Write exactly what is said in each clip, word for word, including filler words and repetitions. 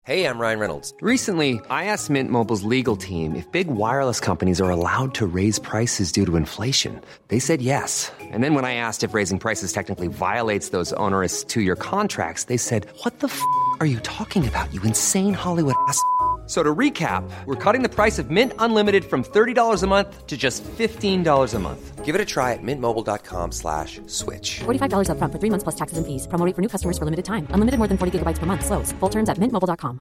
Hey, I'm Ryan Reynolds. Recently, I asked Mint Mobile's legal team if big wireless companies are allowed to raise prices due to inflation. They said yes. And then when I asked if raising prices technically violates those onerous two-year contracts, they said, what the f*** are you talking about, you insane Hollywood ass f- So to recap, we're cutting the price of Mint Unlimited from thirty dollars a month to just fifteen dollars a month. Give it a try at mintmobile.com slash switch. forty-five dollars up front for three months plus taxes and fees. Promo rate for new customers for limited time. Unlimited more than forty gigabytes per month. Slows full terms at mint mobile dot com.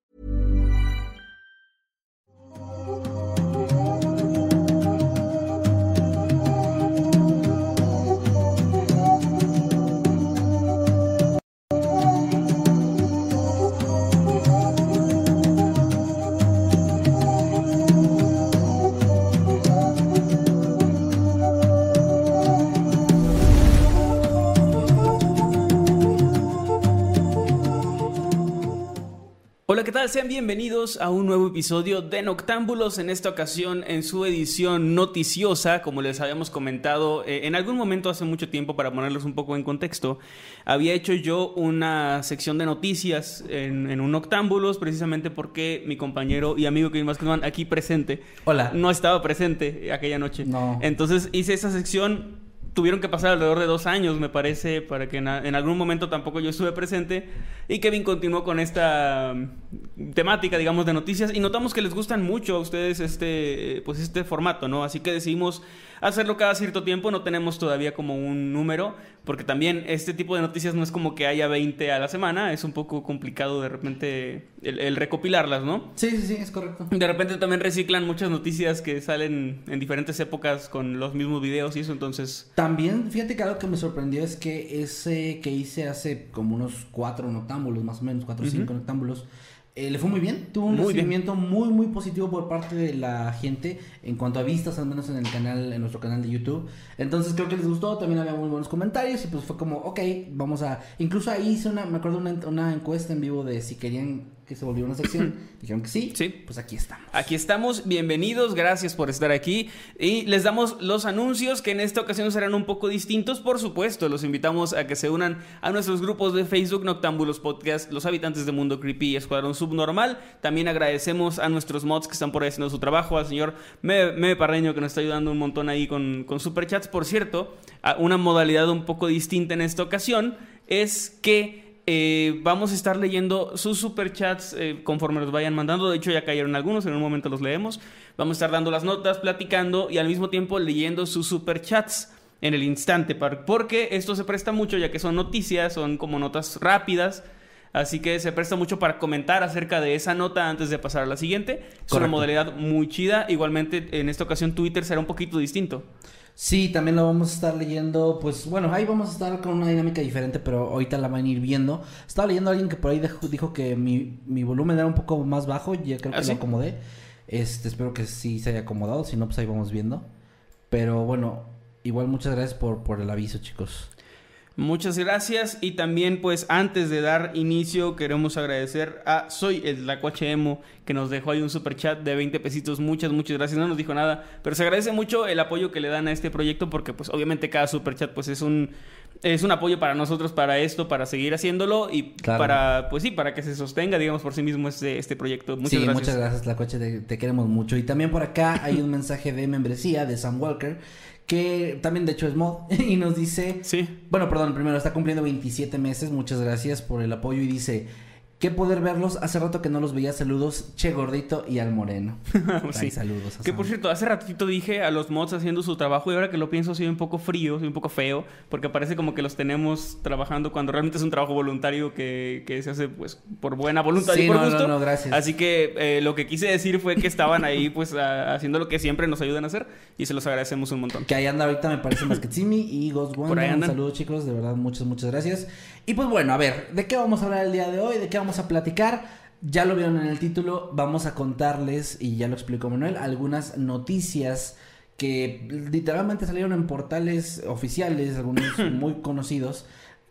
Hola, ¿qué tal? Sean bienvenidos a un nuevo episodio de Noctámbulos, en esta ocasión en su edición noticiosa. Como les habíamos comentado eh, en algún momento hace mucho tiempo, para ponerlos un poco en contexto, había hecho yo una sección de noticias en, en un Noctámbulos, precisamente porque mi compañero y amigo Kevin Vázquez aquí presente, Hola. no estaba presente aquella noche. No. Entonces hice esa sección. Tuvieron que pasar alrededor de dos años, me parece, para que en, en algún momento tampoco yo estuve presente. Y Kevin continuó con esta um, temática, digamos, de noticias. Y notamos que les gustan mucho a ustedes este, pues este formato, ¿no? Así que decidimos hacerlo cada cierto tiempo. No tenemos todavía como un número, porque también este tipo de noticias no es como que haya veinte a la semana. Es un poco complicado de repente el, el recopilarlas, ¿no? Sí, sí, sí, es correcto. De repente también reciclan muchas noticias que salen en diferentes épocas con los mismos videos y eso, entonces... También, fíjate que algo que me sorprendió es que ese que hice hace como unos cuatro noctámbulos, más o menos, cuatro o cinco uh-huh. noctámbulos, eh, le fue muy bien. Tuvo un muy recibimiento bien. muy, muy positivo por parte de la gente en cuanto a vistas, al menos en el canal, en nuestro canal de YouTube. Entonces creo que les gustó, también había muy buenos comentarios y pues fue como, ok, vamos a... Incluso ahí hice una, me acuerdo una, una encuesta en vivo de si querían que se volviera una sección. Dijeron que sí. Sí. Pues aquí estamos. Aquí estamos. Bienvenidos. Gracias por estar aquí. Y les damos los anuncios que en esta ocasión serán un poco distintos. Por supuesto, los invitamos a que se unan a nuestros grupos de Facebook, Noctámbulos Podcast, Los Habitantes de Mundo Creepy y Escuadrón Subnormal. También agradecemos a nuestros mods que están por ahí haciendo su trabajo, al señor Meme, Meme Parreño, que nos está ayudando un montón ahí con, con superchats. Por cierto, una modalidad un poco distinta en esta ocasión es que Eh, vamos a estar leyendo sus superchats eh, conforme los vayan mandando. De hecho, ya cayeron algunos, en un momento los leemos. Vamos a estar dando las notas, platicando y al mismo tiempo leyendo sus superchats en el instante, porque esto se presta mucho, ya que son noticias, son como notas rápidas. Así que se presta mucho para comentar acerca de esa nota antes de pasar a la siguiente. Es Correcto. Una modalidad muy chida. Igualmente, en esta ocasión Twitter será un poquito distinto. Sí, también lo vamos a estar leyendo, pues bueno, ahí vamos a estar con una dinámica diferente, pero ahorita la van a ir viendo. Estaba leyendo a alguien que por ahí dijo, dijo que mi, mi volumen era un poco más bajo, ya creo que ¿Ah, sí? lo acomodé. Este, espero que sí se haya acomodado, si no pues ahí vamos viendo. Pero bueno, igual muchas gracias por, por el aviso, chicos. Muchas gracias. Y también pues antes de dar inicio queremos agradecer a Soy el Tlacuache Emo, que nos dejó ahí un superchat de veinte pesitos. Muchas, muchas gracias. No nos dijo nada, pero se agradece mucho el apoyo que le dan a este proyecto, porque pues obviamente cada superchat pues es un es un apoyo para nosotros, para esto, para seguir haciéndolo y claro. para pues sí, para que se sostenga, digamos, por sí mismo este, este proyecto. Muchas sí, gracias. muchas gracias, Tlacuache, te, te queremos mucho. Y también por acá hay un mensaje de membresía de Sam Walker, que también de hecho es mod, y nos dice... Sí. Bueno, perdón, primero está cumpliendo veintisiete meses, muchas gracias por el apoyo, y dice... Qué poder verlos, hace rato que no los veía, saludos, Che Gordito y al Moreno. Sí. Ay, saludos. Que por cierto, hace ratito dije a los mods haciendo su trabajo, y ahora que lo pienso soy un poco frío, soy un poco feo, porque parece como que los tenemos trabajando cuando realmente es un trabajo voluntario que, que se hace pues por buena voluntad sí, y por no, gusto. No, no, gracias. Así que eh, lo que quise decir fue que estaban ahí pues a, haciendo lo que siempre nos ayudan a hacer, y se los agradecemos un montón. Que ahí anda ahorita, me parece, Masquetsimi y Ghost One. Por ahí andan. Un saludo, chicos, de verdad, muchas, muchas gracias. Y pues bueno, a ver, ¿de qué vamos a hablar el día de hoy? ¿De qué vamos a platicar? Ya lo vieron en el título, vamos a contarles, y ya lo explicó Manuel, algunas noticias que literalmente salieron en portales oficiales, algunos muy conocidos,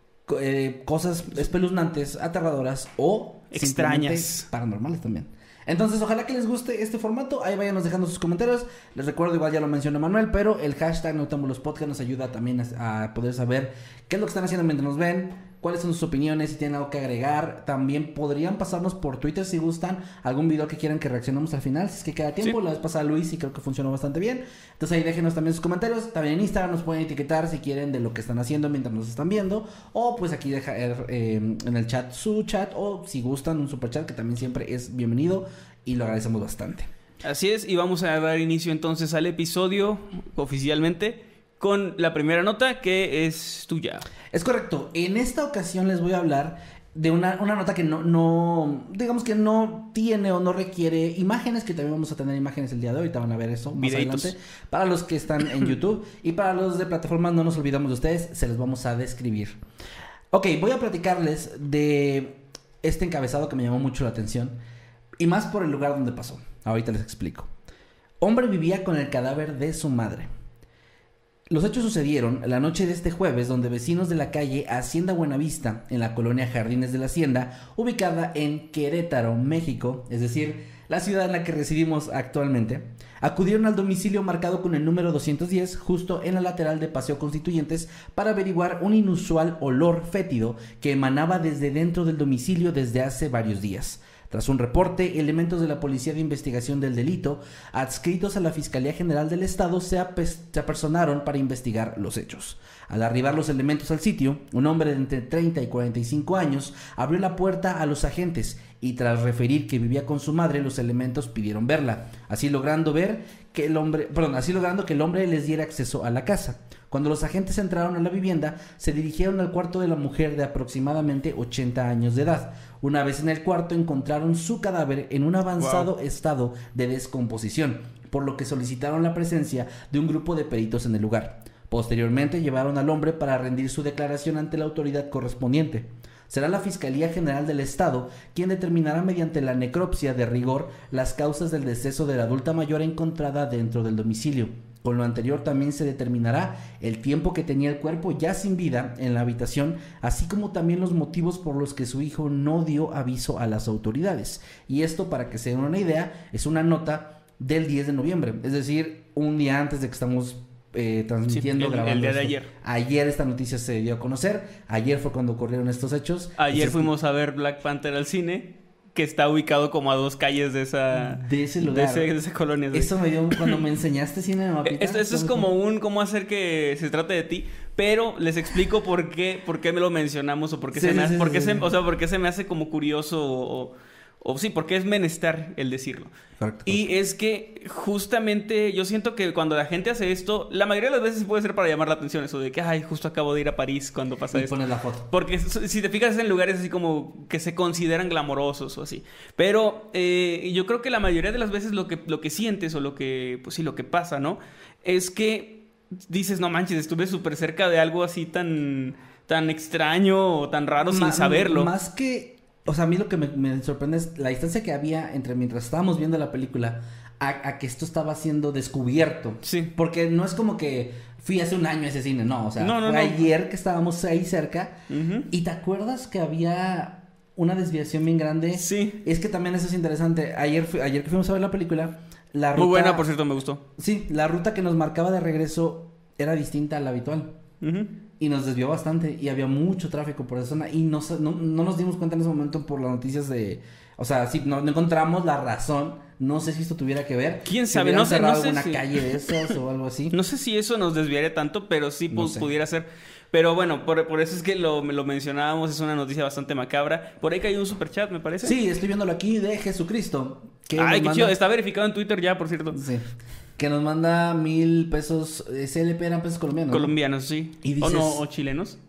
eh, cosas espeluznantes, aterradoras o extrañas, paranormales también. Entonces, ojalá que les guste este formato. Ahí váyanos dejando sus comentarios. Les recuerdo, igual ya lo mencionó Manuel, pero el hashtag Noctámbulos Podcast nos ayuda también a, a poder saber qué es lo que están haciendo mientras nos ven, cuáles son sus opiniones, si tienen algo que agregar. También podrían pasarnos por Twitter si gustan algún video que quieran que reaccionemos al final, si es que queda tiempo. Sí. La vez pasada Luis y creo que funcionó bastante bien. Entonces ahí déjenos también sus comentarios. También en Instagram nos pueden etiquetar si quieren de lo que están haciendo mientras nos están viendo. O pues aquí dejar eh, en el chat su chat, o si gustan un super chat que también siempre es bienvenido y lo agradecemos bastante. Así es, y vamos a dar inicio entonces al episodio oficialmente con la primera nota, que es tuya. Es correcto. En esta ocasión les voy a hablar de una, una nota que no, no, digamos que no tiene o no requiere imágenes, que también vamos a tener imágenes el día de hoy, ahorita van a ver eso más Videitos. adelante, para los que están en YouTube. Y para los de plataformas, no nos olvidamos de ustedes, se los vamos a describir. Ok, voy a platicarles de este encabezado que me llamó mucho la atención, y más por el lugar donde pasó. Ahorita les explico. Hombre vivía con el cadáver de su madre. Los hechos sucedieron la noche de este jueves, donde vecinos de la calle Hacienda Buenavista, en la colonia Jardines de la Hacienda, ubicada en Querétaro, México, es decir, la ciudad en la que residimos actualmente, acudieron al domicilio marcado con el número doscientos diez, justo en la lateral de Paseo Constituyentes, para averiguar un inusual olor fétido que emanaba desde dentro del domicilio desde hace varios días. Tras un reporte, elementos de la Policía de Investigación del Delito, adscritos a la Fiscalía General del Estado, se, se apersonaron para investigar los hechos. Al arribar los elementos al sitio, un hombre de entre treinta y cuarenta y cinco años abrió la puerta a los agentes y, tras referir que vivía con su madre, los elementos pidieron verla, así logrando ver que el hombre, perdón, así logrando que el hombre les diera acceso a la casa. Cuando los agentes entraron a la vivienda, se dirigieron al cuarto de la mujer de aproximadamente ochenta años de edad. Una vez en el cuarto, encontraron su cadáver en un avanzado wow. estado de descomposición, por lo que solicitaron la presencia de un grupo de peritos en el lugar. Posteriormente, llevaron al hombre para rendir su declaración ante la autoridad correspondiente. Será la Fiscalía General del Estado quien determinará mediante la necropsia de rigor las causas del deceso de la adulta mayor encontrada dentro del domicilio. Con lo anterior también se determinará el tiempo que tenía el cuerpo ya sin vida en la habitación, así como también los motivos por los que su hijo no dio aviso a las autoridades. Y esto, para que se den una idea, es una nota del diez de noviembre, es decir, un día antes de que estamos eh, transmitiendo, sí, el, grabando el día de esto. ayer. Ayer esta noticia se dio a conocer, ayer fue cuando ocurrieron estos hechos. Ayer Entonces, fuimos a ver Black Panther al cine, que está ubicado como a dos calles de esa... De ese lugar. De, ese, de esa colonia. Eso me dio cuando me enseñaste cine de mapita. Esto, esto es como un... cómo hacer que se trate de ti. Pero les explico por qué, por qué me lo mencionamos o por qué, sí, se, me hace, sí, por qué sí, se, sí. O sea, por qué se me hace como curioso o... O sí, porque es menester el decirlo. Correcto. Y es que justamente yo siento que cuando la gente hace esto, la mayoría de las veces puede ser para llamar la atención. Eso de que, ay, justo acabo de ir a París cuando pasa y esto. Y pones la foto. Porque si te fijas en lugares así como que se consideran glamorosos o así. Pero eh, yo creo que la mayoría de las veces lo que, lo que sientes o lo que, pues sí, lo que pasa, ¿no? Es que dices, no manches, estuve súper cerca de algo así tan, tan extraño o tan raro Ma- sin saberlo. Más que... O sea, a mí lo que me, me sorprende es la distancia que había entre mientras estábamos viendo la película a, a que esto estaba siendo descubierto. Sí. Porque no es como que fui hace un año a ese cine, no. O sea, no, no, fue no. ayer que estábamos ahí cerca. Uh-huh. Y ¿te acuerdas que había una desviación bien grande? Sí. Es que también eso es interesante. Ayer, fu- ayer que fuimos a ver la película, la ruta... Muy buena, por cierto, me gustó. Sí, la ruta que nos marcaba de regreso era distinta a la habitual. Uh-huh. Y nos desvió bastante y había mucho tráfico por esa zona y no, no, no nos dimos cuenta en ese momento por las noticias de... O sea, sí, no, no encontramos la razón. No sé si esto tuviera que ver. ¿Quién si sabe? No sé, no sé alguna si... calle de esas o algo así. No sé si eso nos desviaría tanto, pero sí no pu- sé. pudiera ser. Pero bueno, por, por eso es que lo, lo mencionábamos. Es una noticia bastante macabra. Por ahí que hay un superchat, me parece. Sí, estoy viéndolo aquí de Jesucristo. Que Ay, qué manda... chido. Está verificado en Twitter ya, por cierto. Sí. Que nos manda mil pesos. C L P eran pesos colombianos. Colombianos, sí. ¿Y dices... O no, o chilenos.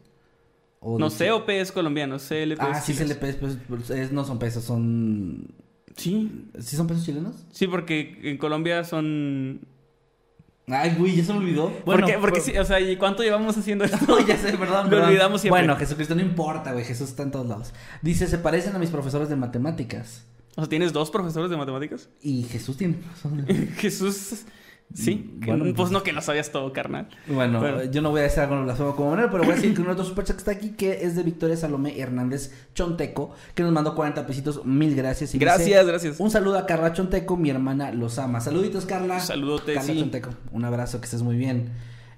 O no, C O P es colombiano, C L P Ah, es sí, C L P es, pues, es, no son pesos, son... Sí. ¿Sí son pesos chilenos? Sí, porque en Colombia son... Ay, güey, ya se me olvidó. Bueno, porque, porque pero... sí, o sea, ¿y cuánto llevamos haciendo esto? No, ya sé, perdón, Lo perdón. olvidamos siempre. Bueno, Jesucristo no importa, güey, Jesús está en todos lados. Dice, se parecen a mis profesores de matemáticas. O sea, ¿tienes dos profesores de matemáticas? Y Jesús tiene profesores. Jesús... Sí, bueno, que, pues, pues no que lo sabías todo, carnal. Bueno, bueno, yo no voy a decir algo blasfemo como Manuel, pero voy a decir que un otro superchat que está aquí, que es de Victoria Salomé Hernández Chonteco, que nos mandó cuarenta pesitos, mil gracias. Y gracias, dice, gracias. Un saludo a Carla Chonteco, mi hermana los ama. Saluditos, Carla. Saludote, Carla sí. Chonteco, un abrazo, que estés muy bien.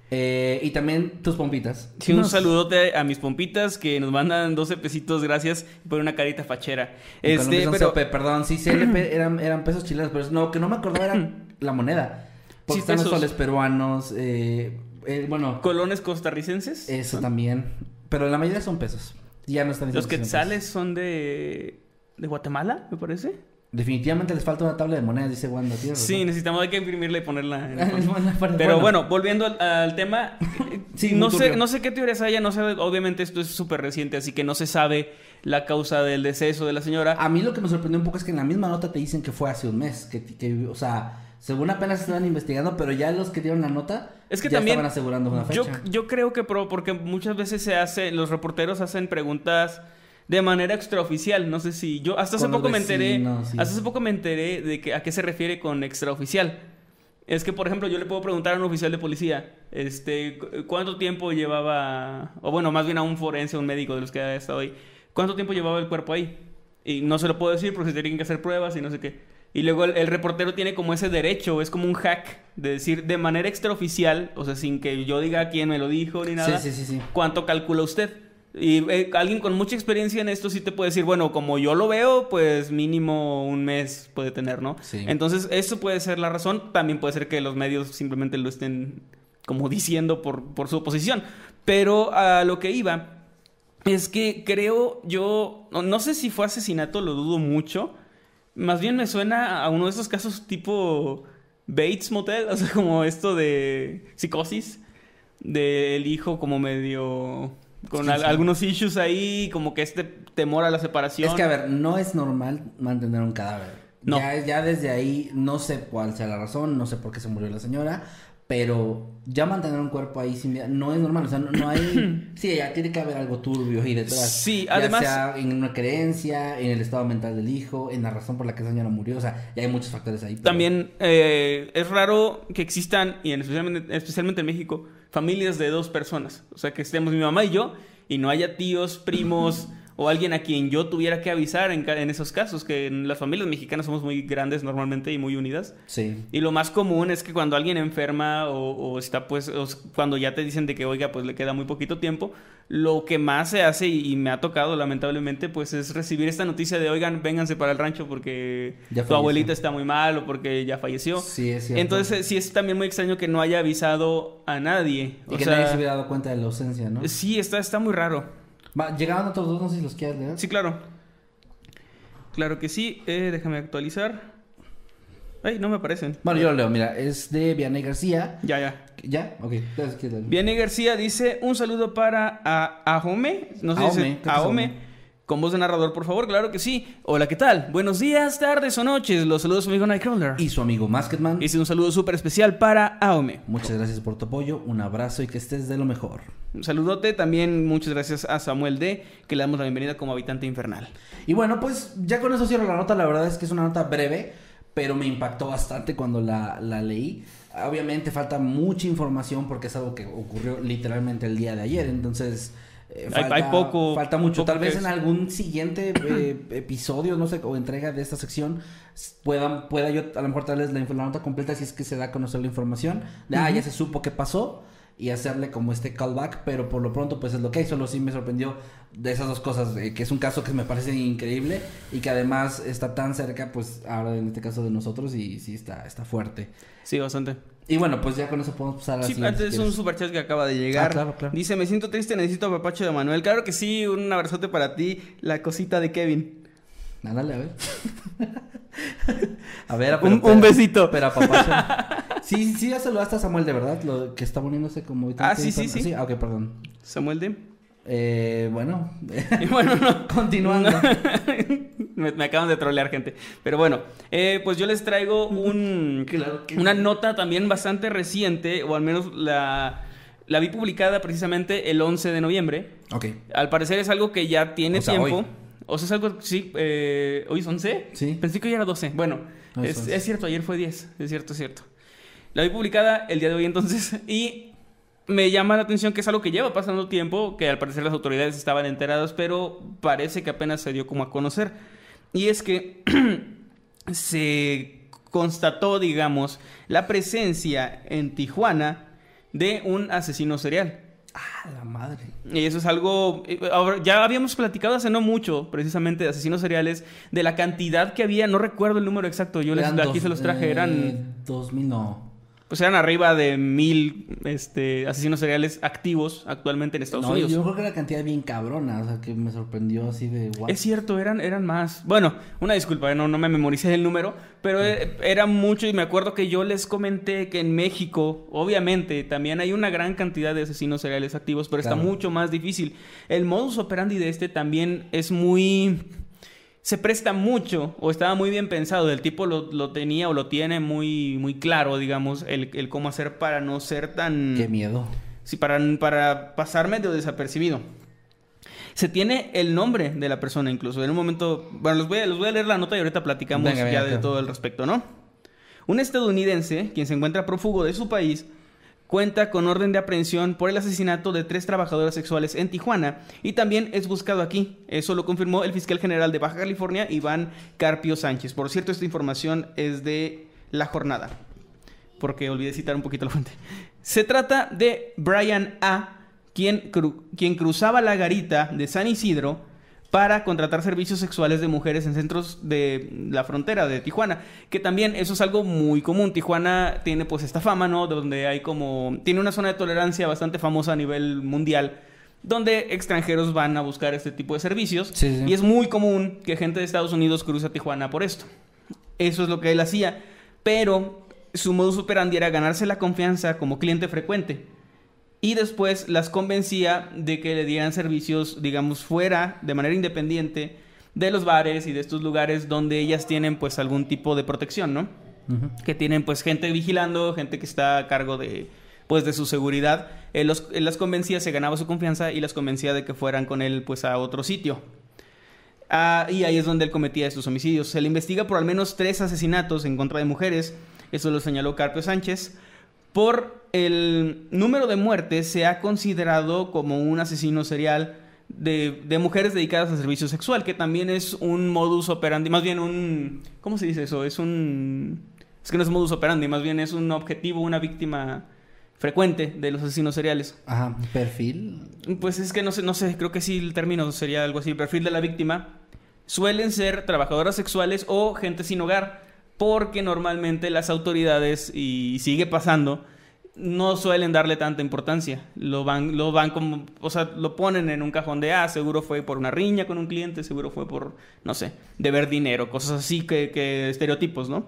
Eh, y también tus pompitas. Sí, un saludote a mis pompitas que nos mandan doce pesitos, gracias, por una carita fachera. Este, pero... Sope, perdón, sí, C L P eran, eran pesos chilenos, pero no, que no me acordaba era la moneda. Porque sí, están pesos. Los soles peruanos, eh, eh, bueno... Colones costarricenses. Eso ¿no? También, pero la mayoría son pesos. Ya no están Los quetzales son de... de Guatemala, me parece. Definitivamente les falta una tabla de monedas, dice Wanda. ¿Tío? Sí, necesitamos hay que imprimirla y ponerla en el Pero bueno, bueno volviendo al, al tema, sí, no sé, no sé qué teorías haya, no sé, obviamente esto es súper reciente, así que no se sabe la causa del deceso de la señora. A mí lo que me sorprendió un poco es que en la misma nota te dicen que fue hace un mes, que, que o sea, según apenas estaban investigando, pero ya los que dieron la nota es que ya también estaban asegurando una fecha. Yo, yo creo que pro, porque muchas veces se hace, los reporteros hacen preguntas de manera extraoficial, no sé si yo hasta hace poco vecinos, me enteré, sí. hasta hace poco me enteré de que a qué se refiere con extraoficial. Es que por ejemplo, yo le puedo preguntar a un oficial de policía, este, ¿cuánto tiempo llevaba, o bueno, más bien a un forense, un médico de los que ha estado ahí, ¿cuánto tiempo llevaba el cuerpo ahí? Y no se lo puedo decir porque se tienen que hacer pruebas y no sé qué. Y luego el, el reportero tiene como ese derecho, es como un hack de decir de manera extraoficial, o sea, sin que yo diga quién me lo dijo ni nada, sí, sí, sí, sí. ¿cuánto calcula usted? Y eh, alguien con mucha experiencia en esto sí te puede decir, bueno, como yo lo veo, pues mínimo un mes puede tener, ¿no? Sí. Entonces, eso puede ser la razón. También puede ser que los medios simplemente lo estén como diciendo por, por su oposición. Pero a lo que iba es que creo yo, no, no sé si fue asesinato, lo dudo mucho. Más bien me suena a uno de esos casos tipo Bates Motel, o sea, como esto de psicosis, del hijo como medio... con sí, al, sí. algunos issues ahí, como que este temor a la separación. Es que, a ver, no es normal mantener un cadáver. No. Ya, ya desde ahí, no sé cuál sea la razón, no sé por qué se murió la señora, pero ya mantener un cuerpo ahí sin vida no es normal. O sea, no, no hay... sí, ya tiene que haber algo turbio ahí detrás. Sí, además... Ya sea en una creencia, en el estado mental del hijo, en la razón por la que esa señora murió. O sea, ya hay muchos factores ahí. Pero... También eh, es raro que existan, y en especialmente, especialmente en México, familias de dos personas. O sea, que estemos mi mamá y yo, y no haya tíos, primos... o alguien a quien yo tuviera que avisar en, en esos casos, que en las familias mexicanas somos muy grandes normalmente y muy unidas. Sí. Y lo más común es que cuando alguien enferma o, o está pues, o cuando ya te dicen de que, oiga, pues le queda muy poquito tiempo, lo que más se hace, y, y me ha tocado lamentablemente, pues es recibir esta noticia de, oigan, vénganse para el rancho porque ya tu abuelita está muy mal o porque ya falleció. Sí, es cierto. Entonces sí es también muy extraño que no haya avisado a nadie. Y o que sea, nadie se hubiera dado cuenta de la ausencia, ¿no? Sí, está, está muy raro. Va, llegaban otros dos, no sé si los quieres leer. Sí, claro. Claro que sí. Eh, déjame actualizar. Ay, no me aparecen. Bueno, yo lo leo. Mira, es de Vianney García. Ya, ya. ¿Ya? Ok. Vianney García dice, un saludo para a Ahome. No sé Ahome, si dice Ahome. Con voz de narrador, por favor. Claro que sí. Hola, ¿qué tal? Buenos días, tardes o noches. Los saludos a su amigo Nightcrawler. Y su amigo Masketman. Hice un saludo súper especial para Ahome. Muchas gracias por tu apoyo. Un abrazo y que estés de lo mejor. Un saludote. También muchas gracias a Samuel D, que le damos la bienvenida como habitante infernal. Y bueno, pues ya con eso cierro la nota. La verdad es que es una nota breve, pero me impactó bastante cuando la, la leí. Obviamente falta mucha información porque es algo que ocurrió literalmente el día de ayer. Entonces... Eh, falta, hay, hay poco falta mucho, poco tal vez es. En algún siguiente eh, episodio, no sé, o entrega de esta sección pueda, pueda yo a lo mejor darles la, la nota completa si es que se da a conocer la información de, uh-huh. ah, ya se supo qué pasó y hacerle como este callback, pero por lo pronto pues es lo que hay. Solo sí me sorprendió de esas dos cosas, eh, que es un caso que me parece increíble y que además está tan cerca, pues ahora en este caso de nosotros, y sí está, está fuerte. Sí, bastante. Y bueno, pues ya con eso podemos pasar a la sí, siguiente. Antes si es un superchat que acaba de llegar. Ah, claro, claro. Dice, me siento triste, necesito apapacho de Manuel. Claro que sí, un abrazote para ti, la cosita de Kevin. Ándale, a ver. a ver, pero, un, pero, un besito. Pero apapacho. sí, sí, ya saludaste a Samuel de verdad, lo que está poniéndose como... Ah, sí, sí, sí. sí. Ah, ok, perdón. Samuel de... Eh, bueno. bueno, no. Continuando. me, me acaban de trolear, gente. Pero bueno, eh, pues yo les traigo un claro que... una nota también bastante reciente, o al menos la, la vi publicada precisamente el once de noviembre. Ok. Al parecer es algo que ya tiene o sea, tiempo. Hoy. O sea, es algo, sí, eh, ¿hoy es once? Sí. Pensé que hoy era doce. Bueno, no, es, es cierto, ayer fue diez. Es cierto, es cierto. La vi publicada el día de hoy entonces y... me llama la atención que es algo que lleva pasando tiempo, que al parecer las autoridades estaban enteradas, pero parece que apenas se dio como a conocer. Y es que se constató, digamos, la presencia en Tijuana de un asesino serial. Ah, la madre. Y eso es algo... Ya habíamos platicado hace no mucho, precisamente, de asesinos seriales, de la cantidad que había, no recuerdo el número exacto, yo les, aquí dos, se los traje, eh, eran... dos mil, no... Pues eran arriba de mil este, asesinos seriales activos actualmente en Estados no, Unidos. Yo creo que la cantidad bien cabrona, o sea, que me sorprendió así de... What? Es cierto, eran, eran más. Bueno, una disculpa, no, no me memoricé el número, pero sí. Era mucho y me acuerdo que yo les comenté que en México, obviamente, también hay una gran cantidad de asesinos seriales activos, pero claro. Está mucho más difícil. El modus operandi de este también es muy... Se presta mucho, o estaba muy bien pensado. El tipo lo, lo tenía o lo tiene muy, muy claro, digamos, el, el cómo hacer para no ser tan... ¡Qué miedo! Sí, para, para pasar medio desapercibido. Se tiene el nombre de la persona incluso. En un momento... Bueno, les voy a, les voy a leer la nota y ahorita platicamos venga, ya venga, de claro. todo el respecto, ¿no? Un estadounidense, quien se encuentra prófugo de su país... cuenta con orden de aprehensión por el asesinato de tres trabajadoras sexuales en Tijuana y también es buscado aquí. Eso lo confirmó el fiscal general de Baja California, Iván Carpio Sánchez. Por cierto, esta información es de La Jornada, porque olvidé citar un poquito la fuente. Se trata de Brian A., quien, cru- quien cruzaba la garita de San Isidro para contratar servicios sexuales de mujeres en centros de la frontera de Tijuana, que también eso es algo muy común. Tijuana tiene pues esta fama, ¿no? Donde hay como... Tiene una zona de tolerancia bastante famosa a nivel mundial, donde extranjeros van a buscar este tipo de servicios. Sí, sí. Y es muy común que gente de Estados Unidos cruce a Tijuana por esto. Eso es lo que él hacía, pero su modus operandi era ganarse la confianza como cliente frecuente. Y después las convencía de que le dieran servicios, digamos, fuera, de manera independiente, de los bares y de estos lugares donde ellas tienen, pues, algún tipo de protección, ¿no? Uh-huh. Que tienen, pues, gente vigilando, gente que está a cargo de, pues, de su seguridad. Él, los, él las convencía, se ganaba su confianza y las convencía de que fueran con él, pues, a otro sitio. Ah, y ahí es donde él cometía estos homicidios. Se le investiga por al menos tres asesinatos en contra de mujeres. Eso lo señaló Carpio Sánchez. Por el número de muertes se ha considerado como un asesino serial de, de mujeres dedicadas al servicio sexual, que también es un modus operandi, más bien un... ¿Cómo se dice eso? Es un... Es que no es modus operandi, más bien es un objetivo, una víctima frecuente de los asesinos seriales. Ajá, ¿perfil? Pues es que no sé, no sé, creo que sí el término sería algo así, el perfil de la víctima. Suelen ser trabajadoras sexuales o gente sin hogar, porque normalmente las autoridades, y sigue pasando, no suelen darle tanta importancia. Lo van, lo van como, o sea, lo ponen en un cajón de, ah, seguro fue por una riña con un cliente, seguro fue por, no sé, deber dinero, cosas así que, que estereotipos, ¿no?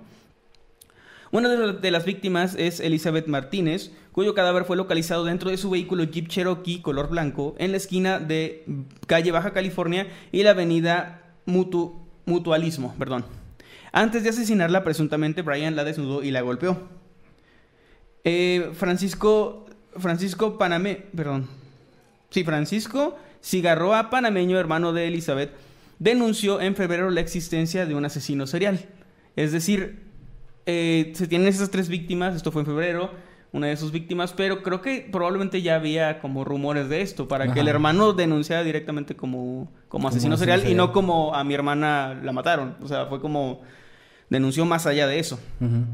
Una de, de las víctimas es Elizabeth Martínez, cuyo cadáver fue localizado dentro de su vehículo Jeep Cherokee color blanco en la esquina de calle Baja California y la avenida Mutu, Mutualismo, perdón. Antes de asesinarla, presuntamente, Brian la desnudó y la golpeó. Eh, Francisco... Francisco Paname... Perdón. Sí, Francisco Cigarroa, panameño, hermano de Elizabeth, denunció en febrero la existencia de un asesino serial. Es decir, eh, se tienen esas tres víctimas. Esto fue en febrero, una de sus víctimas, pero creo que probablemente ya había como rumores de esto, para Ajá. que el hermano denunciara directamente como, como asesino como serial, serial y no como a mi hermana la mataron. O sea, fue como... denunció más allá de eso. Uh-huh.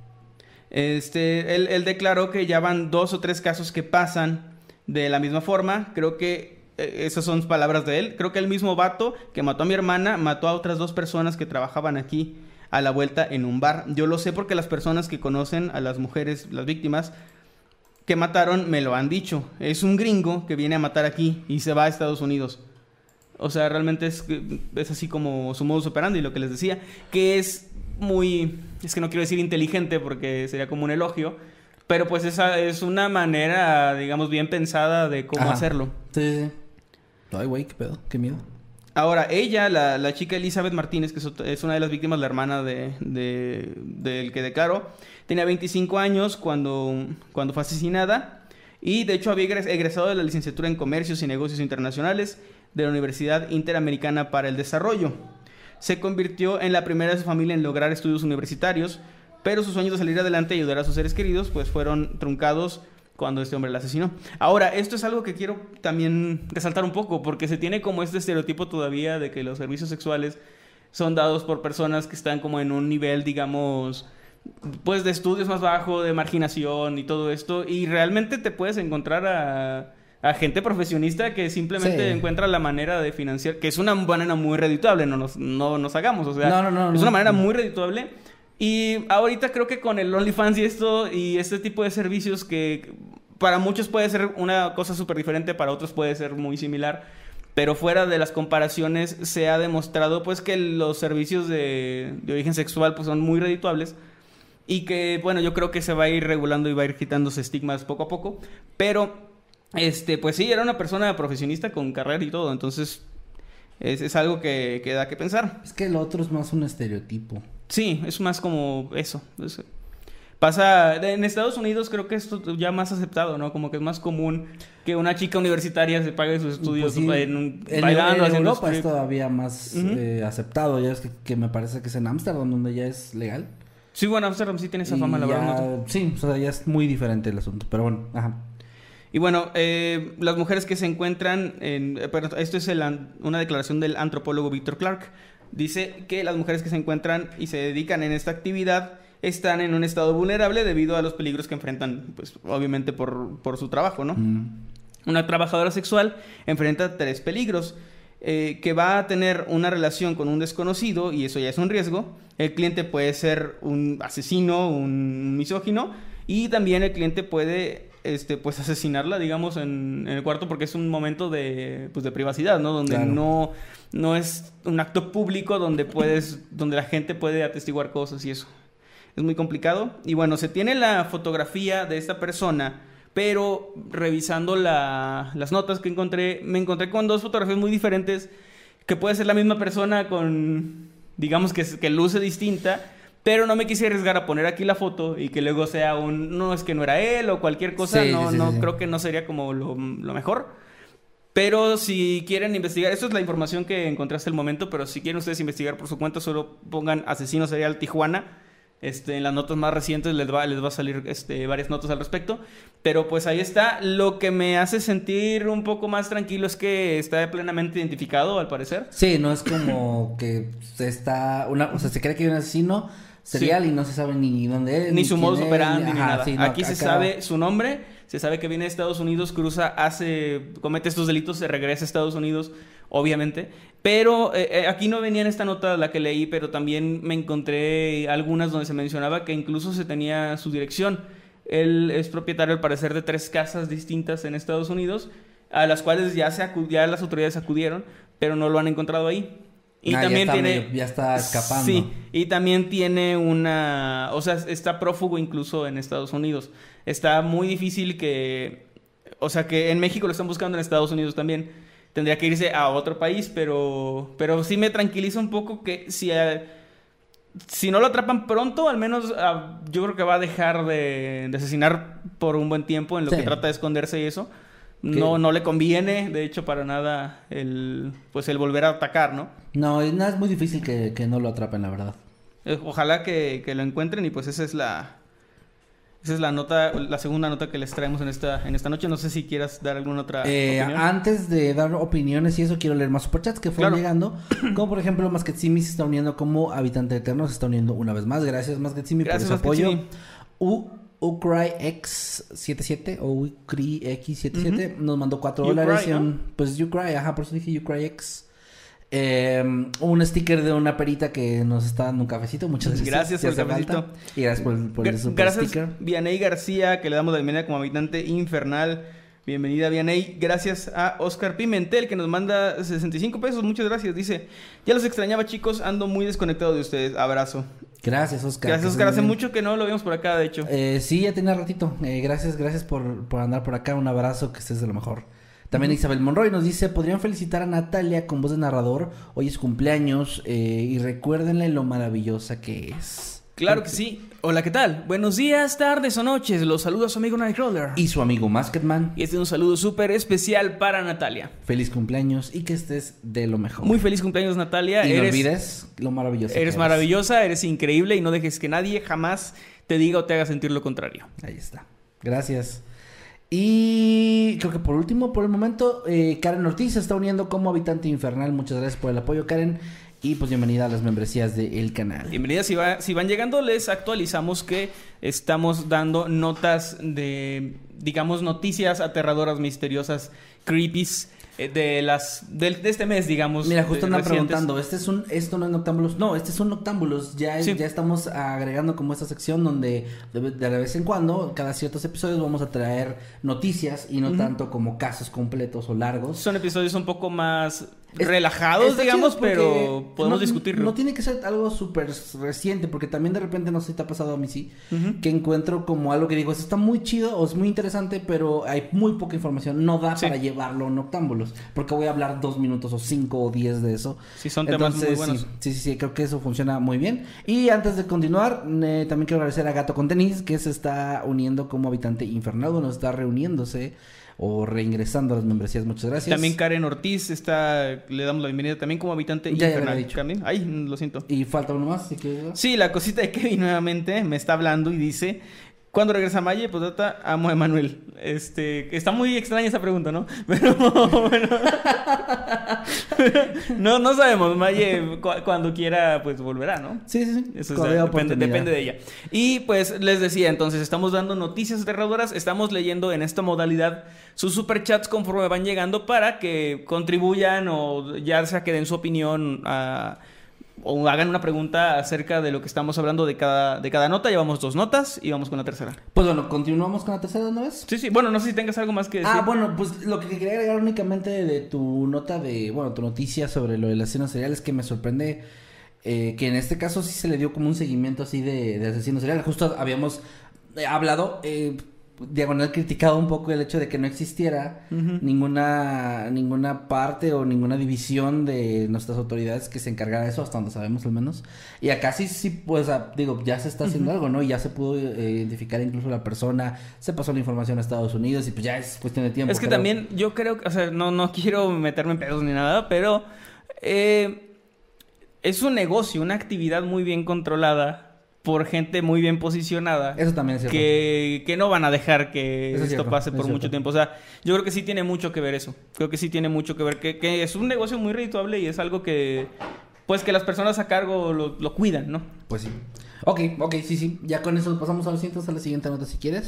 Este, él, él declaró que ya van dos o tres casos que pasan de la misma forma. Creo que eh, esas son palabras de él. Creo que el mismo vato que mató a mi hermana mató a otras dos personas que trabajaban aquí a la vuelta en un bar. Yo lo sé porque las personas que conocen a las mujeres, las víctimas que mataron, me lo han dicho. Es un gringo que viene a matar aquí y se va a Estados Unidos. O sea, realmente es, es así como su modus operandi, lo que les decía, que es muy, es que no quiero decir inteligente porque sería como un elogio, pero pues esa es una manera, digamos, bien pensada de cómo Ajá. hacerlo. Sí, sí. Ay, güey, qué pedo, qué miedo. Ahora, ella, la, la chica Elizabeth Martínez, que es una de las víctimas, la hermana de, de, del que declaró, tenía veinticinco años cuando, cuando fue asesinada y de hecho había egresado de la licenciatura en Comercios y Negocios Internacionales de la Universidad Interamericana para el Desarrollo. Se convirtió en la primera de su familia en lograr estudios universitarios, pero sus sueños de salir adelante y ayudar a sus seres queridos pues fueron truncados cuando este hombre la asesinó. Ahora, esto es algo que quiero también resaltar un poco, porque se tiene como este estereotipo todavía de que los servicios sexuales son dados por personas que están como en un nivel, digamos, pues de estudios más bajo, de marginación y todo esto, y realmente te puedes encontrar a, a gente profesionista que simplemente Sí. encuentra la manera de financiar, que es una manera muy redituable, no nos, no nos hagamos, o sea, No, no, no, es no. una manera muy redituable. Y ahorita creo que con el OnlyFans y esto y este tipo de servicios que para muchos puede ser una cosa súper diferente, para otros puede ser muy similar, pero fuera de las comparaciones se ha demostrado pues que los servicios de, de origen sexual pues son muy redituables y que bueno, yo creo que se va a ir regulando y va a ir quitándose estigmas poco a poco, pero este pues sí, era una persona profesionista con carrera y todo, entonces es, es algo que, que da que pensar. Es que lo otro es más un estereotipo. Sí, es más como eso. Es- pasa en Estados Unidos, creo que esto ya más aceptado, ¿no? Como que es más común que una chica universitaria se pague sus estudios Pues sí, en un, en, bailando, en haciendo Europa es strip. todavía más Ujú. eh, aceptado. Ya es que, que me parece que es en Ámsterdam donde ya es legal. Sí, bueno, Amsterdam sí tiene esa Y fama, la ya- verdad. no- Sí, o sea, ya es muy diferente el asunto. Pero bueno, ajá. Y bueno, eh, las mujeres que se encuentran en... eh, perdón, esto es el an- una declaración del antropólogo Victor Clark. Dice que las mujeres que se encuentran y se dedican en esta actividad están en un estado vulnerable debido a los peligros que enfrentan, pues obviamente por, por su trabajo, ¿no? Mm. Una trabajadora sexual enfrenta tres peligros. Eh, que va a tener una relación con un desconocido, y eso ya es un riesgo. El cliente puede ser un asesino, un misógino, y también el cliente puede este, pues asesinarla, digamos, en, en el cuarto, porque es un momento de, pues, de privacidad, ¿no? Donde Claro. no, no es un acto público donde puedes, donde la gente puede atestiguar cosas y eso. Es muy complicado. Y bueno, se tiene la fotografía de esta persona, pero revisando la- las notas que encontré, me encontré con dos fotografías muy diferentes, que puede ser la misma persona con, digamos que, que luce distinta, pero no me quise arriesgar a poner aquí la foto y que luego sea un, no, es que no era él o cualquier cosa, Sí, no, sí, sí, no sí. creo que no sería como lo, lo mejor. Pero si quieren investigar, esto es la información que encontré hasta el momento, pero si quieren ustedes investigar por su cuenta, solo pongan asesino serial Tijuana. Este, en las notas más recientes les va, les va a salir este, varias notas al respecto. Pero pues ahí está. Lo que me hace sentir un poco más tranquilo es que está plenamente identificado, al parecer. Sí, no es como que se está... Una, o sea, se cree que hay un asesino serial Sí. y no se sabe ni dónde es. Ni su quién modus es, operandi, ni ajá, nada. sí, no, Aquí se acá- sabe su nombre, se sabe que viene de Estados Unidos, cruza, hace, comete estos delitos, se regresa a Estados Unidos, obviamente. Pero eh, eh, aquí no venía en esta nota la que leí, pero también me encontré algunas donde se mencionaba que incluso se tenía su dirección. Él es propietario, al parecer, de tres casas distintas en Estados Unidos, a las cuales ya, se acu- ya las autoridades acudieron, pero no lo han encontrado ahí. Y Ah, ya también está tiene... medio- ya está escapando. Sí, y también tiene una... O sea, está prófugo incluso en Estados Unidos. Está muy difícil que... O sea, que en México lo están buscando, en Estados Unidos también. Tendría que irse a otro país, pero... Pero sí me tranquiliza un poco que si... eh, si no lo atrapan pronto, al menos ah, yo creo que va a dejar de, de asesinar por un buen tiempo en lo Sí. que trata de esconderse y eso. ¿Qué? No, no le conviene, de hecho, para nada el... Pues el volver a atacar, ¿no? No, y nada, es muy difícil que, que no lo atrapen, la verdad. Eh, Ojalá que, que lo encuentren y pues esa es la esa es la nota, la segunda nota que les traemos en esta en esta noche. No sé si quieras dar alguna otra Eh, opinión. antes de dar opiniones y eso, quiero leer más superchats que fueron Claro. llegando. Como por ejemplo, Masquetsimi se está uniendo como habitante eterno, se está uniendo una vez más. Gracias, Masquetsimi, por Gracias, ese apoyo. Masquetsimi. U UcryX setenta y siete o UcryX setenta y siete nos mandó cuatro Ucry, dólares. y ¿no? un- Pues Ucry, ajá, por eso dije UcryX. Eh, un sticker de una perita que nos está dando un cafecito. Muchas gracias. Gracias Ya por el hace cafecito. falta. Y gracias por, por el Gra- super Gracias, sticker. Vianey García, que le damos la bienvenida como habitante infernal. Bienvenida, Vianey. Gracias a Oscar Pimentel, que nos manda sesenta y cinco pesos. Muchas gracias. Dice, ya los extrañaba, chicos. Ando muy desconectado de ustedes. Abrazo. Gracias, Oscar. Gracias, que Oscar. estés Hace bien. mucho que no lo vimos por acá, de hecho. Eh, sí, ya tenía ratito. Eh, gracias, gracias por, por andar por acá. Un abrazo, que estés de lo mejor. También Isabel Monroy nos dice, ¿podrían felicitar a Natalia con voz de narrador? Hoy es cumpleaños eh, y recuérdenle lo maravillosa que es. Claro que sí. Hola, ¿qué tal? Buenos días, tardes o noches. Los saluda su amigo Nightcrawler. Y su amigo Masketman. Y este es un saludo súper especial para Natalia. Feliz cumpleaños y que estés de lo mejor. Muy feliz cumpleaños, Natalia. Y no eres, olvides lo maravillosa que eres eres. maravillosa, eres increíble y no dejes que nadie jamás te diga o te haga sentir lo contrario. Ahí está. Gracias. Y creo que por último, por el momento, eh, Karen Ortiz se está uniendo como habitante infernal. Muchas gracias por el apoyo, Karen. Y pues bienvenida a las membresías del canal. Bienvenidas, si, va, si van llegando les actualizamos que estamos dando notas de, digamos, noticias aterradoras, misteriosas, creepies de las de, de este mes, digamos. Mira, justo andan recientes. preguntando, este es un esto no es Noctámbulos. No, este es un Noctámbulos. Ya es, Sí. ya estamos agregando como esta sección donde de, de vez en cuando, cada ciertos episodios vamos a traer noticias y no uh-huh. tanto como casos completos o largos. Son episodios un poco más Es, relajados, digamos, pero podemos no, discutirlo. No tiene que ser algo súper reciente, porque también de repente, no sé si te ha pasado a mí, sí, uh-huh. que encuentro como algo que digo, esto está muy chido o es muy interesante, pero hay muy poca información, no da sí. para llevarlo a Noctámbulos, porque voy a hablar dos minutos o cinco o diez de eso. Sí, son temas Entonces, muy buenos. Sí, sí, sí, creo que eso funciona muy bien. Y antes de continuar, eh, también quiero agradecer a Gato con Tenis, que se está uniendo como habitante infernal, bueno, está reuniéndose o reingresando a las membresías. Muchas gracias. También Karen Ortiz está, le damos la bienvenida también como habitante ya, infernal. Ya dicho. También. Ay, lo siento. Y falta uno más, ¿sí que... Sí, la cosita de Kevin nuevamente me está hablando y dice: ¿cuándo regresa Maye? Pues data, amo a Emanuel. Este, está muy extraña esa pregunta, ¿no? Pero bueno. no, no sabemos. Maye cu- cuando quiera, pues volverá, ¿no? Sí, sí, sí. Eso o sea, depende, depende de ella. Y pues les decía, entonces estamos dando noticias aterradoras, estamos leyendo en esta modalidad sus superchats conforme van llegando para que contribuyan o ya sea que den su opinión a... o hagan una pregunta acerca de lo que estamos hablando de cada, de cada nota. Llevamos dos notas y vamos con la tercera. Pues bueno, ¿continuamos con la tercera de una vez? Sí, sí. Bueno, no sé si tengas algo más que decir. Ah, bueno, pues lo que quería agregar únicamente de tu nota de... Bueno, tu noticia sobre lo de las asesinos seriales, que me sorprende eh, que en este caso sí se le dio como un seguimiento así de, de asesinos seriales. Justo habíamos eh, hablado... Eh, diagonal criticado un poco el hecho de que no existiera uh-huh. ninguna ninguna parte o ninguna división de nuestras autoridades que se encargara de eso, hasta donde sabemos al menos. Y acá sí, sí, pues, digo, ya se está haciendo uh-huh. algo, ¿no? Y ya se pudo eh, identificar incluso la persona, se pasó la información a Estados Unidos y pues ya es cuestión de tiempo. Es que pero... también yo creo que, o sea, no, no quiero meterme en pedos ni nada, pero eh, es un negocio, una actividad muy bien controlada por gente muy bien posicionada. Eso también es cierto. Que, que no van a dejar que eso esto cierto, pase por cierto. mucho tiempo. O sea, yo creo que sí tiene mucho que ver eso. Creo que sí tiene mucho que ver. Que, que es un negocio muy redituable y es algo que... pues que las personas a cargo lo, lo cuidan, ¿no? Pues sí. Ok, ok, sí, sí. Ya con eso pasamos a los siguientes, a la siguiente nota si quieres.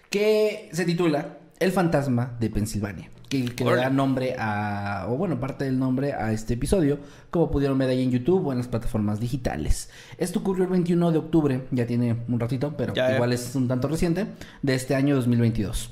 Que se titula El fantasma de Pensilvania. Que, que le da nombre a... o bueno, parte del nombre a este episodio, como pudieron ver ahí en YouTube o en las plataformas digitales. Esto ocurrió el veintiuno de octubre, ya tiene un ratito, pero ya, igual ya. es un tanto reciente, de este año dos mil veintidós.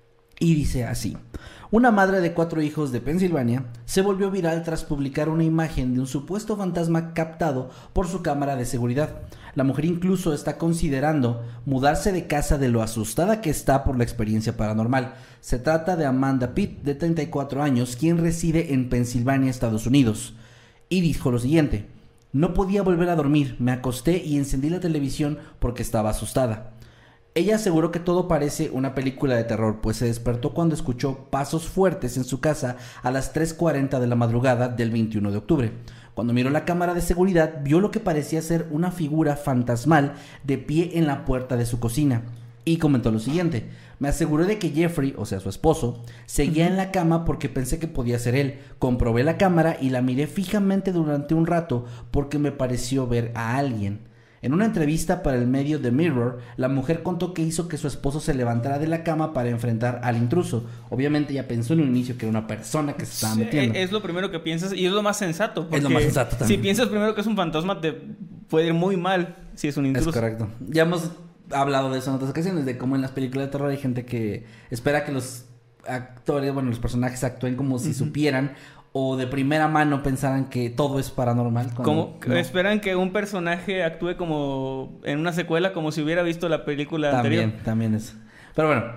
Y dice así: una madre de cuatro hijos de Pensilvania se volvió viral tras publicar una imagen de un supuesto fantasma captado por su cámara de seguridad. La mujer incluso está considerando mudarse de casa de lo asustada que está por la experiencia paranormal. Se trata de Amanda Pitt, de treinta y cuatro años, quien reside en Pensilvania, Estados Unidos. Y dijo lo siguiente: no podía volver a dormir, me acosté y encendí la televisión porque estaba asustada. Ella aseguró que todo parece una película de terror, pues se despertó cuando escuchó pasos fuertes en su casa a las tres cuarenta de la madrugada del veintiuno de octubre. Cuando miró la cámara de seguridad, vio lo que parecía ser una figura fantasmal de pie en la puerta de su cocina. Y comentó lo siguiente: me aseguré de que Jeffrey, o sea su esposo, seguía uh-huh. en la cama porque pensé que podía ser él. Comprobé la cámara y la miré fijamente durante un rato porque me pareció ver a alguien. En una entrevista para el medio The Mirror, la mujer contó que hizo que su esposo se levantara de la cama para enfrentar al intruso. Obviamente ella pensó en un inicio que era una persona que se estaba sí, metiendo. Es lo primero que piensas y es lo más sensato. Es lo más sensato también. Si piensas primero que es un fantasma, te puede ir muy mal si es un intruso. Es correcto. Ya hemos hablado de eso en otras ocasiones, de cómo en las películas de terror hay gente que espera que los actores, bueno, los personajes actúen como si uh-huh. supieran o de primera mano pensaran que todo es paranormal. Como no. esperan que un personaje actúe como en una secuela, como si hubiera visto la película también, anterior. También, también es. Pero bueno,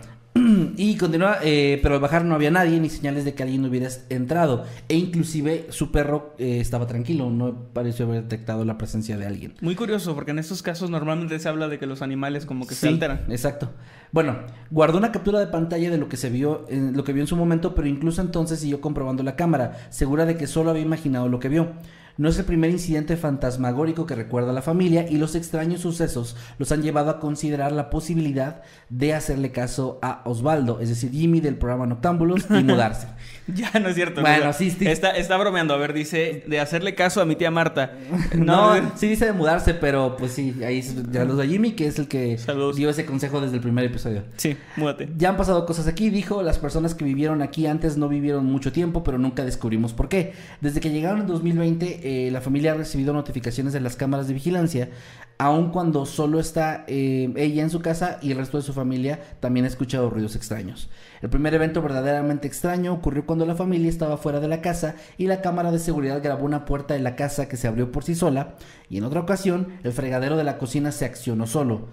y continúa, eh, pero al bajar no había nadie ni señales de que alguien hubiera entrado. E inclusive su perro eh, estaba tranquilo, no pareció haber detectado la presencia de alguien. Muy curioso, porque en estos casos normalmente se habla de que los animales como que sí, se alteran. Exacto. Bueno, guardó una captura de pantalla de lo que se vio, eh, lo que vio en su momento, pero incluso entonces siguió comprobando la cámara, segura de que solo había imaginado lo que vio. No es el primer incidente fantasmagórico que recuerda a la familia y los extraños sucesos los han llevado a considerar la posibilidad de hacerle caso a Osvaldo, es decir, Jimmy del programa Noctámbulos, y mudarse. Ya, no es cierto. Bueno, no, sí, sí. Está, está bromeando. A ver, dice de hacerle caso a mi tía Marta. No, no, sí dice de mudarse, pero pues sí, ahí ya los de Jimmy, que es el que Saludos. dio ese consejo desde el primer episodio. Sí, múdate. Ya han pasado cosas aquí, dijo. Las personas que vivieron aquí antes no vivieron mucho tiempo, pero nunca descubrimos por qué. Desde que llegaron en dos mil veinte, eh, la familia ha recibido notificaciones de las cámaras de vigilancia, aun cuando solo está eh, ella en su casa y el resto de su familia también ha escuchado ruidos extraños. El primer evento verdaderamente extraño ocurrió cuando la familia estaba fuera de la casa y la cámara de seguridad grabó una puerta de la casa que se abrió por sí sola, y en otra ocasión el fregadero de la cocina se accionó solo.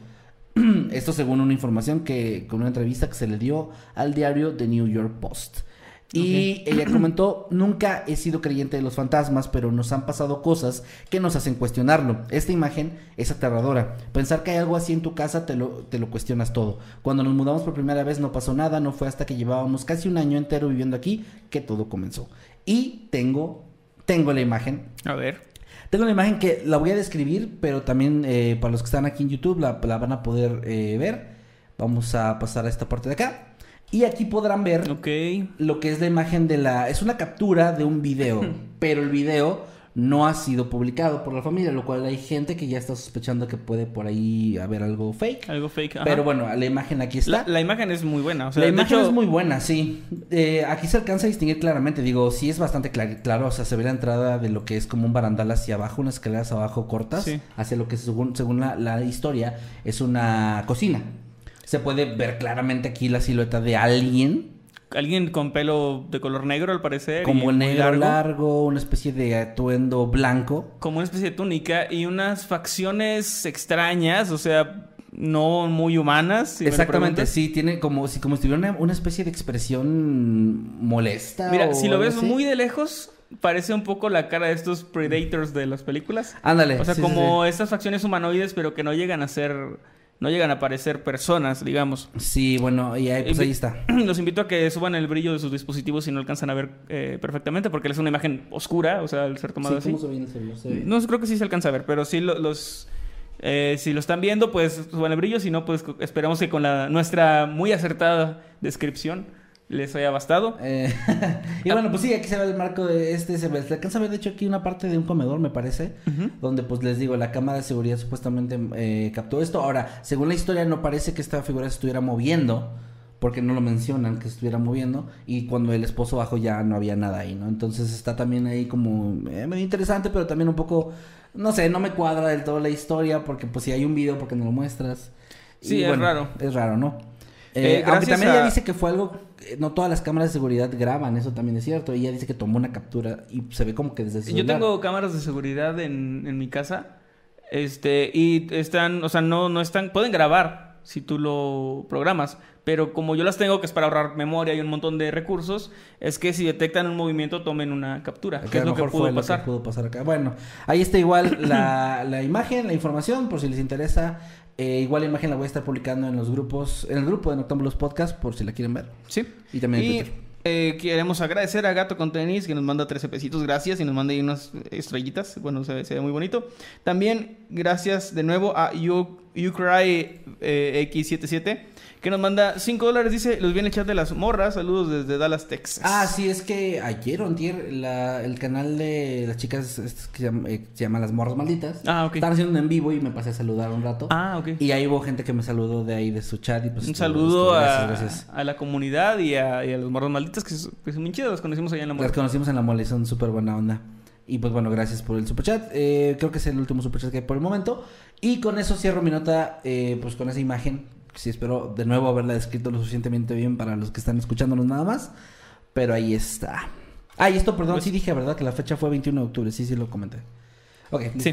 Esto según una información que con una entrevista que se le dio al diario The New York Post. Y okay. Ella comentó: nunca he sido creyente de los fantasmas, pero nos han pasado cosas que nos hacen cuestionarlo. Esta imagen es aterradora. Pensar que hay algo así en tu casa te lo, te lo cuestionas todo. Cuando nos mudamos por primera vez no pasó nada. No fue hasta que llevábamos casi un año entero viviendo aquí que todo comenzó. Y tengo, tengo la imagen. A ver. Tengo la imagen que la voy a describir, pero también eh, para los que están aquí en YouTube la, la van a poder eh, ver. Vamos a pasar a esta parte de acá. Y aquí podrán ver okay. lo que es la imagen de la... Es una captura de un video, pero el video no ha sido publicado por la familia, lo cual hay gente que ya está sospechando que puede por ahí haber algo fake. Algo fake, ajá. Pero bueno, la imagen aquí está. La, la imagen es muy buena. O sea, la imagen hecho... es muy buena, sí. Eh, aquí se alcanza a distinguir claramente. Digo, sí es bastante clar- claro. O sea, se ve la entrada de lo que es como un barandal hacia abajo, unas escaleras abajo cortas. Sí. Hacia lo que según, según la, la historia es una cocina. Se puede ver claramente aquí la silueta de alguien. Alguien con pelo de color negro, al parecer. Como el negro largo. largo, una especie de atuendo blanco. Como una especie de túnica y unas facciones extrañas, o sea, no muy humanas. Si Exactamente, sí, tiene como si, como si tuviera una, una especie de expresión molesta. Mira, si lo ves así muy de lejos, parece un poco la cara de estos Predators de las películas. Ándale. O sea, sí, como sí, sí. estas facciones humanoides, pero que no llegan a ser... No llegan a parecer personas, digamos. Sí, bueno, y ahí, pues ahí está. Los invito a que suban el brillo de sus dispositivos si no alcanzan a ver eh, perfectamente, porque es una imagen oscura, o sea, al ser tomado sí, así. ¿cómo se ve? Se ve, se ve. No, creo que sí se alcanza a ver, pero sí lo, los... Eh, si lo están viendo, pues suban el brillo. Si no, pues esperamos que con la nuestra muy acertada descripción les haya bastado. Eh, y bueno, pues sí, aquí se ve el marco de este, se ve, se alcanza a ver de hecho aquí una parte de un comedor, me parece, uh-huh. donde pues les digo, la cámara de seguridad supuestamente eh, captó esto. Ahora, según la historia, no parece que esta figura se estuviera moviendo, porque no lo mencionan que se estuviera moviendo, y cuando el esposo bajó ya no había nada ahí, ¿no? Entonces está también ahí como eh, medio interesante, pero también un poco, no sé, no me cuadra del todo la historia, porque pues si hay un video, ¿por qué no lo muestras? Sí, y, es bueno, raro. Es raro, ¿no? Eh, Eh, aunque también a... ella dice que fue algo, no todas las cámaras de seguridad graban, eso también es cierto. Ella dice que tomó una captura y se ve como que desde su Yo celular. tengo cámaras de seguridad en, en mi casa, este, y están, o sea, no, no están, pueden grabar si tú lo programas, pero como yo las tengo, que es para ahorrar memoria y un montón de recursos, es que si detectan un movimiento tomen una captura, que, que es lo que pudo pasar. Lo que pudo pasar acá. Bueno, ahí está igual la, la imagen, la información, por si les interesa. Eh, igual la imagen la voy a estar publicando en los grupos, en el grupo de Noctámbulos Podcast, por si la quieren ver. Sí. Y también en y, Twitter. Eh, queremos agradecer a Gato con Tenis, que nos manda trece pesitos, gracias, y nos manda ahí unas estrellitas, bueno, se, se ve muy bonito. También gracias de nuevo a You, you Cry eh, equis setenta y siete, que nos manda cinco dólares, dice, los vi en el chat de las morras, saludos desde Dallas, Texas. Ah, sí, es que ayer o antier, la, el canal de las chicas que se llama, eh, se llama Las Morras Malditas. Ah, ok. Estaban haciendo un en vivo y me pasé a saludar un rato. Ah, ok. Y ahí hubo gente que me saludó de ahí, de su chat. Y pues un estuvo, saludo estuvo, gracias, a, gracias. a la comunidad y a, y a los Morras Malditas, que, que son bien chidas, las conocimos allá en la mole. Las conocimos en la mole, son súper buena onda. Y pues bueno, gracias por el superchat. Eh, creo que es el último superchat que hay por el momento. Y con eso cierro mi nota, eh, pues con esa imagen. Sí, espero de nuevo haberla descrito lo suficientemente bien para los que están escuchándonos nada más. Pero ahí está. Ah, y esto, perdón, pues, sí dije, ¿verdad? Que la fecha fue veintiuno de octubre. Sí, sí lo comenté. Ok. Sí.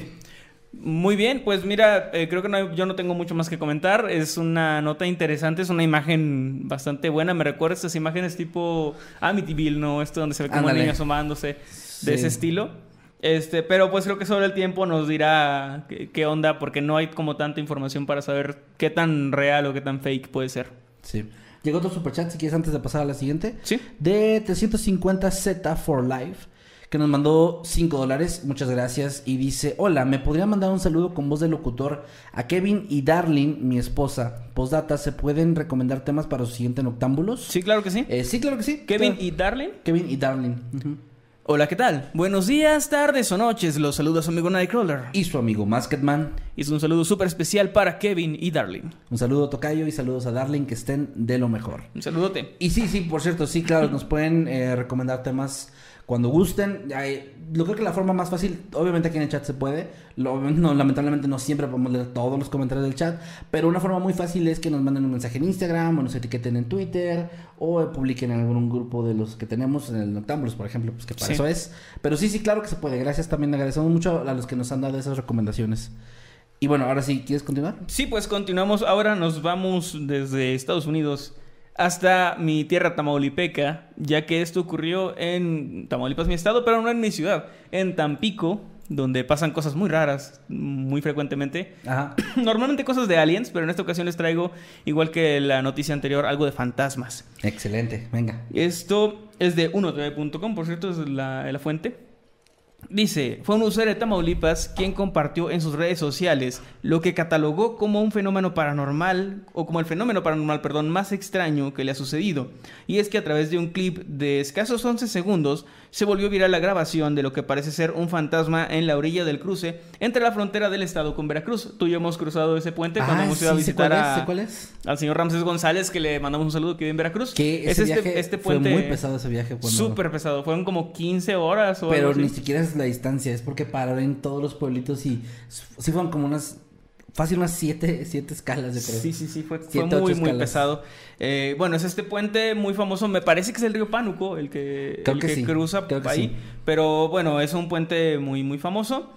Muy bien, pues mira, eh, creo que no hay, yo no tengo mucho más que comentar. Es una nota interesante, es una imagen bastante buena. Me recuerda estas imágenes tipo Amityville, ¿no? Esto donde se ve como Ándale. un niño asomándose, Sí. de ese estilo. Este, pero pues creo que sobre el tiempo nos dirá qué, qué onda, porque no hay como tanta información para saber qué tan real o qué tan fake puede ser. Sí. Llegó otro superchat, si quieres, antes de pasar a la siguiente. Sí. De trescientos cincuenta Z for Life, que nos mandó cinco dólares. Muchas gracias. Y dice: hola, ¿me podría mandar un saludo con voz de locutor a Kevin y Darlene, mi esposa? Postdata, ¿se pueden recomendar temas para su siguiente Noctámbulos? Sí, claro que sí. Eh, sí, claro que sí. Kevin claro. y Darlene. Kevin y Darlene. Uh-huh. Hola, ¿qué tal? Buenos días, tardes o noches. Los saluda su amigo Nightcrawler. Y su amigo Masketman. Y un saludo súper especial para Kevin y Darlene. Un saludo, tocayo, y saludos a Darlene, que estén de lo mejor. Un saludote. Y sí, sí, por cierto, sí, claro, nos pueden eh, recomendar temas cuando gusten. Eh, yo creo que la forma más fácil, obviamente aquí en el chat se puede. Lo, no, lamentablemente no siempre podemos leer todos los comentarios del chat. Pero una forma muy fácil es que nos manden un mensaje en Instagram, o nos etiqueten en Twitter, o eh, publiquen en algún grupo de los que tenemos en el Noctámbulos, por ejemplo, pues que para sí. eso es. Pero sí, sí, claro que se puede. Gracias también, agradecemos mucho a los que nos han dado esas recomendaciones. Y bueno, ahora sí, ¿quieres continuar? Sí, pues continuamos. Ahora nos vamos desde Estados Unidos hasta mi tierra tamaulipeca, ya que esto ocurrió en Tamaulipas, mi estado, pero no en mi ciudad, en Tampico, donde pasan cosas muy raras muy frecuentemente. Ajá. Normalmente cosas de aliens, pero en esta ocasión les traigo, igual que la noticia anterior, algo de fantasmas. Excelente, venga. Esto es de uno t v punto com, por cierto, es la, la fuente. Dice: fue un usuario de Tamaulipas quien compartió en sus redes sociales lo que catalogó como un fenómeno paranormal, o como el fenómeno paranormal, perdón, más extraño que le ha sucedido. Y es que a través de un clip de escasos once segundos se volvió viral la grabación de lo que parece ser un fantasma en la orilla del cruce entre la frontera del estado con Veracruz. Tú y yo hemos cruzado ese puente cuando ah, hemos sí, ido a visitar sé cuál a, es, sé cuál es. al señor Ramsés González, que le mandamos un saludo, que vive en Veracruz. Que ese es este, viaje este puente fue muy pesado, ese viaje. Cuando... Súper pesado, fueron como quince horas o Pero algo ni así. siquiera es la distancia, es porque pararon en todos los pueblitos y sí fueron como unas, fácil unas siete, siete escalas, yo creo. Sí, sí, sí, fue, Siete, fue muy, ocho muy escalas. pesado. Eh, bueno, es este puente muy famoso, me parece que es el río Pánuco, el que, Creo el que que sí, cruza creo que ahí. sí. Pero bueno, es un puente muy, muy famoso.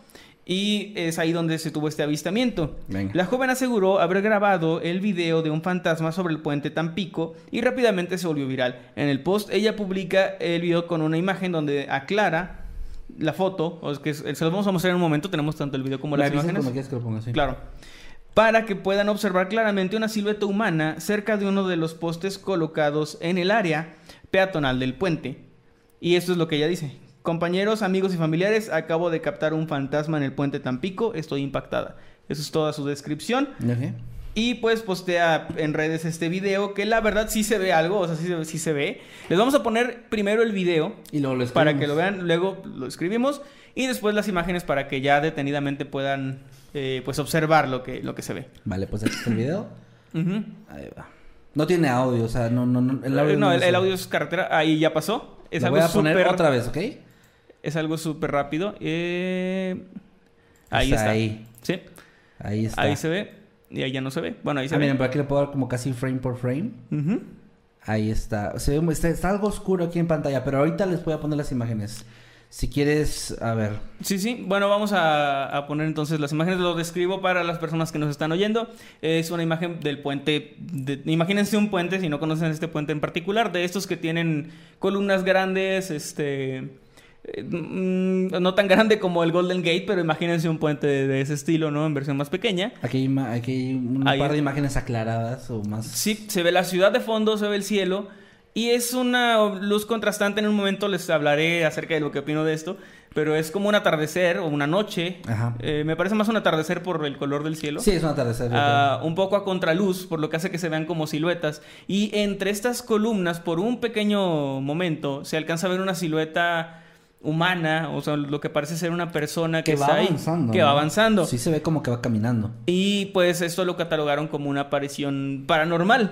Y es ahí donde se tuvo este avistamiento. Venga. La joven aseguró haber grabado el video de un fantasma sobre el puente Tampico y rápidamente se volvió viral. En el post ella publica el video con una imagen donde aclara la foto, o es que se los vamos a mostrar en un momento, tenemos tanto el video como Me las avisas imágenes. cuando quieras que lo ponga así. Claro. Para que puedan observar claramente una silueta humana cerca de uno de los postes colocados en el área peatonal del puente. Y esto es lo que ella dice: compañeros, amigos y familiares, acabo de captar un fantasma en el puente Tampico, estoy impactada. Eso es toda su descripción. Okay. Y pues postea en redes este video, que la verdad sí se ve algo, o sea, sí, sí se ve. Les vamos a poner primero el video Y luego lo escribimos. para que lo vean, luego lo escribimos y después las imágenes para que ya detenidamente puedan eh, pues observar lo que, lo que se ve. Vale, pues aquí está el video. Uh-huh. Ahí va. No tiene audio, o sea, no, no, no. El Eh, audio no, el, se- el audio es carretera, ahí ya pasó. Es Lo algo voy a poner súper- otra vez, ¿ok? Es algo súper rápido. Eh, ahí Está está. ahí. Sí, Ahí está. ahí se ve y ahí ya no se ve. Bueno, ahí se Ah, ve. miren, por aquí le puedo dar como casi frame por frame. Ujú. Ahí está. Se ve- está. Está algo oscuro aquí en pantalla, pero ahorita les voy a poner las imágenes. Si quieres, a ver. Sí, sí. Bueno, vamos a, a poner entonces las imágenes. Lo describo para las personas que nos están oyendo. Es una imagen del puente. De, imagínense un puente, si no conocen este puente en particular, de estos que tienen columnas grandes, este... eh, mm, no tan grande como el Golden Gate, pero imagínense un puente de, de ese estilo, ¿no? En versión más pequeña. Aquí hay, ima- aquí hay un Ahí. par de imágenes aclaradas o más. Sí, se ve la ciudad de fondo, se ve el cielo. Y es una luz contrastante. En un momento les hablaré acerca de lo que opino de esto. Pero es como un atardecer o una noche. Ajá. Eh, me parece más un atardecer por el color del cielo. Sí, es un atardecer. yo Ah, un poco a contraluz, por lo que hace que se vean como siluetas. Y entre estas columnas, por un pequeño momento, se alcanza a ver una silueta humana, o sea, lo que parece ser una persona que, creo. Que va está ahí, avanzando. que ¿no? va avanzando. Sí, se ve como que va caminando. Y pues esto lo catalogaron como una aparición paranormal.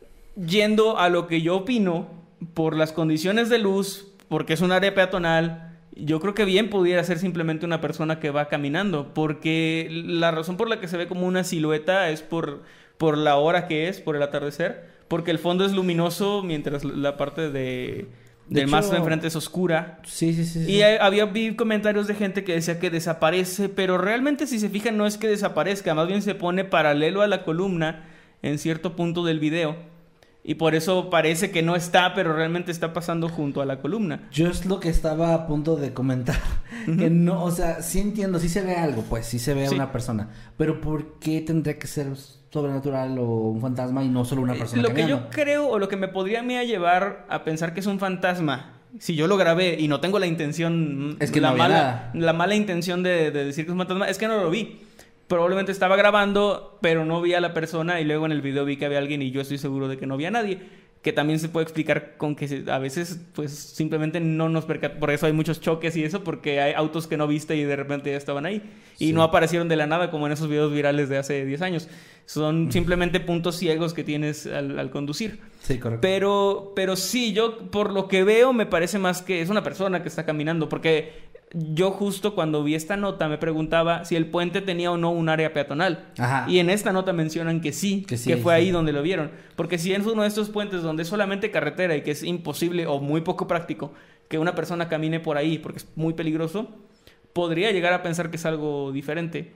Yendo a lo que yo opino, por las condiciones de luz, porque es un área peatonal, yo creo que bien pudiera ser simplemente una persona que va caminando, porque la razón por la que se ve como una silueta es por, por la hora que es, por el atardecer, porque el fondo es luminoso mientras la parte de, De del más hecho- enfrente es oscura. Sí, sí, sí. sí. Y eh, había vi comentarios de gente que decía que desaparece, pero realmente si se fijan no es que desaparezca, más bien se pone paralelo a la columna en cierto punto del video. Y por eso parece que no está, pero realmente está pasando junto a la columna. Yo es lo que estaba a punto de comentar. Que no, o sea, sí entiendo, sí se ve algo, pues, sí se ve a Sí. una persona. Pero ¿por qué tendría que ser sobrenatural o un fantasma y no solo una persona Lo que caminando? yo creo, o lo que me podría a mí a llevar a pensar que es un fantasma, Si yo lo grabé y no tengo la intención... Es que la no había mala, nada. La mala intención de, de decir que es un fantasma, es que no lo vi. Probablemente estaba grabando, pero no vi a la persona y luego en el video vi que había alguien y yo estoy seguro de que no había nadie. Que también se puede explicar con que se, a veces pues simplemente no nos percatamos. Por eso hay muchos choques y eso, porque hay autos que no viste y de repente ya estaban ahí. Y sí. no aparecieron de la nada como en esos videos virales de hace diez años. Son simplemente puntos ciegos que tienes al, al conducir. Sí, correcto. Pero, pero sí, yo por lo que veo me parece más que es una persona que está caminando. Porque yo justo cuando vi esta nota me preguntaba si el puente tenía o no un área peatonal. Ajá. Y en esta nota mencionan que sí, que, sí, que fue sí. ahí donde lo vieron. Porque si es uno de estos puentes donde es solamente carretera y que es imposible o muy poco práctico que una persona camine por ahí porque es muy peligroso, podría llegar a pensar que es algo diferente.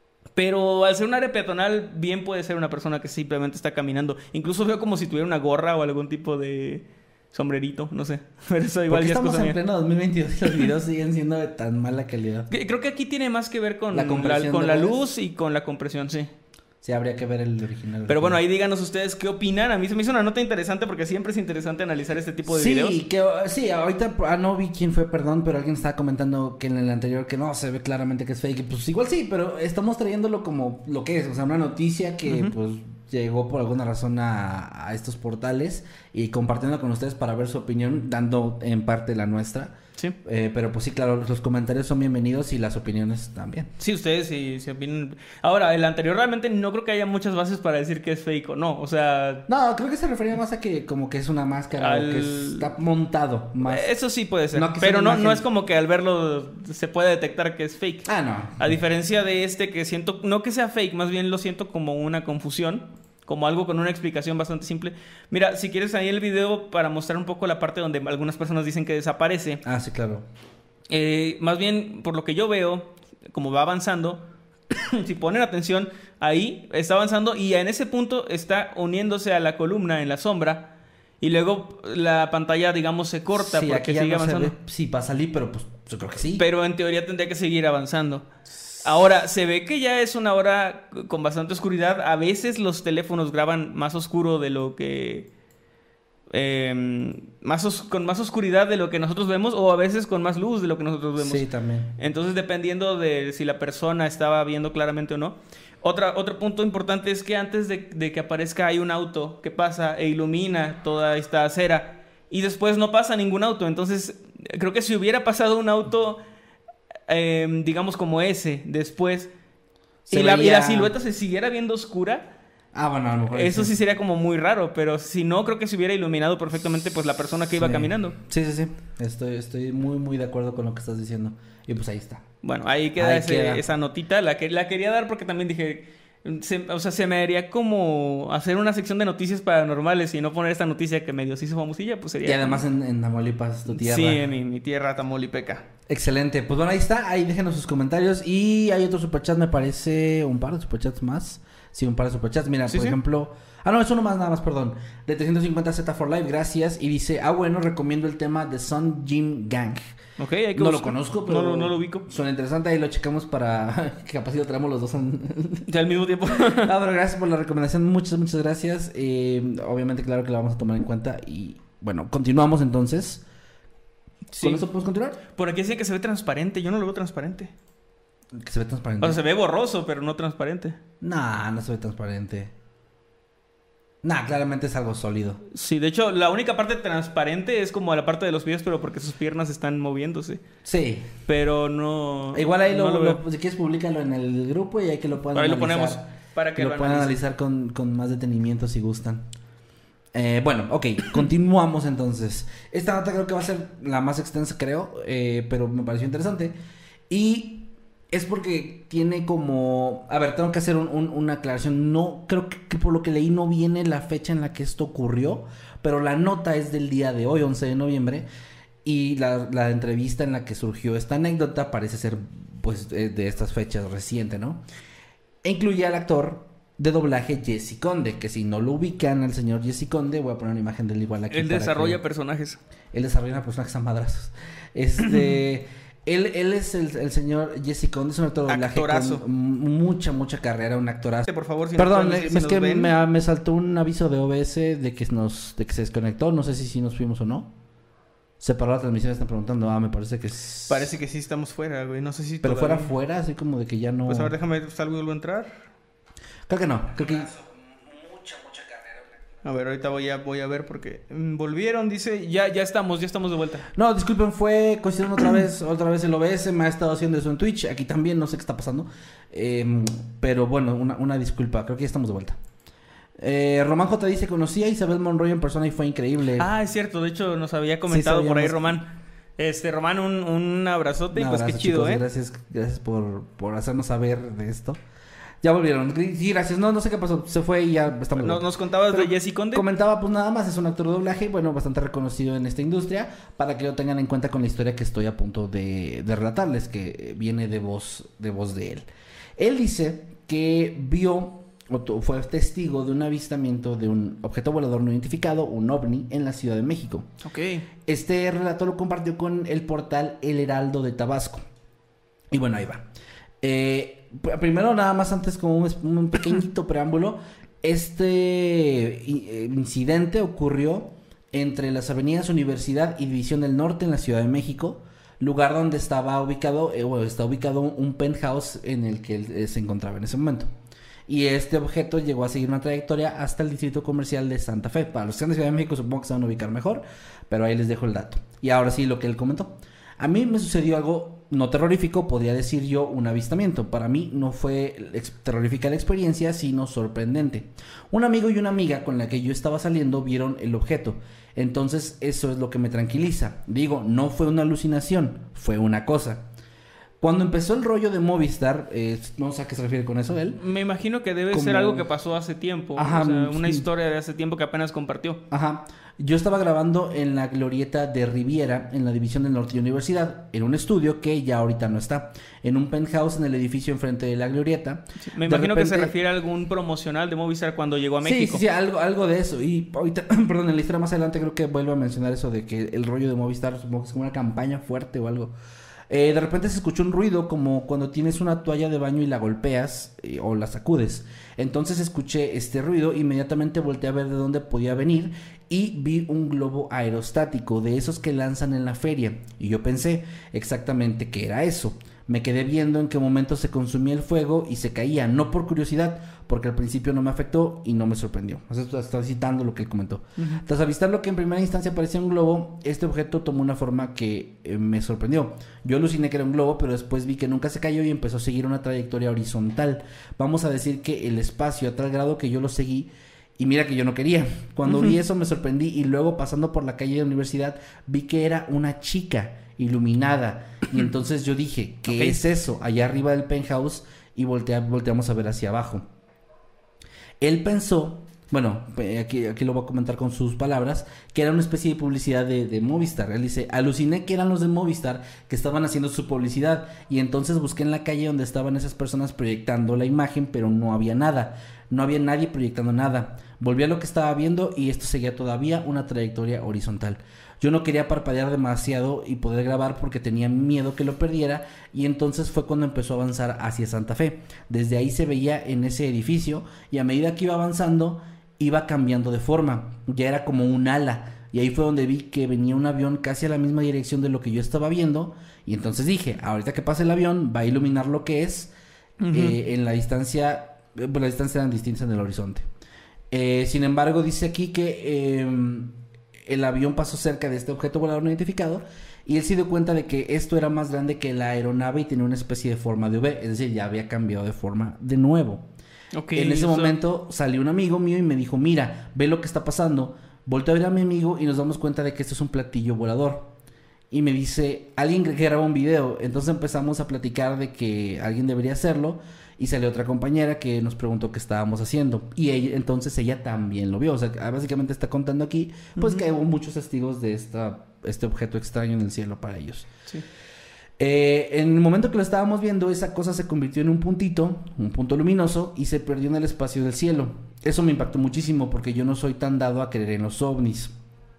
Pero al ser un área peatonal, bien puede ser una persona que simplemente está caminando. Incluso veo como si tuviera una gorra o algún tipo de sombrerito, no sé. Pero eso igual ya es estamos cosa en mía. pleno dos mil veintidós y los videos siguen siendo de tan mala calidad. Creo que aquí tiene más que ver con la, la, con la luz y con la compresión, sí. Sí, habría que ver el original. Pero bueno, ahí díganos ustedes qué opinan. A mí se me hizo una nota interesante porque siempre es interesante analizar este tipo de sí, videos. Que, sí, ahorita ah, no vi quién fue, perdón, pero alguien estaba comentando que en el anterior que no, se ve claramente que es fake. Pues igual sí, pero estamos trayéndolo como lo que es. O sea, una noticia que uh-huh. pues llegó por alguna razón a, a estos portales y compartiendo con ustedes para ver su opinión, dando en parte la nuestra. Sí. Eh, pero pues sí, claro, los comentarios son bienvenidos y las opiniones también. Sí, ustedes sí se opinan. Ahora, el anterior realmente no creo que haya muchas bases para decir que es fake o no, o sea... No, creo que se refería más a que como que es una máscara al... o que está montado más. Eso sí puede ser, no, pero no, imagen... no es como que al verlo se puede detectar que es fake. Ah, no. A diferencia de este que siento, no que sea fake, más bien lo siento como una confusión. Como algo con una explicación bastante simple. Mira, si quieres ahí el video para mostrar un poco la parte donde algunas personas dicen que desaparece. Ah, sí, claro. Eh, más bien, por lo que yo veo, como va avanzando, si ponen atención, ahí está avanzando y en ese punto está uniéndose a la columna en la sombra. Y luego la pantalla, digamos, se corta sí, porque sigue no avanzando. Ve, sí, va a salir, pero pues yo creo que sí. Pero en teoría tendría que seguir avanzando. Ahora, se ve que ya es una hora con bastante oscuridad. A veces los teléfonos graban más oscuro de lo que... Eh, más os- con más oscuridad de lo que nosotros vemos o a veces con más luz de lo que nosotros vemos. Sí, también. Entonces, dependiendo de si la persona estaba viendo claramente o no. Otra, otro punto importante es que antes de, de que aparezca hay un auto que pasa e ilumina toda esta acera y después no pasa ningún auto. Entonces, creo que si hubiera pasado un auto... Eh, digamos como ese después y la, y la silueta se siguiera viendo oscura, ah, bueno, a lo mejor eso sí. sí sería como muy raro, pero si no, creo que se hubiera iluminado perfectamente pues la persona que sí. iba caminando. Sí, sí, sí, estoy, estoy muy, muy de acuerdo con lo que estás diciendo y pues ahí está. Bueno, ahí queda, ahí ese, queda. esa notita, la, que, la quería dar porque también dije... Se, o sea, se me haría como hacer una sección de noticias paranormales y no poner esta noticia que medio se hizo famosilla, pues sería... Y además en, en Tamaulipas, tu tierra. Sí, en mi, mi tierra tamaulipeca. Excelente, pues bueno, ahí está, ahí déjenos sus comentarios y hay otro superchat, me parece, un par de superchats más. Sí, un par de superchats, mira, Sí, por sí. ejemplo... Ah, no, es uno más, nada más, perdón. De trescientos cincuenta Z for Life, gracias. Y dice, ah, bueno, recomiendo el tema de Sun Gym Gang. Ok, hay que No lo buscar. conozco, pero... No, lo- no lo ubico. Suena interesante, ahí lo checamos para... que capaz si lo traemos los dos en... Ya al mismo tiempo. Ah, pero gracias por la recomendación, muchas, muchas gracias. Eh, obviamente, claro que la vamos a tomar en cuenta. Y bueno, continuamos entonces. Sí. ¿Con eso podemos continuar? Por aquí dice que se ve transparente, yo no lo veo transparente. Que se ve transparente. O sea, se ve borroso, pero no transparente. Nah, no se ve transparente. Nah, claramente es algo sólido. Sí, de hecho, la única parte transparente es como la parte de los pies, pero porque sus piernas están moviéndose. Sí. Pero no... Igual ahí no lo, veo. lo- si quieres públicalo en el grupo y ahí que lo puedan Ahí lo analizar. ponemos para que lo, lo puedan analicen. analizar con, con más detenimiento si gustan. Eh, bueno, ok, continuamos entonces. Esta nota creo que va a ser la más extensa, creo, eh, pero me pareció interesante. Y es porque tiene como... A ver, tengo que hacer un- un- una aclaración. No, creo que, que por lo que leí no viene la fecha en la que esto ocurrió, pero la nota es del día de hoy, once de noviembre, y la, la entrevista en la que surgió esta anécdota parece ser, pues, de, de estas fechas reciente, ¿no? E incluye al actor de doblaje Jesse Conde, que si no lo ubican al señor Jesse Conde, voy a poner una imagen del igual aquí. Él para desarrolla que- personajes. Él desarrolla personajes a madrazos. Este... Él, él es el, el señor Jesse Conde, es un actor de doblaje Actorazo. con m- mucha, mucha carrera, un actorazo. Por favor, si Perdón, nos, eh, si es nos que ven. me, me saltó un aviso de O B S de que nos de que se desconectó, no sé si sí nos fuimos o no. Se paró la transmisión, están preguntando. Ah, me parece que... Es... Parece que sí estamos fuera, güey. No sé si Pero todavía... fuera, fuera, así como de que ya no... Pues a ver, déjame, salgo y vuelvo a entrar. Creo que no, creo que... A ver, ahorita voy a, voy a ver porque... mm, Volvieron, dice... Ya, ya estamos, ya estamos de vuelta. No, disculpen, fue coincidiendo otra vez, otra vez el O B S, me ha estado haciendo eso en Twitch, aquí también, no sé qué está pasando. Eh, pero bueno, una, una disculpa, creo que ya estamos de vuelta. Eh, Román J dice, conocí a Isabel Monroy en persona y fue increíble. Ah, es cierto, de hecho nos había comentado Sí, por ahí sabíamos. Román. Este, Román, un, un abrazote, Un pues abrazo, qué chido, chicos, ¿eh? Gracias, gracias por, por hacernos saber de esto. Ya volvieron. Sí, gracias. No, no sé qué pasó. Se fue y ya estamos. Nos, nos contabas Pero de Jesse Conde. Comentaba, pues nada más, es un actor de doblaje, bueno, bastante reconocido en esta industria, para que lo tengan en cuenta con la historia que estoy a punto de, de relatarles, que viene de voz, de voz de él. Él dice que vio, o fue testigo de un avistamiento de un objeto volador no identificado, un ovni, en la Ciudad de México. Ok. Este relato lo compartió con el portal El Heraldo de Tabasco. Y bueno, ahí va. Eh... Primero, nada más antes, como un, un pequeñito preámbulo, este incidente ocurrió entre las avenidas Universidad y División del Norte en la Ciudad de México, lugar donde estaba ubicado, eh, bueno, está ubicado un penthouse en el que él eh, se encontraba en ese momento. Y este objeto llegó a seguir una trayectoria hasta el distrito comercial de Santa Fe. Para los que están en Ciudad de México supongo que se van a ubicar mejor, pero ahí les dejo el dato. Y ahora sí, lo que él comentó. A mí me sucedió algo no terrorífico, podría decir yo un avistamiento. Para mí no fue ex- terrorífica la experiencia, sino sorprendente. Un amigo y una amiga con la que yo estaba saliendo vieron el objeto. Entonces eso es lo que me tranquiliza. Digo, no fue una alucinación, fue una cosa. Cuando empezó el rollo de Movistar, eh, no sé a qué se refiere con eso él. Me imagino que debe Como... ser algo que pasó hace tiempo. Ajá, o sea, una sí. historia de hace tiempo que apenas compartió. Ajá. Yo estaba grabando en la glorieta de Riviera, en la División del Norte de Universidad, en un estudio que ya ahorita no está, en un penthouse en el edificio enfrente de la glorieta. Sí, me De imagino repente... que se refiere a algún promocional de Movistar cuando llegó a Sí, México. sí, sí, algo, algo de eso. Y ahorita, perdón, en la historia más adelante creo que vuelvo a mencionar eso de que el rollo de Movistar, supongo que es como una campaña fuerte o algo. Eh, de repente se escuchó un ruido como cuando tienes una toalla de baño y la golpeas eh, o la sacudes. Entonces escuché este ruido, inmediatamente volteé a ver de dónde podía venir y vi un globo aerostático de esos que lanzan en la feria. Y yo pensé exactamente qué era eso. Me quedé viendo en qué momento se consumía el fuego y se caía, no por curiosidad, porque al principio no me afectó y no me sorprendió. O sea, estoy citando lo que él comentó. Uh-huh. Tras avistar lo que en primera instancia parecía un globo, este objeto tomó una forma que eh, me sorprendió. Yo aluciné que era un globo, pero después vi que nunca se cayó y empezó a seguir una trayectoria horizontal. Vamos a decir que el espacio a tal grado que yo lo seguí. Y mira que yo no quería. Cuando uh-huh. vi eso me sorprendí y luego pasando por la calle de la universidad vi que era una chica iluminada. Y entonces yo dije, ¿qué okay. es eso? Allá arriba del penthouse y voltea, volteamos a ver hacia abajo. Él pensó, bueno, aquí, aquí lo voy a comentar con sus palabras, que era una especie de publicidad de, de Movistar. Él dice, aluciné que eran los de Movistar que estaban haciendo su publicidad. Y entonces busqué en la calle donde estaban esas personas proyectando la imagen, pero no había nada. No había nadie proyectando nada. Volví a lo que estaba viendo y esto seguía todavía una trayectoria horizontal. Yo no quería parpadear demasiado y poder grabar porque tenía miedo que lo perdiera y entonces fue cuando empezó a avanzar hacia Santa Fe. Desde ahí se veía en ese edificio y a medida que iba avanzando iba cambiando de forma. Ya era como un ala y ahí fue donde vi que venía un avión casi a la misma dirección de lo que yo estaba viendo y entonces dije, ahorita que pase el avión va a iluminar lo que es. Uh-huh. eh, en la distancia, pues las distancias eran distintas en el horizonte. Eh, sin embargo dice aquí que... Eh, el avión pasó cerca de este objeto volador no identificado y él se dio cuenta de que esto era más grande que la aeronave y tenía una especie de forma de V, es decir, ya había cambiado de forma de nuevo. Okay, en ese so... momento salió un amigo mío y me dijo, mira, ve lo que está pasando. Volteé a ver a mi amigo y nos damos cuenta de que esto es un platillo volador. Y me dice, alguien que graba un video. Entonces empezamos a platicar de que alguien debería hacerlo. Y salió otra compañera que nos preguntó qué estábamos haciendo. Y ella, entonces ella también lo vio. O sea, básicamente está contando aquí, pues uh-huh. que hubo muchos testigos de esta, este objeto extraño en el cielo para ellos. Sí. Eh, en el momento que lo estábamos viendo, esa cosa se convirtió en un puntito, un punto luminoso, y se perdió en el espacio del cielo. Eso me impactó muchísimo porque yo no soy tan dado a creer en los ovnis.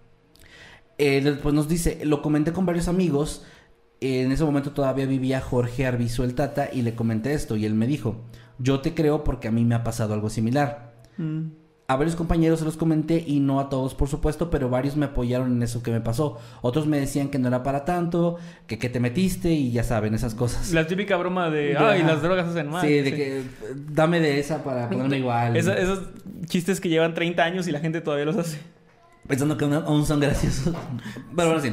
Eh, después nos dice, lo comenté con varios amigos. En ese momento todavía vivía Jorge Arbizu el Tata y le comenté esto y él me dijo, yo te creo porque a mí me ha pasado algo similar. Mm. A varios compañeros se los comenté y no a todos, por supuesto, pero varios me apoyaron en eso que me pasó. Otros me decían que no era para tanto, que qué te metiste y ya saben, esas cosas. La típica broma de, de ay, ajá. las drogas hacen mal. Sí, de sí. que dame de esa para ponerme igual. Esa, esos chistes que llevan treinta años y la gente todavía los hace. Pensando que aún son graciosos. Pero bueno, sí.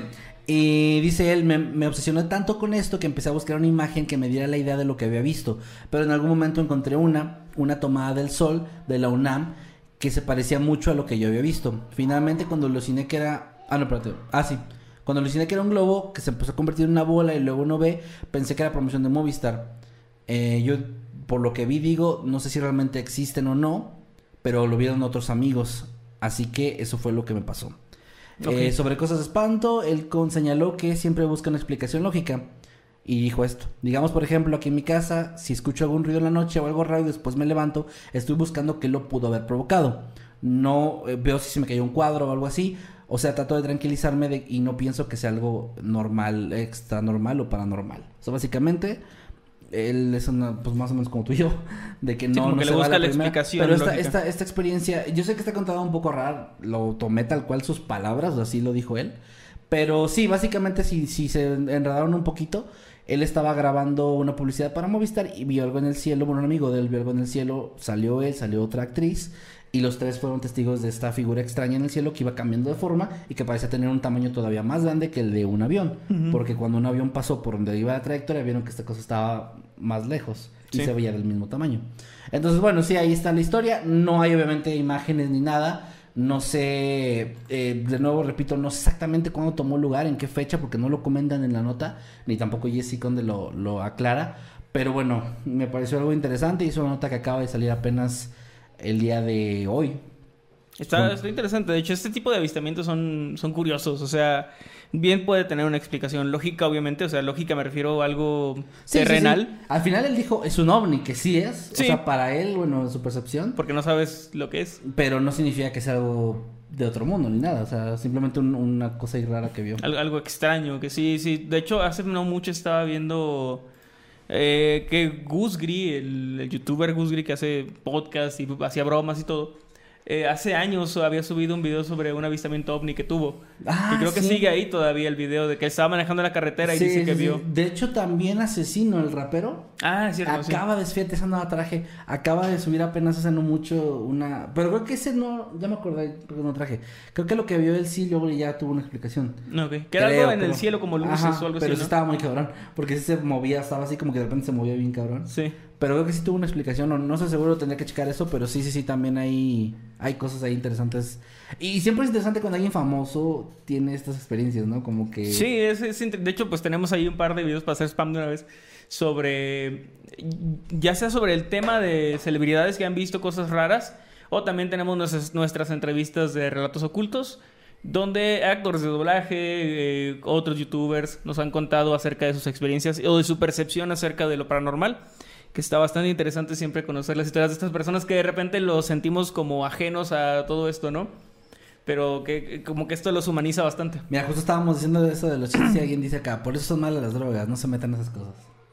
Y dice él, me, me obsesioné tanto con esto que empecé a buscar una imagen que me diera la idea de lo que había visto. Pero en algún momento encontré una, una tomada del sol de la UNAM que se parecía mucho a lo que yo había visto. Finalmente, cuando aluciné que era... Ah, no, espérate. Ah, sí. Cuando aluciné que era un globo que se empezó a convertir en una bola y luego no ve, pensé que era promoción de Movistar. Eh, yo, por lo que vi, digo, no sé si realmente existen o no, pero lo vieron otros amigos. Así que eso fue lo que me pasó. Okay. Eh, sobre cosas de espanto, él con señaló que siempre busca una explicación lógica. Y dijo esto, digamos por ejemplo aquí en mi casa, si escucho algún ruido en la noche o algo raro y después me levanto, estoy buscando qué lo pudo haber provocado. No eh, veo si se me cayó un cuadro o algo así, o sea, trato de tranquilizarme de, y no pienso que sea algo normal, extra normal o paranormal. O sea, básicamente, él es una, pues más o menos como tú y yo, de que no, sí, como no que se le busca va la, la explicación. Pero esta, esta, esta experiencia, yo sé que está contada un poco raro, lo tomé tal cual sus palabras, o así lo dijo él. Pero sí, básicamente si, si se enredaron un poquito. Él estaba grabando una publicidad para Movistar y vio algo en el cielo. Bueno, un amigo de él vio algo en el cielo. Salió él, salió otra actriz. Y los tres fueron testigos de esta figura extraña en el cielo que iba cambiando de forma y que parecía tener un tamaño todavía más grande que el de un avión. Uh-huh. Porque cuando un avión pasó por donde iba la trayectoria, vieron que esta cosa estaba más lejos y sí. se veía del mismo tamaño. Entonces, bueno, sí, ahí está la historia. No hay obviamente imágenes ni nada. No sé, eh, de nuevo repito, no sé exactamente cuándo tomó lugar, en qué fecha, porque no lo comentan en la nota, ni tampoco Jesse Conde lo, lo aclara. Pero bueno, me pareció algo interesante y es una nota que acaba de salir apenas el día de hoy. Está, bueno. está interesante. De hecho, este tipo de avistamientos son, son curiosos. O sea, bien puede tener una explicación lógica, obviamente. O sea, lógica me refiero a algo sí, terrenal. Sí, sí. Al final él dijo, es un ovni, que sí es. Sí. O sea, para él, bueno, en su percepción. Porque no sabes lo que es. Pero no significa que sea algo de otro mundo ni nada. O sea, simplemente un, una cosa rara que vio. Algo, algo extraño, que sí, sí. De hecho, hace no mucho estaba viendo... Eh, que Gus Gris, el, el youtuber Gus Gris que hace podcast y hacía bromas y todo... Eh, hace años había subido un video sobre un avistamiento ovni que tuvo. Ah, y creo que sí. sigue ahí todavía el video de que estaba manejando la carretera y sí, dice que sí, vio. Sí. De hecho, también Asesino, el rapero. Ah, es cierto. Acaba sí. de, fíjate, esa nueva traje. Acaba de subir apenas hace no mucho una... Pero creo que ese no... Ya me acordé, creo que no traje. Creo que lo que vio él sí, luego ya tuvo una explicación. Ok. Que era creo, algo en pero... el cielo como luces Ajá, o algo pero así, sí ¿no? estaba muy cabrón. Porque sí se movía, estaba así como que de repente se movía bien cabrón. Sí. Pero creo que sí tuvo una explicación, no, no sé seguro, tendría que checar eso, pero sí, sí, sí, también hay, hay cosas ahí interesantes. Y siempre es interesante cuando alguien famoso tiene estas experiencias, ¿no? Como que... Sí, es, es de hecho, pues tenemos ahí un par de videos para hacer spam de una vez sobre, ya sea sobre el tema de celebridades que han visto cosas raras, o también tenemos nuestras, nuestras entrevistas de relatos ocultos, donde actores de doblaje, eh, otros youtubers nos han contado acerca de sus experiencias o de su percepción acerca de lo paranormal, que está bastante interesante siempre conocer las historias de estas personas que de repente los sentimos como ajenos a todo esto, ¿no? Pero que como que esto los humaniza bastante. Mira, justo estábamos diciendo eso de los chistes y alguien dice acá, por eso son malas las drogas, no se metan esas cosas.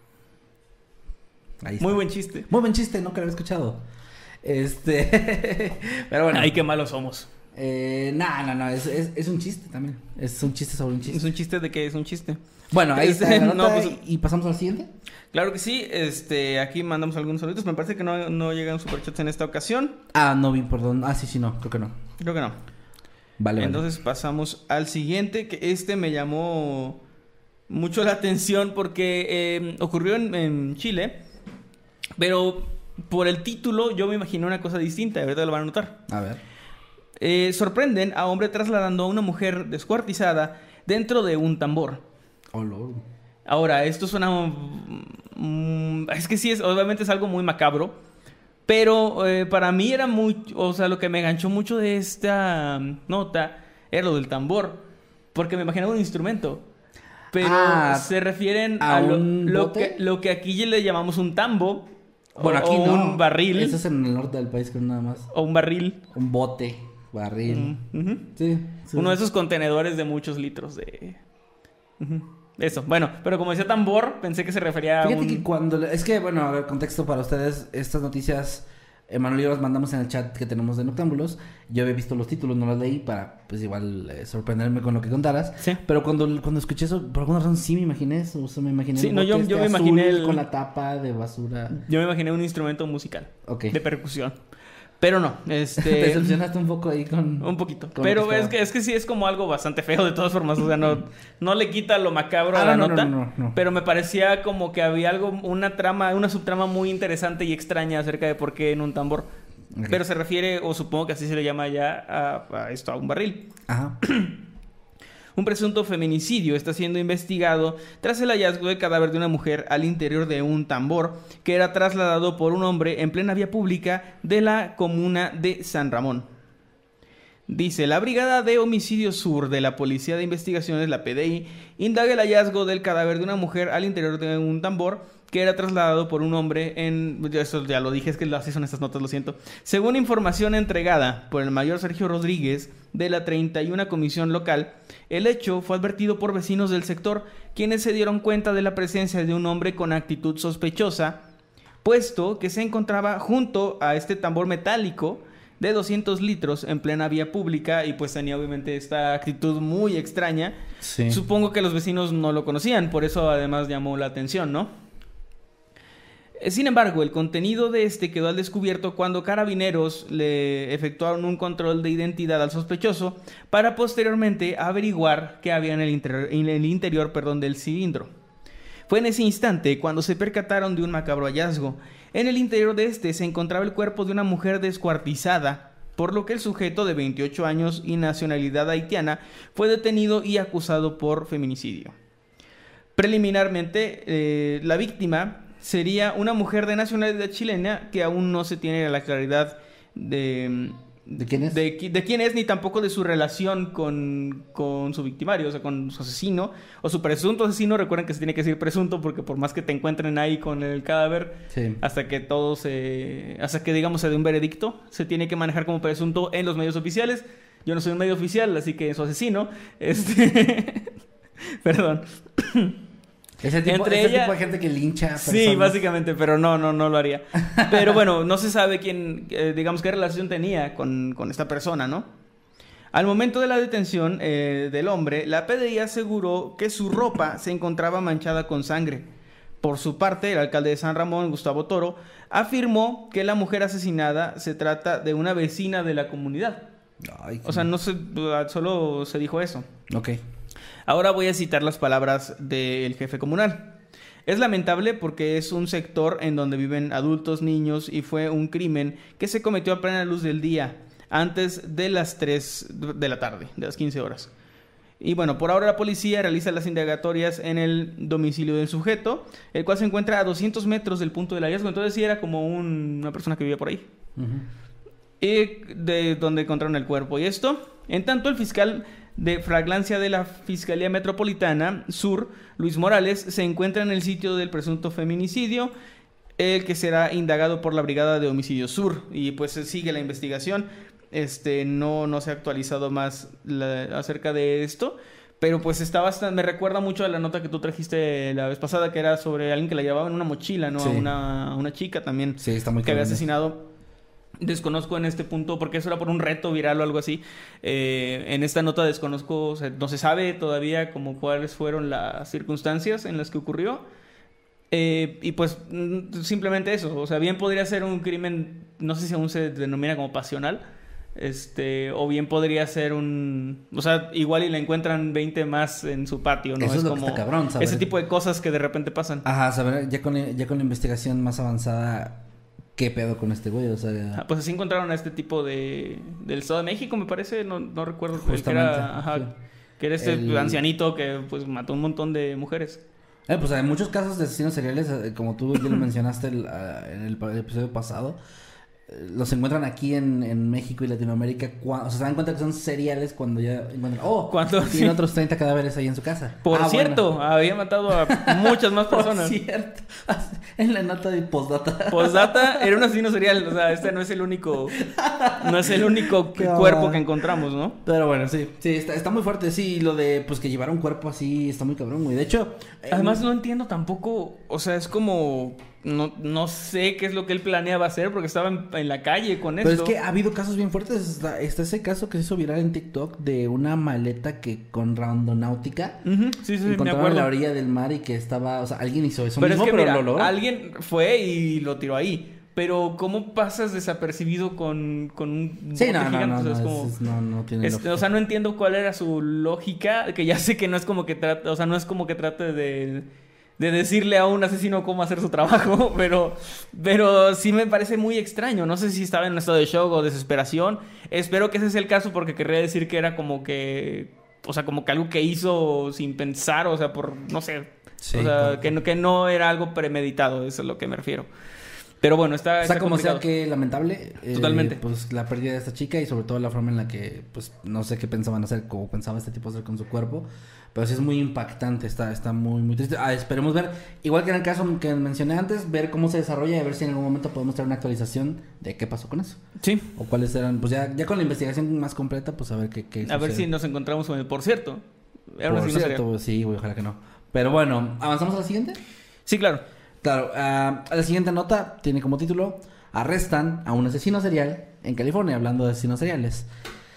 Ahí está. Muy buen chiste. Muy buen chiste, no que lo había escuchado. Este... Pero bueno. Ay, qué malos somos. Eh, no, no, no, es, es, es un chiste también. Es un chiste sobre un chiste. Es un chiste de que es un chiste. Bueno, ahí está la nota no, pues, y pasamos al siguiente. Claro que sí, este, aquí mandamos algunos saludos. Me parece que no, no llegan superchats en esta ocasión. Ah, no vi, perdón. Ah, sí, sí, no, creo que no. Creo que no. Vale, Entonces vale. pasamos al siguiente, que este me llamó mucho la atención porque eh, ocurrió en, en Chile, pero por el título yo me imaginé una cosa distinta, de verdad lo van a notar. A ver. Eh, sorprenden a hombre trasladando a una mujer descuartizada dentro de un tambor. Oh, Lord. Ahora, esto suena... Um, es que sí, es, obviamente es algo muy macabro. Pero eh, para mí era muy... O sea, lo que me enganchó mucho de esta nota era lo del tambor. Porque me imaginaba un instrumento. Pero ah, se refieren a, a lo, lo, que, lo que aquí le llamamos un tambo. Bueno, aquí o no. un barril. Eso es en el norte del país, creo, nada más. O un barril. Un bote. Barril. Uh-huh. Sí, sí. Uno de esos contenedores de muchos litros de... Uh-huh. Eso, bueno, pero como decía tambor, pensé que se refería a Fíjate un... que cuando... Es que, bueno, a ver, contexto para ustedes. Estas noticias Emanuel y yo los mandamos en el chat que tenemos de Noctámbulos. Yo había visto los títulos, no los leí para, pues igual, eh, sorprenderme con lo que contaras. Sí. Pero cuando, cuando escuché eso, por alguna razón sí me imaginé eso. O sea, me imaginé Sí, un no, yo- bote yo me azul imaginé el- con la tapa de basura. Yo me imaginé un instrumento musical. Ok. De percusión. Pero no, Te este... decepcionaste un poco ahí con... Un poquito. con lo Pero que es estaba. que, es que sí es como algo bastante feo de todas formas. O sea, no, no le quita lo macabro Ah, a la no, no, nota. no, no, no. Pero me parecía como que había algo, una trama, una subtrama muy interesante y extraña acerca de por qué en un tambor. Ok. Pero se refiere, o supongo que así se le llama ya, a, a esto, a un barril. Ajá. Un presunto feminicidio está siendo investigado tras el hallazgo del cadáver de una mujer al interior de un tambor que era trasladado por un hombre en plena vía pública de la comuna de San Ramón. Dice, la Brigada de Homicidio Sur de la Policía de Investigaciones, la P D I, indaga el hallazgo del cadáver de una mujer al interior de un tambor que era trasladado por un hombre en... Eso ya lo dije, es que así son estas notas, lo siento. Según información entregada por el mayor Sergio Rodríguez de la treinta y una Comisión Local, el hecho fue advertido por vecinos del sector, quienes se dieron cuenta de la presencia de un hombre con actitud sospechosa, puesto que se encontraba junto a este tambor metálico de doscientos litros en plena vía pública y pues tenía obviamente esta actitud muy extraña. Sí. Supongo que los vecinos no lo conocían, por eso además llamó la atención, ¿no? Sin embargo, el contenido de este quedó al descubierto cuando carabineros le efectuaron un control de identidad al sospechoso para posteriormente averiguar qué había en el interior, en el interior perdón, del cilindro. Fue en ese instante cuando se percataron de un macabro hallazgo. En el interior de este se encontraba el cuerpo de una mujer descuartizada, por lo que el sujeto de veintiocho años y nacionalidad haitiana fue detenido y acusado por feminicidio. Preliminarmente, eh, la víctima sería una mujer de nacionalidad chilena que aún no se tiene la claridad de... ¿De quién es? De, qui- de quién es, ni tampoco de su relación con, con su victimario, o sea, con su asesino, o su presunto asesino. Recuerden que se tiene que decir presunto porque por más que te encuentren ahí con el cadáver, Sí. hasta que todo se... hasta que, digamos, se dé un veredicto, se tiene que manejar como presunto en los medios oficiales. Yo no soy un medio oficial, así que su asesino, este... Perdón. Ese tipo, Entre ese ella- tipo de gente que lincha a Sí, personas. básicamente, pero no, no, no lo haría. Pero bueno, no se sabe quién, eh, digamos, qué relación tenía con, con esta persona, ¿no? Al momento de la detención eh, del hombre, la P D I aseguró que su ropa se encontraba manchada con sangre. Por su parte, el alcalde de San Ramón, Gustavo Toro, afirmó que la mujer asesinada se trata de una vecina de la comunidad. Ay, O sea, no se, solo se dijo eso. Ok. Ahora voy a citar las palabras del jefe comunal. Es lamentable porque es un sector en donde viven adultos, niños y fue un crimen que se cometió a plena luz del día, antes de las tres de la tarde, de las quince horas. Y bueno, por ahora la policía realiza las indagatorias en el domicilio del sujeto, el cual se encuentra a doscientos metros del punto del hallazgo. Entonces sí era como un- una persona que vivía por ahí. Ujú. Y de donde encontraron el cuerpo. Y esto, en tanto el fiscal de flagrancia de la Fiscalía Metropolitana Sur, Luis Morales, se encuentra en el sitio del presunto feminicidio, el que será indagado por la Brigada de Homicidio Sur. Y pues sigue la investigación. Este, no, no se ha actualizado más la- acerca de esto. Pero pues está bastante, me recuerda mucho a la nota que tú trajiste la vez pasada, que era sobre alguien que la llevaba en una mochila, ¿no? Sí. A una, a una chica también. Sí, está muy que había cabrón. asesinado. Desconozco en este punto porque eso era por un reto viral o algo así. Eh, en esta nota desconozco, o sea, no se sabe todavía como cuáles fueron las circunstancias en las que ocurrió. Eh, y pues mm, simplemente eso, o sea, bien podría ser un crimen, no sé si aún se denomina como pasional, este, o bien podría ser un, o sea, igual y la encuentran veinte más en su patio, ¿no? Eso es lo que como está cabrón, saber. ese tipo de cosas que de repente pasan. Ajá, saber, ya con, ya con la investigación más avanzada, ¿qué pedo con este güey? O sea, Ah, pues así encontraron a este tipo de del Estado de México, me parece, no, no recuerdo, el que Justamente, era, ajá, sí. que era este El- ancianito que pues mató un montón de mujeres. Eh, pues hay muchos casos de asesinos seriales, eh, como tú ya lo mencionaste el, ah, en el, pa- el episodio pasado. eh, Los encuentran aquí en, en México y Latinoamérica. cua- o sea, se dan cuenta que son seriales cuando ya encuentran. Oh, Cuando- tiene otros treinta cadáveres ahí en su casa. Por Ah, cierto, bueno. había matado a muchas más Por personas. cierto. En la nota de postdata. Postdata era un asesino serial, o sea, este no es el único, no es el único Qué cuerpo mamada. que encontramos, ¿no? Pero bueno, sí. Sí, está, está muy fuerte. Sí, lo de pues que llevar un cuerpo así está muy cabrón, güey. De hecho, eh, Además no entiendo tampoco, o sea, es como no, no sé qué es lo que él planeaba hacer porque estaba en, en la calle con Pero esto. es que ha habido casos bien fuertes. Está, está ese caso que se hizo viral en TikTok de una maleta que con randonáutica Uh-huh. Sí, sí, sí, me encontraron acuerdo. en la orilla del mar y que estaba, o sea, alguien hizo eso Pero mismo, es que pero mira, lo logró. alguien fue y lo tiró ahí. Pero ¿cómo pasas desapercibido con, con un Sí, bote no, no, gigante? no, O sea, no, es como- es- no, no tiene es- lógica. o sea, no entiendo cuál era su lógica, que ya sé que no es como que trate, o sea, no es como que trate de, de decirle a un asesino cómo hacer su trabajo, pero, pero sí me parece muy extraño. No sé si estaba en un estado de shock o desesperación. Espero que ese sea el caso porque querría decir que era como que, o sea, como que algo que hizo sin pensar, o sea, por, no sé, Sí, o sea, correcto. que no, que no era algo premeditado, eso es lo que me refiero. Pero bueno, está, O sea, está como sea complicado. que lamentable. eh, Totalmente. Pues la pérdida de esta chica y sobre todo la forma en la que, pues, no sé qué pensaban hacer, cómo pensaba este tipo hacer con su cuerpo. Pero sí es muy impactante, está, está muy, muy triste. Ah, esperemos ver, igual que en el caso que mencioné antes, ver cómo se desarrolla y a ver si en algún momento podemos traer una actualización de qué pasó con eso. Sí. O cuáles eran, pues ya, ya con la investigación más completa, pues a ver qué, qué A ver si sucede. nos encontramos con el por cierto. Era un Por asesino cierto, serial. sí, güey, ojalá que no. Pero bueno, ¿avanzamos a la siguiente? Sí, claro. Claro, ah, la siguiente nota tiene como título: arrestan a un asesino serial en California, hablando de asesinos seriales.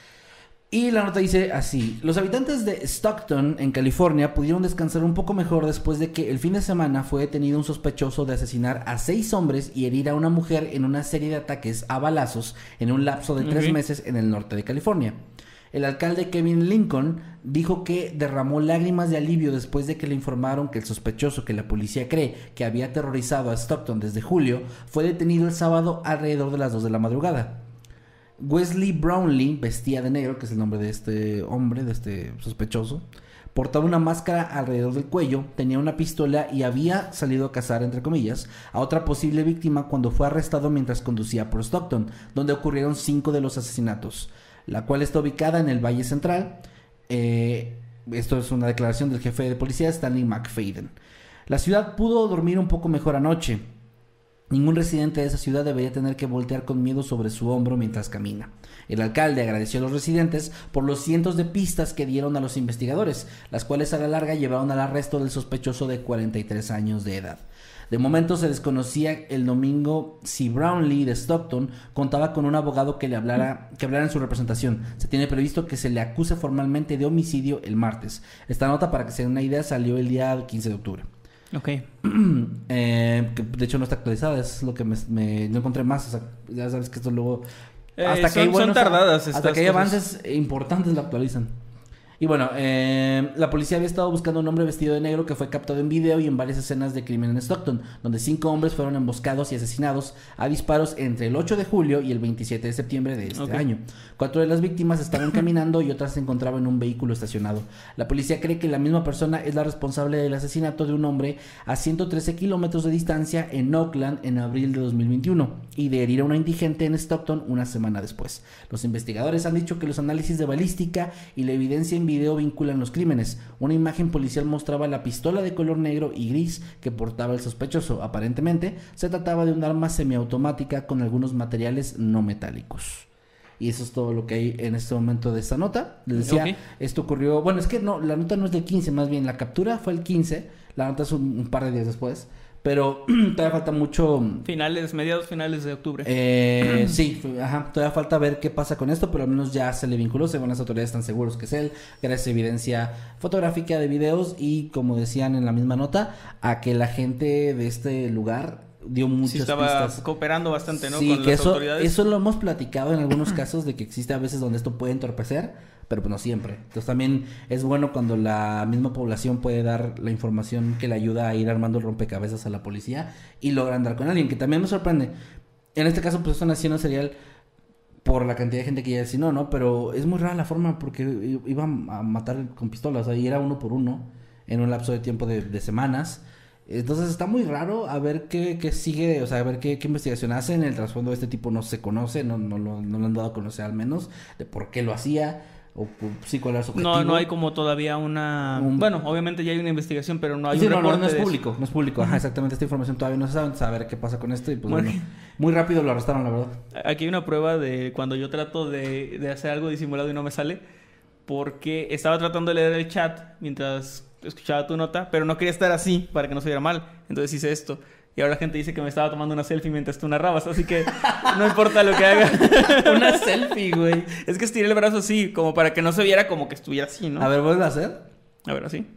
Y la nota dice así: los habitantes de Stockton, en California, pudieron descansar un poco mejor después de que el fin de semana fue detenido un sospechoso de asesinar a seis hombres y herir a una mujer en una serie de ataques a balazos en un lapso de tres Ok. meses en el norte de California. El alcalde Kevin Lincoln dijo que derramó lágrimas de alivio después de que le informaron que el sospechoso que la policía cree que había aterrorizado a Stockton desde julio fue detenido el sábado alrededor de las dos de la madrugada. Wesley Brownlee vestía de negro, que es el nombre de este hombre, de este sospechoso. Portaba una máscara alrededor del cuello, tenía una pistola y había salido a cazar, entre comillas, a otra posible víctima cuando fue arrestado mientras conducía por Stockton, donde ocurrieron cinco de los asesinatos, la cual está ubicada en el Valle Central. Eh, esto es una declaración del jefe de policía, Stanley McFadden. La ciudad pudo dormir un poco mejor anoche. Ningún residente de esa ciudad debería tener que voltear con miedo sobre su hombro mientras camina. El alcalde agradeció a los residentes por los cientos de pistas que dieron a los investigadores, las cuales a la larga llevaron al arresto del sospechoso de cuarenta y tres años de edad. De momento se desconocía el domingo si Brownlee de Stockton contaba con un abogado que le hablara, que hablara en su representación. Se tiene previsto que se le acuse formalmente de homicidio el martes. Esta nota, para que se den una idea, salió el día quince de octubre. Ok. Eh, que de hecho no está actualizada, es lo que me, me- no encontré más. O sea, ya sabes que esto luego Eh, hasta que son- hay son buenos- tardadas hasta estas que hay cosas. avances importantes lo actualizan. Y bueno, eh, la policía había estado buscando a un hombre vestido de negro que fue captado en video y en varias escenas de crimen en Stockton, donde cinco hombres fueron emboscados y asesinados a disparos entre el ocho de julio y el veintisiete de septiembre de este Ok. año. Cuatro de las víctimas estaban caminando y otras se encontraban en un vehículo estacionado. La policía cree que la misma persona es la responsable del asesinato de un hombre a ciento trece kilómetros de distancia en Oakland en abril de dos mil veintiuno y de herir a una indigente en Stockton una semana después. Los investigadores han dicho que los análisis de balística y la evidencia en video vinculan los crímenes. Una imagen policial mostraba la pistola de color negro y gris que portaba el sospechoso. Aparentemente se trataba de un arma semiautomática con algunos materiales no metálicos. Y eso es todo lo que hay en este momento de esta nota. Les decía, Ok. esto ocurrió... Bueno, es que no, la nota no es del quince, más bien la captura fue el quince. La nota es un, un par de días después. Pero todavía falta mucho... Finales, mediados finales de octubre. Eh, sí, ajá, todavía falta ver qué pasa con esto, pero al menos ya se le vinculó, según las autoridades están seguros que es él, gracias a evidencia fotográfica de videos y, como decían en la misma nota, a que la gente de este lugar dio muchas Sí, estaba pistas. cooperando bastante, ¿no? Sí, Con que las eso, autoridades. eso lo hemos platicado en algunos casos de que existe a veces donde esto puede entorpecer, pero pues no siempre. Entonces también es bueno cuando la misma población puede dar la información que le ayuda a ir armando el rompecabezas a la policía y logran dar con alguien, que también me sorprende. En este caso pues es un asesino serial por la cantidad de gente que ya asesinó, ¿no? Pero es muy rara la forma porque i- iba a matar con pistolas, o sea, y era uno por uno en un lapso de tiempo de, de semanas. Entonces está muy raro a ver qué, qué sigue, o sea, a ver qué, qué investigación hacen. El trasfondo de este tipo no se conoce, no, no, lo, no lo han dado a conocer al menos, de por qué lo hacía, o, o sí cuál era su objetivo. No, no hay como todavía una... Un- Bueno, obviamente ya hay una investigación, pero no hay Sí, un no, no, reporte no es de eso. público, no es público. Ajá, exactamente, esta información todavía no se sabe, entonces a ver qué pasa con esto y pues Bueno. bueno, muy rápido lo arrestaron, la verdad. Aquí hay una prueba de cuando yo trato de, de hacer algo disimulado y no me sale, porque estaba tratando de leer el chat mientras escuchaba tu nota, pero no quería estar así para que no se viera mal. Entonces hice esto. Y ahora la gente dice que me estaba tomando una selfie mientras tú narrabas, así que no importa lo que haga. Una selfie, güey. Es que estiré el brazo así, como para que no se viera como que estuviera así, ¿no? A ver, ¿vuelve a hacer? A ver, así.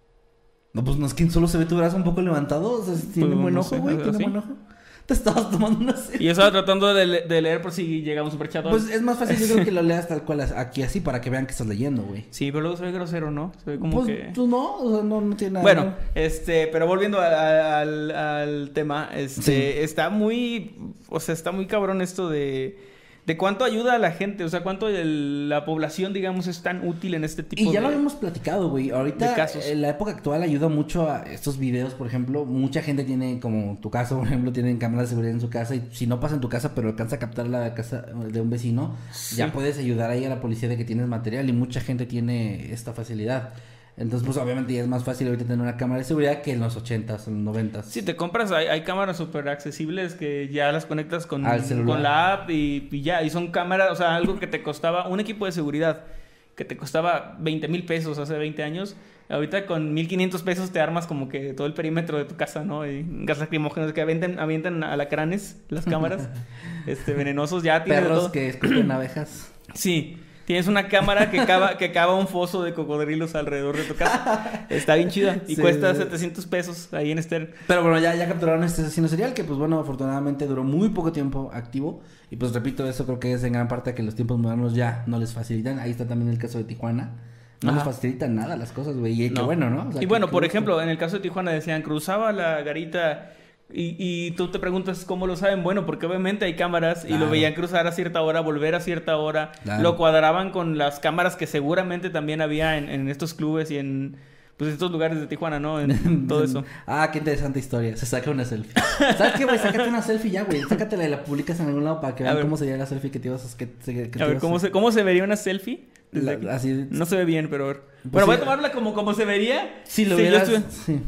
No, pues no es que solo se ve tu brazo un poco levantado. O sea, tiene Pues, buen no ojo, sé, güey. Tiene ¿así? buen ojo. Te estabas tomando una selfie. Y yo estaba tratando de, le- de leer por si llegaba un superchat. Pues es más fácil, yo creo que lo leas tal cual aquí así para que vean que estás leyendo, güey. Sí, pero luego se ve grosero, ¿no? Se ve como Pues que... tú no, o sea, no, no tiene nada. Bueno, ¿no? este, pero volviendo a- a- al, al tema, este, Sí. está muy, o sea, está muy cabrón esto de, de cuánto ayuda a la gente, o sea, cuánto el- la población, digamos, es tan útil en este tipo Y ya de... lo habíamos platicado, güey. Ahorita, de casos. en la época actual ayuda mucho a estos videos, por ejemplo. Mucha gente tiene, como tu caso, por ejemplo, tienen cámaras de seguridad en su casa. Y si no pasa en tu casa, pero alcanza a captar la casa de un vecino, Sí. ya puedes ayudar ahí a la policía de que tienes material. Y mucha gente tiene esta facilidad. Entonces, pues obviamente ya es más fácil ahorita tener una cámara de seguridad que en los ochentas, en los noventas. Si te compras, hay, hay cámaras súper accesibles que ya las conectas con, Al celular. con la app y, y ya, y son cámaras, o sea, algo que te costaba, un equipo de seguridad que te costaba veinte mil pesos hace veinte años, ahorita con mil quinientos pesos te armas como que todo el perímetro de tu casa, ¿no? Y gas lacrimógenos que avientan, avientan alacranes las cámaras, este, venenosos, ya tiene de Perros todo. que escupen abejas. Sí, tienes una cámara que cava, que cava un foso de cocodrilos alrededor de tu casa. Está bien chida. Y Sí. cuesta setecientos pesos ahí en Stern. Pero bueno, ya, ya capturaron este asesino serial que, pues bueno, afortunadamente duró muy poco tiempo activo. Y pues repito, eso creo que es en gran parte que los tiempos modernos ya no les facilitan. Ahí está también el caso de Tijuana. No Ajá. les facilitan nada las cosas, güey. Y qué No. bueno, ¿no? O sea, y qué- bueno, qué por gusto. ejemplo, en el caso de Tijuana decían, cruzaba la garita y, y tú te preguntas cómo lo saben. Bueno, porque obviamente hay cámaras y Claro. lo veían cruzar a cierta hora, volver a cierta hora. Claro. Lo cuadraban con las cámaras que seguramente también había en, en estos clubes y en pues estos lugares de Tijuana, ¿no? En todo eso. Ah, qué interesante historia. Se saca una selfie. ¿Sabes qué, güey? Sácate una selfie ya, güey. Sácatela y la publicas en algún lado para que A vean ver. cómo sería la selfie que te ibas a... Que, que te A ver, ibas ¿cómo se, ¿cómo se vería una selfie? Desde La- aquí? así- No se ve bien, pero a ver. Pues bueno, sí. voy a tomarla como, como se vería. Si lo si yo hubieras... estuve- Sí.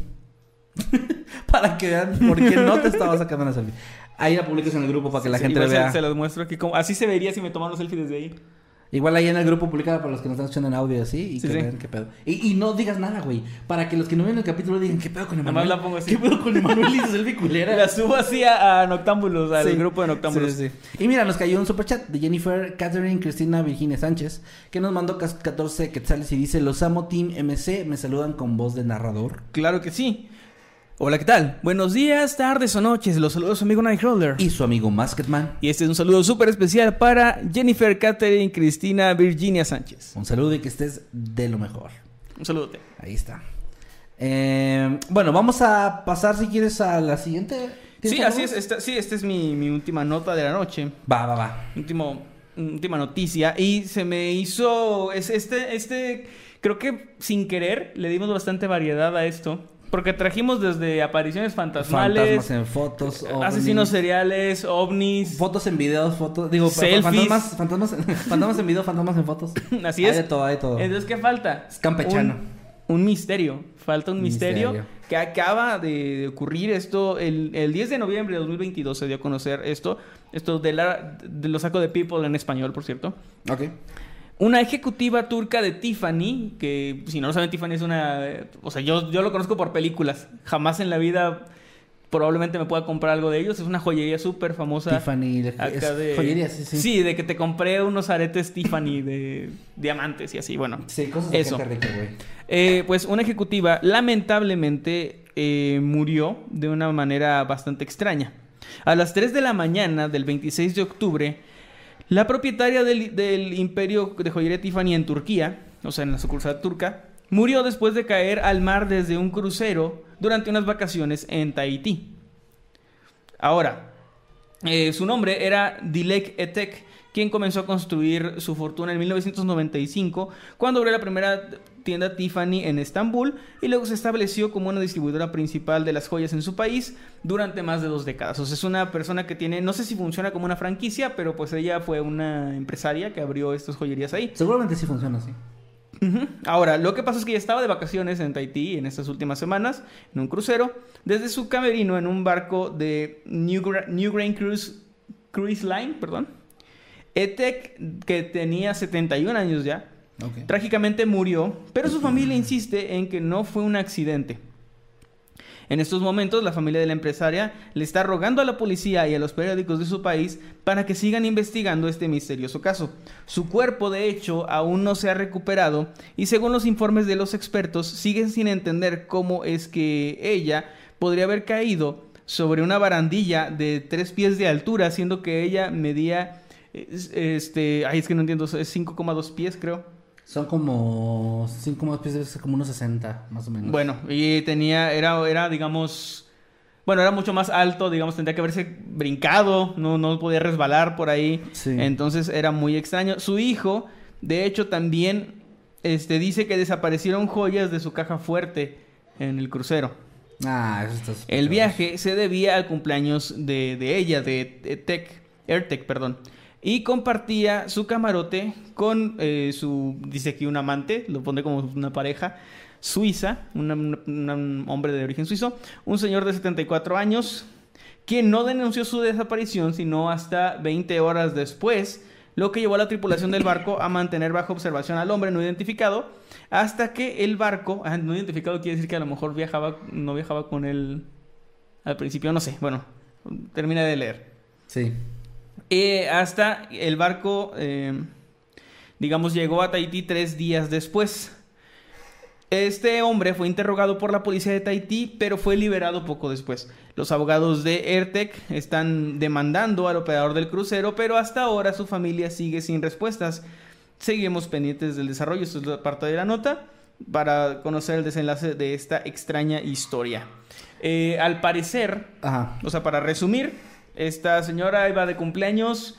Para que vean por qué no te estaba sacando una selfie. Ahí la publicas en el grupo para que la Sí, gente igual se- vea. Se, los muestro aquí. Como, así se vería si me tomara una selfie desde ahí. Igual ahí en el grupo publicada para los que nos están escuchando en audio así y Sí, que sí. vean qué pedo. Y, y no digas nada, güey. Para que los que no ven el capítulo digan, ¿qué pedo con Nada Emanuel? más la pongo así. ¿Qué pedo con Emanuel y su selfie culera? La subo así a, a Noctámbulos, al Sí. grupo de Noctámbulos. Sí, sí. Y mira, nos cayó un superchat de Jennifer Catherine Cristina Virginia Sánchez, que nos mandó cas- catorce quetzales y dice: Los amo, Team M C, me saludan con voz de narrador. Claro que sí. Hola, ¿qué tal? Buenos días, tardes o noches. Los saludos su amigo Nightcrawler. Y su amigo Masketman. Y este es un saludo súper especial para Jennifer Catherine Cristina Virginia Sánchez. Un saludo y que estés de lo mejor. Un saludote. Ahí está. Eh, bueno, vamos a pasar si quieres a la siguiente. ¿Tienes Sí, algo así más? es. Esta, sí, esta es mi, mi última nota de la noche. Va, va, va. Último, última noticia. Y se me hizo. Es, este, este. Creo que sin querer le dimos bastante variedad a esto. Porque trajimos desde apariciones fantasmales, Fantasmas en fotos, ovnis, asesinos seriales, ovnis. fotos en videos, fotos, digo, Selfies. fantasmas, fantasmas, fantasmas en video, fantasmas en fotos. Así Hay es. de todo, hay de todo. Entonces, ¿qué falta? Es campechano. Un, un misterio. Falta un misterio, Misterio. que acaba de, de ocurrir esto. El, el diez de noviembre de dos mil veintidós se dio a conocer esto. Esto de, la, de lo saco de People en español, por cierto. Ok. Una ejecutiva turca de Tiffany, que si no lo saben, Tiffany es una... eh, O sea, yo, yo lo conozco por películas. Jamás en la vida probablemente me pueda comprar algo de ellos. Es una joyería súper famosa. Tiffany, de, Acá es de... joyería, sí, sí. Sí, de que te compré unos aretes Tiffany de diamantes y así, bueno. Sí, cosas de Eso. gente rica, güey. Eh, pues una ejecutiva lamentablemente eh, murió de una manera bastante extraña. A las tres de la mañana del veintiséis de octubre, la propietaria del, del imperio de joyería Tiffany en Turquía, o sea, en la sucursal turca, murió después de caer al mar desde un crucero durante unas vacaciones en Tahití. Ahora, eh, su nombre era Dilek Etek, quien comenzó a construir su fortuna en mil novecientos noventa y cinco, cuando abrió la primera tienda Tiffany en Estambul y luego se estableció como una distribuidora principal de las joyas en su país durante más de dos décadas. O sea, es una persona que tiene, no sé si funciona como una franquicia, pero pues ella fue una empresaria que abrió estas joyerías ahí. Seguramente sí funciona así. Ujú. Ahora, lo que pasó es que ella estaba de vacaciones en Tahití en estas últimas semanas, en un crucero, desde su camerino en un barco de New, Gra- New Grain Cruise, Cruise Line, perdón. Etek, que tenía setenta y un años ya, Ok. trágicamente murió, pero su familia insiste en que no fue un accidente. En estos momentos, la familia de la empresaria le está rogando a la policía y a los periódicos de su país para que sigan investigando este misterioso caso. Su cuerpo, de hecho, aún no se ha recuperado y según los informes de los expertos, siguen sin entender cómo es que ella podría haber caído sobre una barandilla de tres pies de altura, siendo que ella medía, este, ay, es que no entiendo, es cinco coma dos pies, creo. Son como cinco coma dos pies, como unos sesenta, más o menos. Bueno, y tenía, era, era, digamos, bueno, era mucho más alto, digamos, tendría que haberse brincado, no, no podía resbalar por ahí. Sí. Entonces era muy extraño. Su hijo, de hecho, también, este, dice que desaparecieron joyas de su caja fuerte en el crucero. Ah, eso está sospechoso. El viaje se debía al cumpleaños de, de ella, de, de Tech, AirTech, perdón. Y compartía su camarote con eh, su, dice aquí un amante, lo pone como una pareja suiza, una, una, una, un hombre de origen suizo, un señor de setenta y cuatro años, quien no denunció su desaparición sino hasta veinte horas después, lo que llevó a la tripulación del barco a mantener bajo observación al hombre no identificado, hasta que el barco, ah, no identificado quiere decir que a lo mejor viajaba, no viajaba con él al principio, no sé, bueno, termina de leer. Sí. Eh, hasta el barco, eh, digamos, llegó a Tahití tres días después. Este hombre fue interrogado por la policía de Tahití, pero fue liberado poco después. Los abogados de AirTech están demandando al operador del crucero, pero hasta ahora su familia sigue sin respuestas. Seguimos pendientes del desarrollo, esto es la parte de la nota, para conocer el desenlace de esta extraña historia. Eh, al parecer, Ajá. o sea, para resumir, esta señora iba de cumpleaños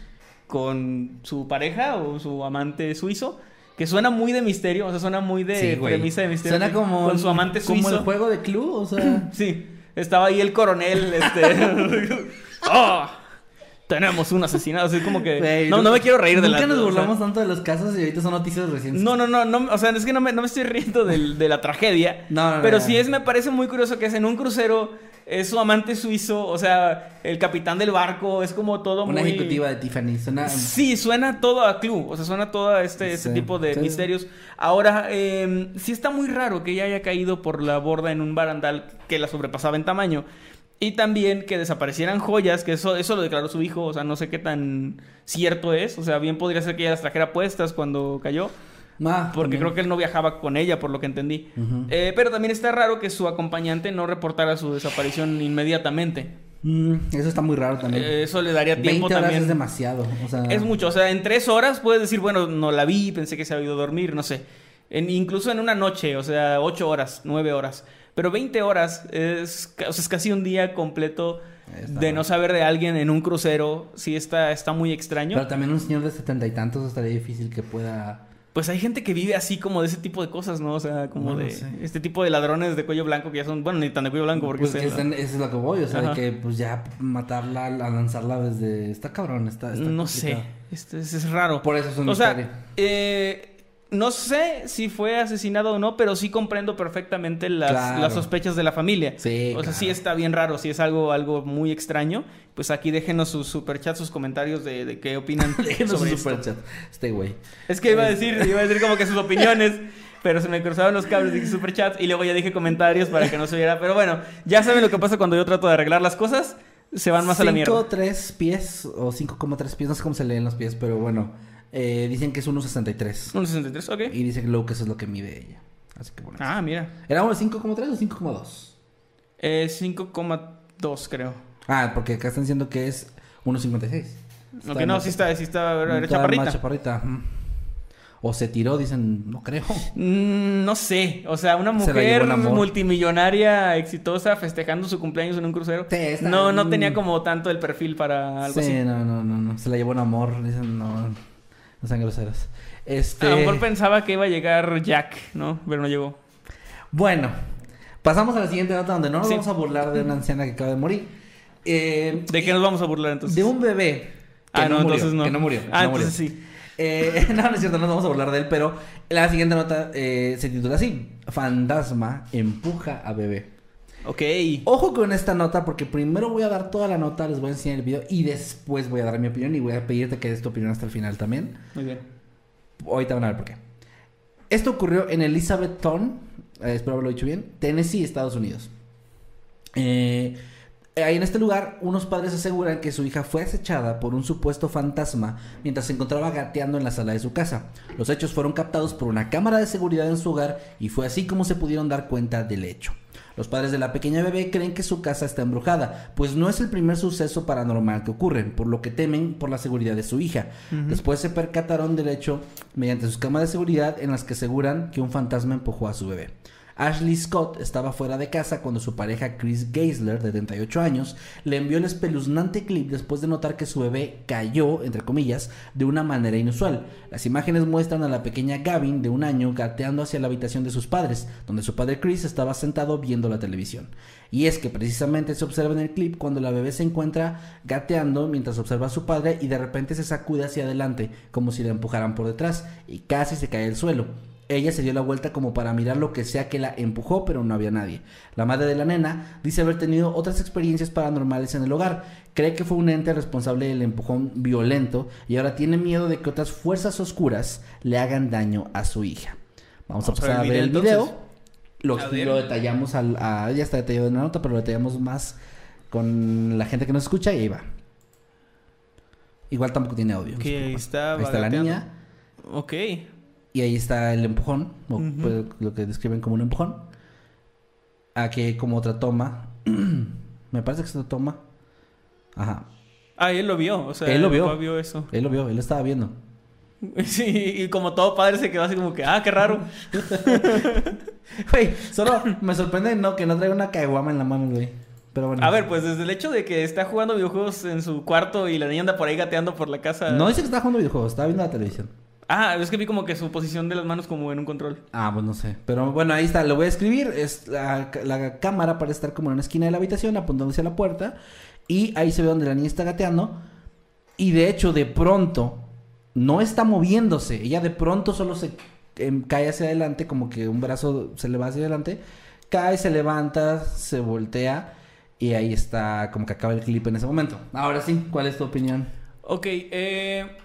con su pareja o su amante suizo, que suena muy de misterio, o sea, suena muy de Sí, güey. premisa de misterio. Suena como con su amante suizo. Como el juego de Clue, o sea. Sí, estaba ahí el coronel, este... ¡Oh! Tenemos un asesinado, así como que... Güey, no, no me quiero reír de la... Nunca nos o sea, burlamos tanto de los casos y ahorita son noticias recientes. No, no, no, no, o sea, es que no me, no me estoy riendo del, de la tragedia. No, no, no, pero no. sí es, me parece muy curioso que es en un crucero, es su amante suizo, o sea, el capitán del barco, es como todo Una muy... ejecutiva de Tiffany. Suena... Sí, suena todo a Clue, o sea, suena todo a este, este Sí, tipo de sí. misterios. Ahora, eh, sí está muy raro que ella haya caído por la borda en un barandal que la sobrepasaba en tamaño. Y también que desaparecieran joyas, que eso, eso lo declaró su hijo, o sea, no sé qué tan cierto es. O sea, bien podría ser que ella las trajera puestas cuando cayó. Ah, Porque también. creo que él no viajaba con ella, por lo que entendí. Ujú. eh, pero también está raro que su acompañante no reportara su desaparición inmediatamente. Mm, eso está muy raro también. Eh, eso le daría tiempo veinte horas también. es demasiado. O sea... Es mucho, o sea, en tres horas puedes decir, bueno, no la vi, pensé que se había ido a dormir, no sé. En, incluso en una noche, o sea, ocho horas, nueve horas. Pero veinte horas es, o sea, es casi un día completo Está de mal. no saber de alguien en un crucero. Sí, está, está muy extraño. Pero también un señor de setenta y tantos estaría difícil que pueda... Pues hay gente que vive así como de ese tipo de cosas, ¿no? O sea, como No, no de sé. este tipo de ladrones de cuello blanco que ya son, bueno, ni tan de cuello blanco porque Pues se- que están- eso es lo que voy, o sea, Ajá. de que pues ya matarla, a lanzarla desde... Está cabrón, está, está no sé, complicado. este es, es raro. Por eso es un O sea, misterio. eh, no sé si fue asesinado o no, pero sí comprendo perfectamente las, Claro. las sospechas de la familia. Sí, O sea, claro. sí está bien raro, sí es algo, algo muy extraño. Pues aquí déjenos sus superchats, sus comentarios de, de qué opinan Déjenos sobre un esto. superchat. Este güey. Es que iba a decir, iba a decir como que sus opiniones, pero se me cruzaron los cables, dije superchats y luego ya dije comentarios para que no se viera. Pero bueno, ya saben lo que pasa cuando yo trato de arreglar las cosas, se van más a la mierda. cinco coma tres pies o cinco coma tres pies, no sé cómo se leen los pies, pero bueno. Eh, dicen que es uno sesenta y tres. uno sesenta y tres, ok. Y dice que luego que eso es lo que mide ella. Así que bueno. Ah, mira. ¿Era uno cinco coma tres o cinco coma dos? Eh, cinco coma dos creo. Ah, porque acá están diciendo que es uno cincuenta y seis. Ok, no, sí está, sí está, era Está chaparrita. más chaparrita. ujú. O se tiró, dicen, no creo. Mm, no sé, o sea, una Se la llevó mujer el amor. multimillonaria, exitosa, festejando su cumpleaños en un crucero. Sí, está- No, no mm. tenía como tanto el perfil para algo Sí, así. no, no, no, no. Se la llevó un amor, dicen, no. No sean groseros. Este... A lo mejor pensaba que iba a llegar Jack, ¿no? Pero no llegó. Bueno, pasamos a la siguiente nota donde no nos Sí. vamos a burlar de una anciana que acaba de morir. Eh, ¿De qué nos vamos a burlar entonces? De un bebé que Ah, no, murió, entonces no. que no murió. Ah, no murió. entonces sí. Eh, no, no es cierto, no nos vamos a burlar de él, pero la siguiente nota eh, se titula así: Fantasma empuja a bebé. Ok. Ojo con esta nota porque primero voy a dar toda la nota, les voy a enseñar el video y después voy a dar mi opinión y voy a pedirte que des tu opinión hasta el final también. Muy bien. Ahorita van a ver por qué. Esto ocurrió en Elizabethton, eh, espero haberlo dicho bien, Tennessee, Estados Unidos. Eh, ahí en este lugar, unos padres aseguran que su hija fue acechada por un supuesto fantasma mientras se encontraba gateando en la sala de su casa. Los hechos fueron captados por una cámara de seguridad en su hogar y fue así como se pudieron dar cuenta del hecho. Los padres de la pequeña bebé creen que su casa está embrujada, pues no es el primer suceso paranormal que ocurre, por lo que temen por la seguridad de su hija. Uh-huh. Después se percataron del hecho mediante sus cámaras de seguridad en las que aseguran que un fantasma empujó a su bebé. Ashley Scott estaba fuera de casa cuando su pareja Chris Geisler, de treinta y ocho años, le envió el espeluznante clip después de notar que su bebé cayó, entre comillas, de una manera inusual. Las imágenes muestran a la pequeña Gavin, de un año, gateando hacia la habitación de sus padres, donde su padre Chris estaba sentado viendo la televisión. Y es que precisamente se observa en el clip cuando la bebé se encuentra gateando mientras observa a su padre y de repente se sacude hacia adelante, como si la empujaran por detrás, y casi se cae al suelo. Ella se dio la vuelta como para mirar lo que sea que la empujó, pero no había nadie. La madre de la nena dice haber tenido otras experiencias paranormales en el hogar. Cree que fue un ente responsable del empujón violento y ahora tiene miedo de que otras fuerzas oscuras le hagan daño a su hija. Vamos, Vamos a pasar a ver el video. Lo, lo detallamos, al, a, ya está detallado en la nota, pero lo detallamos más con la gente que nos escucha y ahí va. Igual tampoco tiene audio. Okay, ahí está, ahí está la niña. Ok. Y ahí está el empujón, o Uh-huh. pues, lo que describen como un empujón. Aquí hay como otra toma. Me parece que es otra toma. Ajá. Ah, él lo vio, o sea, él lo vio. Él vio eso. Él lo vio, él lo estaba viendo. Sí, y como todo padre se quedó así como que, ah, qué raro. Güey, solo me sorprende no que no traiga una caguama en la mano, güey. Pero bueno. A ver, pues desde el hecho de que está jugando videojuegos en su cuarto y la niña anda por ahí gateando por la casa. No dice que está jugando videojuegos, estaba viendo la televisión. Ah, es que vi como que su posición de las manos como en un control. Ah, pues no sé. Pero bueno, ahí está, lo voy a escribir. Es la, la cámara parece estar como en una esquina de la habitación, apuntando hacia la puerta. Y ahí se ve donde la niña está gateando. Y de hecho, de pronto, no está moviéndose. Ella de pronto solo se eh, cae hacia adelante, como que un brazo se le va hacia adelante. Cae, se levanta, se voltea. Y ahí está, como que acaba el clip en ese momento. Ahora sí, ¿cuál es tu opinión? Ok, eh...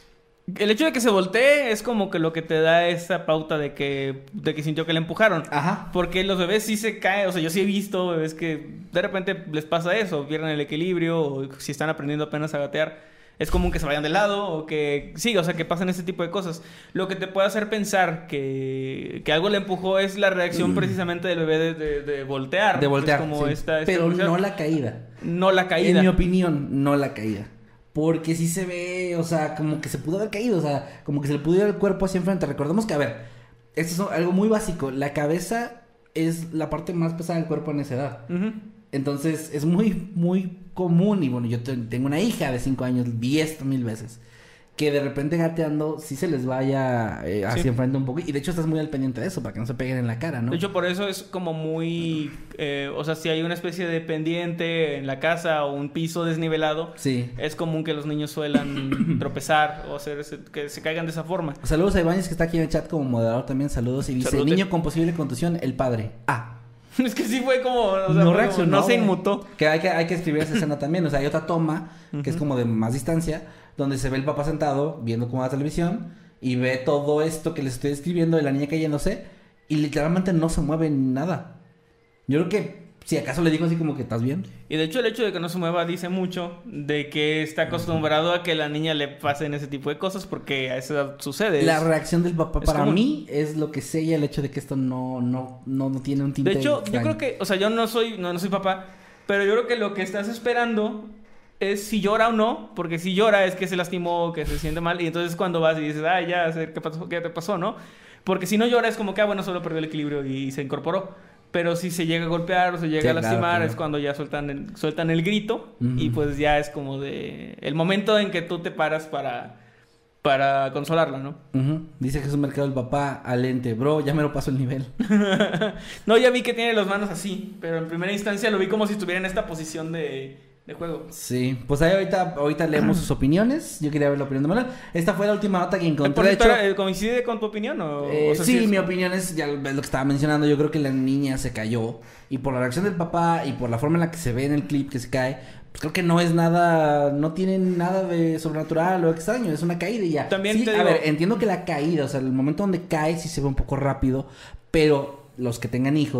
el hecho de que se voltee es como que lo que te da esa pauta de que, de que sintió que le empujaron. Ajá. Porque los bebés sí se caen. O sea, yo sí he visto bebés que de repente les pasa eso. Pierden el equilibrio. O si están aprendiendo apenas a gatear. Es común que se vayan de lado. O que... sí, o sea, que pasen ese tipo de cosas. Lo que te puede hacer pensar que, que algo le empujó es la reacción mm. precisamente del bebé de, de, de voltear. De voltear, como sí. esta, esta Pero evolución. no la caída. No la caída. En mi opinión, no la caída. Porque sí se ve, o sea, como que se pudo haber caído, o sea, como que se le pudo ir el cuerpo hacia enfrente. Recordemos que, a ver, esto es algo muy básico. La cabeza es la parte más pesada del cuerpo en esa edad. Uh-huh. Entonces, es muy, muy común. Y bueno, yo te, tengo una hija de cinco años, vi esto mil veces. Que de repente gateando, sí se les vaya eh, hacia sí. enfrente un poco. Y de hecho, estás muy al pendiente de eso, para que no se peguen en la cara, ¿no? De hecho, por eso es como muy... Eh, o sea, si hay una especie de pendiente en la casa o un piso desnivelado... sí. Es común que los niños suelan tropezar o hacer ese, que se caigan de esa forma. Saludos a Ibáñez, que está aquí en el chat como moderador también. Saludos. Y dice, Salute. Niño con posible contusión, el padre. Ah. Es que sí fue como... O sea, no fue reaccionó. Como, no se inmutó. Que hay que, hay que escribir esa escena también. O sea, hay otra toma, que uh-huh. es como de más distancia... donde se ve el papá sentado viendo como la televisión y ve todo esto que les estoy describiendo de la niña cayéndose y literalmente no se mueve nada. Yo creo que si acaso le digo así como que ¿estás bien? Y de hecho el hecho de que no se mueva dice mucho de que está acostumbrado a que la niña le pasen ese tipo de cosas porque a esa edad sucede. La reacción del papá para como... mí es lo que sella el hecho de que esto no, no, no, no tiene un tinte. De hecho, extraño. Yo creo que, o sea, yo no soy, no, no soy papá, pero yo creo que lo que estás esperando es si llora o no, porque si llora es que se lastimó, que se siente mal, y entonces cuando vas y dices, ay, ya, ¿qué pasó? ¿Qué te pasó, no? Porque si no llora es como que, ah, bueno, solo perdió el equilibrio y se incorporó. Pero si se llega a golpear o se llega sí, a lastimar, claro, claro. es cuando ya sueltan el, sueltan el grito, uh-huh. y pues ya es como de... el momento en que tú te paras para... para consolarla, ¿no? Uh-huh. Dice Jesús Mercado, el papá alente. Bro, ya me lo paso el nivel. No, ya vi que tiene las manos así, pero en primera instancia lo vi como si estuviera en esta posición de... de juego. Sí, pues ahí ahorita, ahorita leemos sus opiniones. Yo quería ver la opinión de Manuel. Esta fue la última nota que encontré. ¿De hecho, ¿coincide con tu opinión? O, eh, o sea, sí, si es... mi opinión es ya lo que estaba mencionando. Yo creo que la niña se cayó. Y por la reacción del papá y por la forma en la que se ve en el clip que se cae, pues creo que no es nada, no tiene nada de sobrenatural o extraño. Es una caída y ya. También sí, te a digo... ver, entiendo que la caída, o sea, el momento donde cae sí se ve un poco rápido. Pero los que tengan hijos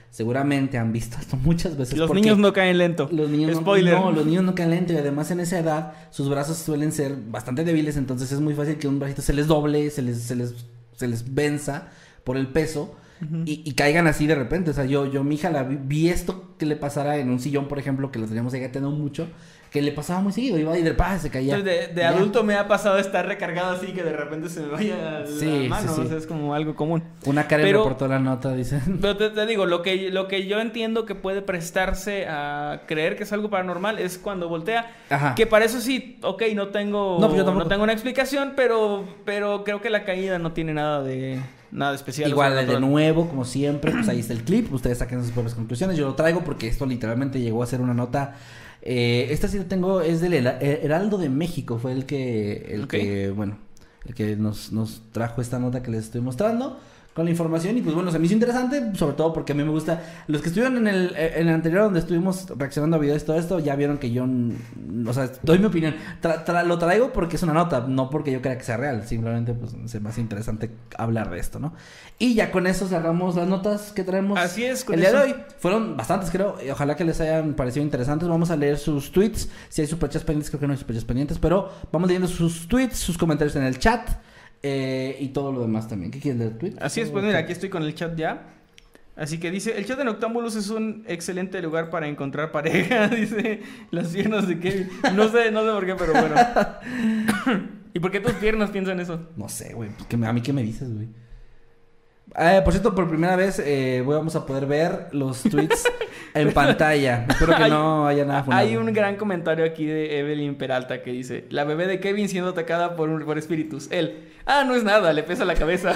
seguramente han visto esto muchas veces. Los niños no caen lento. Los niños Spoiler. No, no, los niños no caen lento y además en esa edad sus brazos suelen ser bastante débiles, entonces es muy fácil que un bracito se les doble, se les, se les, se les venza por el peso. Uh-huh. Y, y caigan así de repente. O sea, yo, yo mi hija la vi, vi esto que le pasara en un sillón, por ejemplo, que lo teníamos ahí gateando mucho, que le pasaba muy seguido, iba y de paz se caía. Entonces, de, de adulto me ha pasado estar recargado así que de repente se me vaya sí, la mano, sí, sí. O sea, es como algo común. Una Karen pero, reportó la nota, dicen. Pero te, te digo, lo que, lo que yo entiendo que puede prestarse a creer que es algo paranormal es cuando voltea. Ajá. Que para eso sí, ok, no tengo, no, pues yo no tengo una explicación, pero, pero creo que la caída no tiene nada de... Nada especial. Igual, o sea, de nuevo, como siempre, pues ahí está el clip. Ustedes saquen sus propias conclusiones. Yo lo traigo porque esto literalmente llegó a ser una nota. Eh, esta sí la tengo, es del Heraldo de México. Fue el que, el okay. que, bueno, el que nos, nos trajo esta nota que les estoy mostrando con la información. Y pues bueno, se me hizo interesante, sobre todo porque a mí me gusta. Los que estuvieron en el, en el anterior donde estuvimos reaccionando a videos y todo esto, ya vieron que yo, o sea, doy mi opinión. Tra- tra- lo traigo porque es una nota, no porque yo crea que sea real. Simplemente pues se me hace interesante hablar de esto, ¿no? Y ya con eso cerramos las notas que traemos. Así es, con el día eso. de hoy. Fueron bastantes, creo. Ojalá que les hayan parecido interesantes. Vamos a leer sus tweets. Si hay superchats pendientes, creo que no hay superchats pendientes, pero vamos leyendo sus tweets, sus comentarios en el chat. Eh, y todo lo demás también. ¿Qué quieres leer? ¿Tweet? Así es, pues mira, aquí estoy con el chat ya. Así que dice, el chat de Noctámbulos es un excelente lugar para encontrar pareja. Dice, las piernas de Kevin. No sé, no sé por qué, pero bueno. ¿Y por qué tus piernas piensan eso? No sé, güey. Pues, ¿a mí qué me dices, güey? Eh, por cierto, por primera vez eh, vamos a poder ver los tweets en pantalla. Espero que hay, no haya nada funado. Hay un gran comentario aquí de Evelyn Peralta que dice: la bebé de Kevin siendo atacada por, un, por espíritus. Él, ah, no es nada, le pesa la cabeza.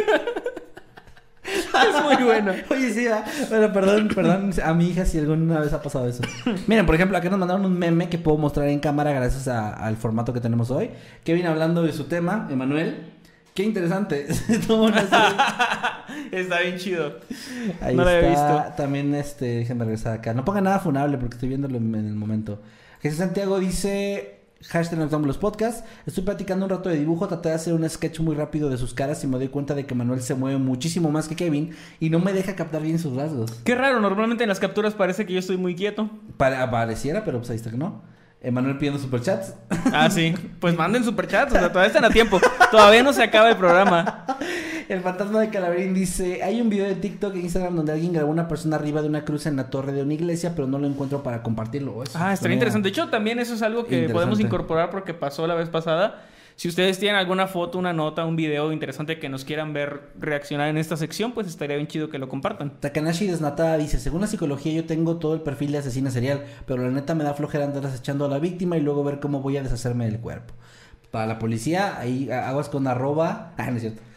Es muy bueno. Oye, sí, ¿eh? Bueno, perdón, perdón a mi hija si alguna vez ha pasado eso. Miren, por ejemplo, acá nos mandaron un meme que puedo mostrar en cámara gracias a, al formato que tenemos hoy. Kevin hablando de su tema, Emanuel. Qué interesante. Está bien chido. Ahí no lo había visto. También, este, déjenme regresar acá. No pongan nada funable porque estoy viéndolo en, en el momento. Jesús Santiago dice: hashtag Noctámbulos Podcast. Estoy platicando un rato de dibujo. Traté de hacer un sketch muy rápido de sus caras y me doy cuenta de que Manuel se mueve muchísimo más que Kevin y no me deja captar bien sus rasgos. Qué raro. Normalmente en las capturas parece que yo estoy muy quieto. Para, pareciera, pero pues ahí está que no. Emanuel pidiendo superchats. Ah, sí. Pues manden superchats. O sea, todavía están a tiempo. Todavía no se acaba el programa. El fantasma de Calaverín dice: hay un video de TikTok e Instagram donde alguien grabó una persona arriba de una cruz en la torre de una iglesia, pero no lo encuentro para compartirlo. Eso ah, estaría interesante. De hecho, también eso es algo que podemos incorporar porque pasó la vez pasada. Si ustedes tienen alguna foto, una nota, un video interesante que nos quieran ver reaccionar en esta sección, pues estaría bien chido que lo compartan. Takanashi Desnatada dice: según la psicología yo tengo todo el perfil de asesina serial, pero la neta me da flojera andar acechando a la víctima y luego ver cómo voy a deshacerme del cuerpo. Para la policía, ahí aguas con arroba... Ah, no es cierto.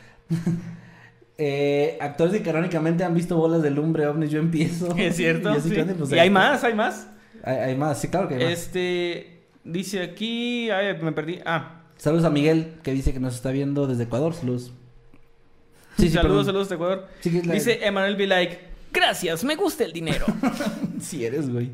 eh, actores que canónicamente han visto bolas de lumbre, ovnis, yo empiezo. Es cierto, y, así sí. que, pues, ¿Y hay más? ¿Hay más? Hay, hay más, sí, claro que hay más. Este... Dice aquí... Ay, me perdí. Ah... Saludos a Miguel, que dice que nos está viendo desde Ecuador. Saludos. Sí, sí, saludos, saludos de Ecuador. Sí, que es la... Dice Emanuel Be Like: gracias, me gusta el dinero. Sí eres, güey.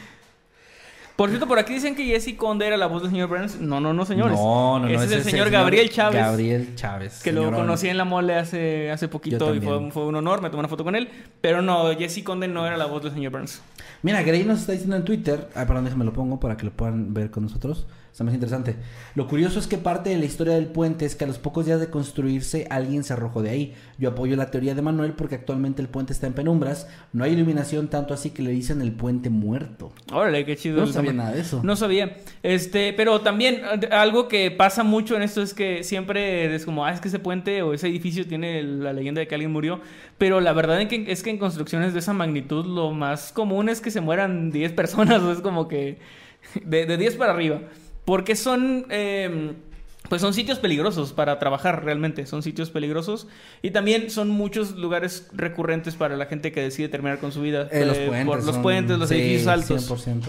Por cierto, por aquí dicen que Jesse Conde era la voz del señor Burns. No, no, no, señores. No, no, no. Ese es el señor Gabriel Chávez. Gabriel Chávez. Que lo conocí en la mole hace, hace poquito y fue, fue un honor. Me tomé una foto con él. Pero no, Jesse Conde no era la voz del señor Burns. Mira, Grey nos está diciendo en Twitter. Ah, perdón, déjame lo pongo para que lo puedan ver con nosotros. Está más interesante. Lo curioso es que parte de la historia del puente es que a los pocos días de construirse alguien se arrojó de ahí. Yo apoyo la teoría de Manuel porque actualmente el puente está en penumbras. No hay iluminación, tanto así que le dicen el puente muerto. Órale, qué chido. No sabía nada de eso. No sabía. Este, pero también algo que pasa mucho en esto es que siempre es como, ah, es que ese puente o ese edificio tiene la leyenda de que alguien murió. Pero la verdad es que, es que en construcciones de esa magnitud lo más común es que se mueran diez personas. O es como que de, de diez para arriba. Porque son, eh, pues son sitios peligrosos para trabajar realmente, son sitios peligrosos y también son muchos lugares recurrentes para la gente que decide terminar con su vida. Eh, los puentes. Por los son... puentes, los sí, edificios altos. cien por ciento.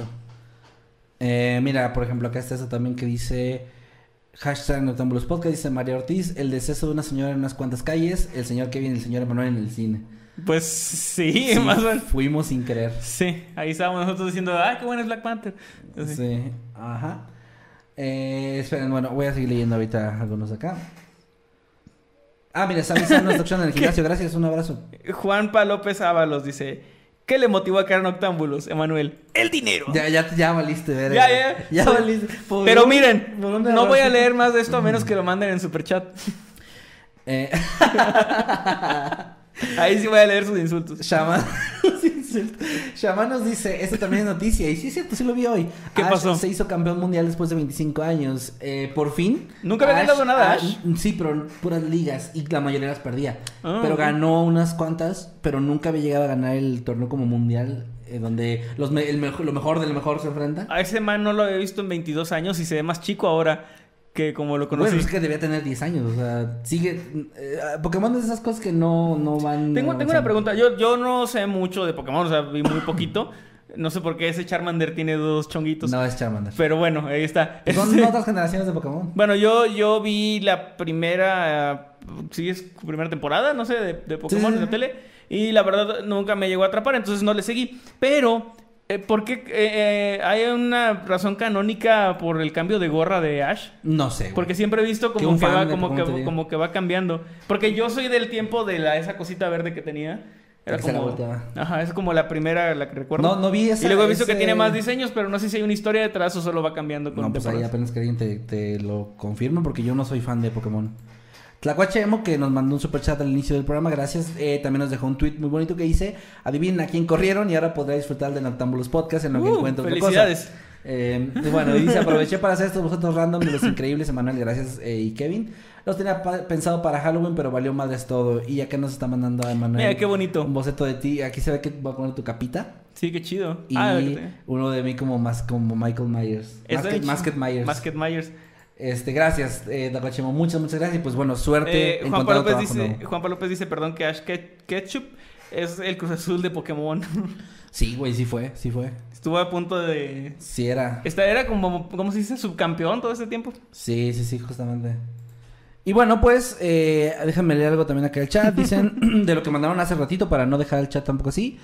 Eh, mira, por ejemplo, acá está eso también que dice... Hashtag Noctámbulos Podcast, dice María Ortiz: el deceso de una señora en unas cuantas calles, el señor Kevin y el señor Emanuel en el cine. Pues sí, sí más o menos. Fuimos sin querer. Sí, ahí estábamos nosotros diciendo, ah, qué bueno es Black Panther. Así. Sí, ajá. Eh, esperen, bueno, voy a seguir leyendo ahorita algunos de acá. Ah, mira, Sammy Sam nos está escuchando en el gimnasio. Gracias, un abrazo. Juanpa López Ábalos dice: ¿Qué le motivó a crear Noctámbulos, Emanuel? El dinero. Ya, ya, ya valiste, ver. Ya, ya. Ya Sí. valiste. ¿Por Pero dónde- miren, por dónde no voy a agarraste? leer más de esto a menos que lo manden en Superchat. Eh, Ahí sí voy a leer sus insultos. Shaman, Shaman nos dice, esto también es noticia, y sí es cierto, sí lo vi hoy. ¿Qué Ash pasó? se hizo campeón mundial después de veinticinco años. Eh, por fin. Nunca había ganado nada, Ash. Sí, pero en puras ligas, y la mayoría las perdía. Ah, pero ok. ganó unas cuantas, pero nunca había llegado a ganar el torneo como mundial, eh, donde los me- el mejor, lo mejor del mejor se enfrenta. A ese man no lo había visto en veintidós años y se ve más chico ahora que como lo conocí. Bueno, es que debía tener diez años, o sea, sigue... eh, Pokémon es de esas cosas que no, no van... Tengo, no tengo una avanzando. pregunta. Yo, yo no sé mucho de Pokémon, o sea, vi muy poquito. No sé por qué ese Charmander tiene dos chonguitos. No, es Charmander. Pero bueno, ahí está. Son Este- otras generaciones de Pokémon. Bueno, yo, yo vi la primera, eh, sí es primera temporada, no sé, de, de Pokémon Sí, sí, en la sí. tele. Y la verdad nunca me llegó a atrapar, entonces no le seguí. Pero, eh, ¿por qué eh, eh, hay una razón canónica por el cambio de gorra de Ash? No sé, güey. Porque siempre he visto Que como un que, fan va, de como, Pokémon que, te diga. como que va cambiando. Porque yo soy del tiempo de la, esa cosita verde que tenía. Era Que se la como... volteaba. Ajá, es como la primera, la que recuerdo. No, no vi esa- Y luego he visto que ese- tiene más diseños, pero no sé si hay una historia detrás o solo va cambiando con No, pues ahí temporadas. apenas que alguien te, te lo confirme porque yo no soy fan de Pokémon. Tlacuache Emo, que nos mandó un superchat al inicio del programa, gracias. Eh, también nos dejó un tweet muy bonito que dice: adivinen a quién corrieron y ahora podrá disfrutar de Noctámbulos Podcast en lo que Uh, encuentro otra felicidades. cosa. Eh, y bueno, y dice: aproveché para hacer estos bocetos random de los increíbles, Emanuel, gracias. Eh, y Kevin, los tenía pa- pensado para Halloween, pero valió madres todo. Y acá nos está mandando a Emanuel Mira, qué bonito. un boceto de ti. Aquí se ve que va a poner tu capita. Sí, qué chido. Y Ah, fíjate. uno de mí como más como Michael Myers. Está Masket, bien chido. Masket Myers. Masket Myers. Este, gracias, eh, Tlacuachemo, muchas, muchas gracias. Y pues bueno, suerte. Eh, Juanpa encontrando López trabajo dice, nuevo. Juanpa López dice, perdón, que Ash Ke- Ketchup es el Cruz Azul de Pokémon. Sí, güey, sí fue, sí fue. Estuvo a punto de... Sí era. Esta era como, ¿cómo se dice? Subcampeón todo ese tiempo. Sí, sí, sí, justamente. Y bueno, pues, eh, déjame leer algo también acá en el chat. Dicen de lo que mandaron hace ratito para no dejar el chat tampoco así.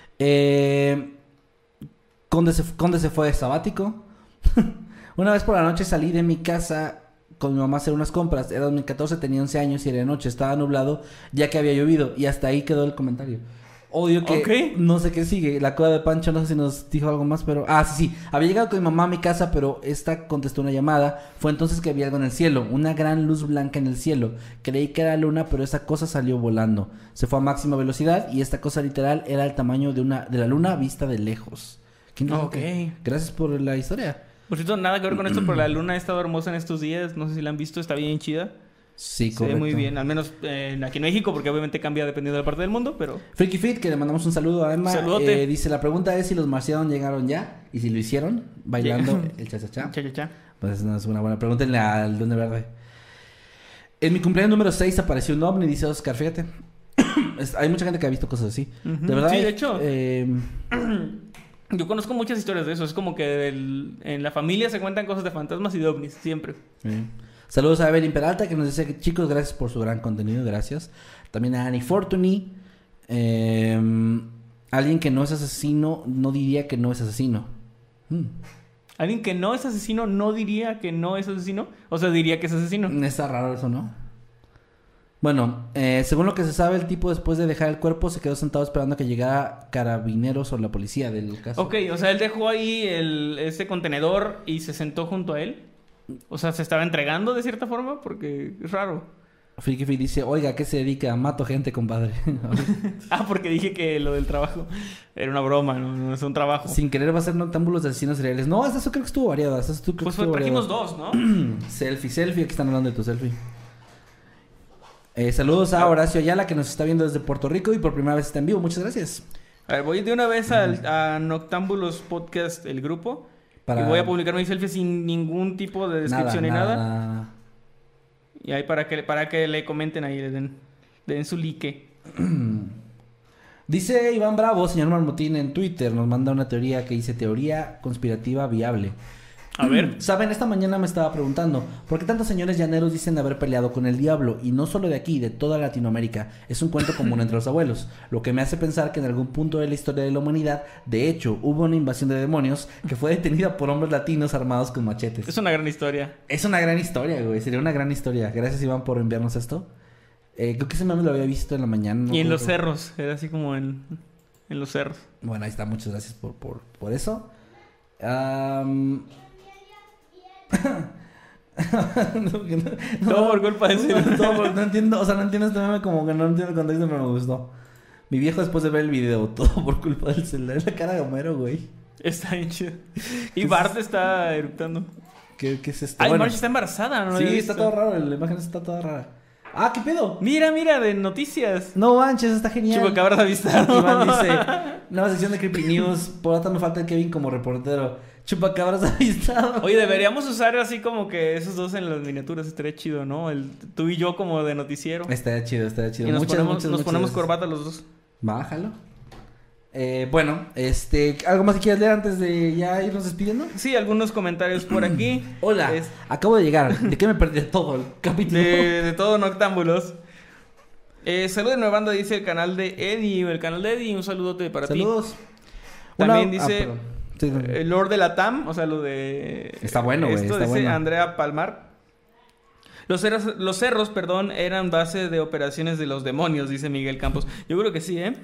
Eh, Conde, se, Conde se fue de sabático. Una vez por la noche salí de mi casa con mi mamá a hacer unas compras. Era dos mil catorce, tenía once años y era de noche. Estaba nublado ya que había llovido. Y hasta ahí quedó el comentario. Odio que... Ok. No sé qué sigue. La coda de Pancho, no sé si nos dijo algo más, pero... Ah, sí, sí. Había llegado con mi mamá a mi casa, pero esta contestó una llamada. Fue entonces que vi algo en el cielo. Una gran luz blanca en el cielo. Creí que era luna, pero esa cosa salió volando. Se fue a máxima velocidad y esta cosa literal era el tamaño de una de la luna vista de lejos. Qué interesante. Ok. Gracias por la historia. Por cierto, nada que ver con esto, pero la luna ha estado hermosa en estos días. No sé si la han visto, está bien chida. Sí, Se correcto. ve muy bien, al menos eh, aquí en México, porque obviamente cambia dependiendo de la parte del mundo, pero... Freaky Fit, que le mandamos un saludo a Emma. Saludote. eh, dice, la pregunta es si los marcianos llegaron ya. Y si lo hicieron, bailando el cha-cha-cha. Cha, cha, cha. Pues no es una buena. Pregúntenle al Duende Verde. En mi cumpleaños número seis apareció un ovni, dice Oscar, fíjate. Es- hay mucha gente que ha visto cosas así. Ujú. De verdad. Sí, de hecho. eh, Yo conozco muchas historias de eso. Es como que del- en la familia se cuentan cosas de fantasmas y de ovnis, siempre. eh. Saludos a Evelyn Peralta, que nos dice que chicos, gracias por su gran contenido, gracias. También a Annie Fortuny. Eh, alguien que no es asesino no diría que no es asesino. Hmm. Alguien que no es asesino no diría que no es asesino. O sea, diría que es asesino. Está raro eso, ¿no? Bueno, eh, según lo que se sabe, el tipo después de dejar el cuerpo se quedó sentado esperando a que llegara carabineros o la policía del caso. Ok, o sea, él dejó ahí el, ese contenedor y se sentó junto a él. O sea, se estaba entregando de cierta forma porque es raro. Freaky Fit dice, oiga, ¿a qué se dedica? Mato gente, compadre. Ah, porque dije que lo del trabajo era una broma, no, no es un trabajo. Sin querer va a ser noctámbulos de asesinos seriales. No, eso creo que estuvo variado. Eso creo que Pues fue, estuvo trajimos variado. dos, ¿no? Selfie, selfie. Aquí están hablando de tu selfie. Eh, saludos a Horacio Ayala, que nos está viendo desde Puerto Rico y por primera vez está en vivo. Muchas gracias. A ver, voy de una vez al, a Noctámbulos Podcast, el grupo. Para- Y voy a publicar mi selfie sin ningún tipo de descripción ni nada. nada. Y ahí para que, para que le comenten ahí, le den, le den su like. Dice Iván Bravo, señor Marmotín, en Twitter, nos manda una teoría que dice teoría conspirativa viable. A ver. Saben, esta mañana me estaba preguntando, ¿por qué tantos señores llaneros dicen haber peleado con el diablo? Y no solo de aquí, de toda Latinoamérica. Es un cuento común entre los abuelos. Lo que me hace pensar que en algún punto de la historia de la humanidad, de hecho, hubo una invasión de demonios que fue detenida por hombres latinos armados con machetes. Es una gran historia. Es una gran historia, güey. Sería una gran historia. Gracias, Iván, por enviarnos esto. Eh, creo que ese meme lo había visto en la mañana. no Y en me los acuerdo. cerros, era así como en, en los cerros. Bueno, ahí está. Muchas gracias por, por, por eso. Um... no, que no, no, Todo por culpa de ese. no, todo por- no entiendo, o sea, no entiendo este meme, como que no entiendo el contexto, pero me gustó. Mi viejo después de ver el video, todo por culpa del celular. Es la cara de Homero, güey. Está bien chido. Y Bart está eruptando. ¿Qué, qué es esto? Ay, Bueno, Marge está embarazada, ¿no? sí, Lo he está visto. todo raro, la imagen está toda rara. Ah, ¿qué pedo? Mira, mira, de noticias. No manches, está genial. Chupacabras avistado. Iván dice, nueva sección de Creepy News. Por otra me falta el Kevin como reportero. Chupacabras avistado. Oye, deberíamos usar así como que esos dos en las miniaturas. Estaría chido, ¿no? El, tú y yo como de noticiero. Estaría chido, estaría chido. Y nos Muchas, ponemos, muchas, nos muchas ponemos gracias. corbata los dos. Bájalo. Eh, bueno, este, ¿algo más que quieras leer antes de ya irnos despidiendo? Sí, algunos comentarios por aquí. Hola, Es- acabo de llegar. ¿De qué me perdí de todo el capítulo? de, de todo Noctámbulos. Eh, saludos de nueva banda, dice el canal de Eddie. El canal de Eddie, un saludote para Saludos. ti. También Una- ah, dice perdón. Sí, no. el Lord de la T A M, o sea, lo de... Está bueno, güey, Esto está dice bueno. Andrea Palmar. Los cerros, los cerros, perdón, eran base de operaciones de los demonios, dice Miguel Campos. Yo creo que sí, ¿eh?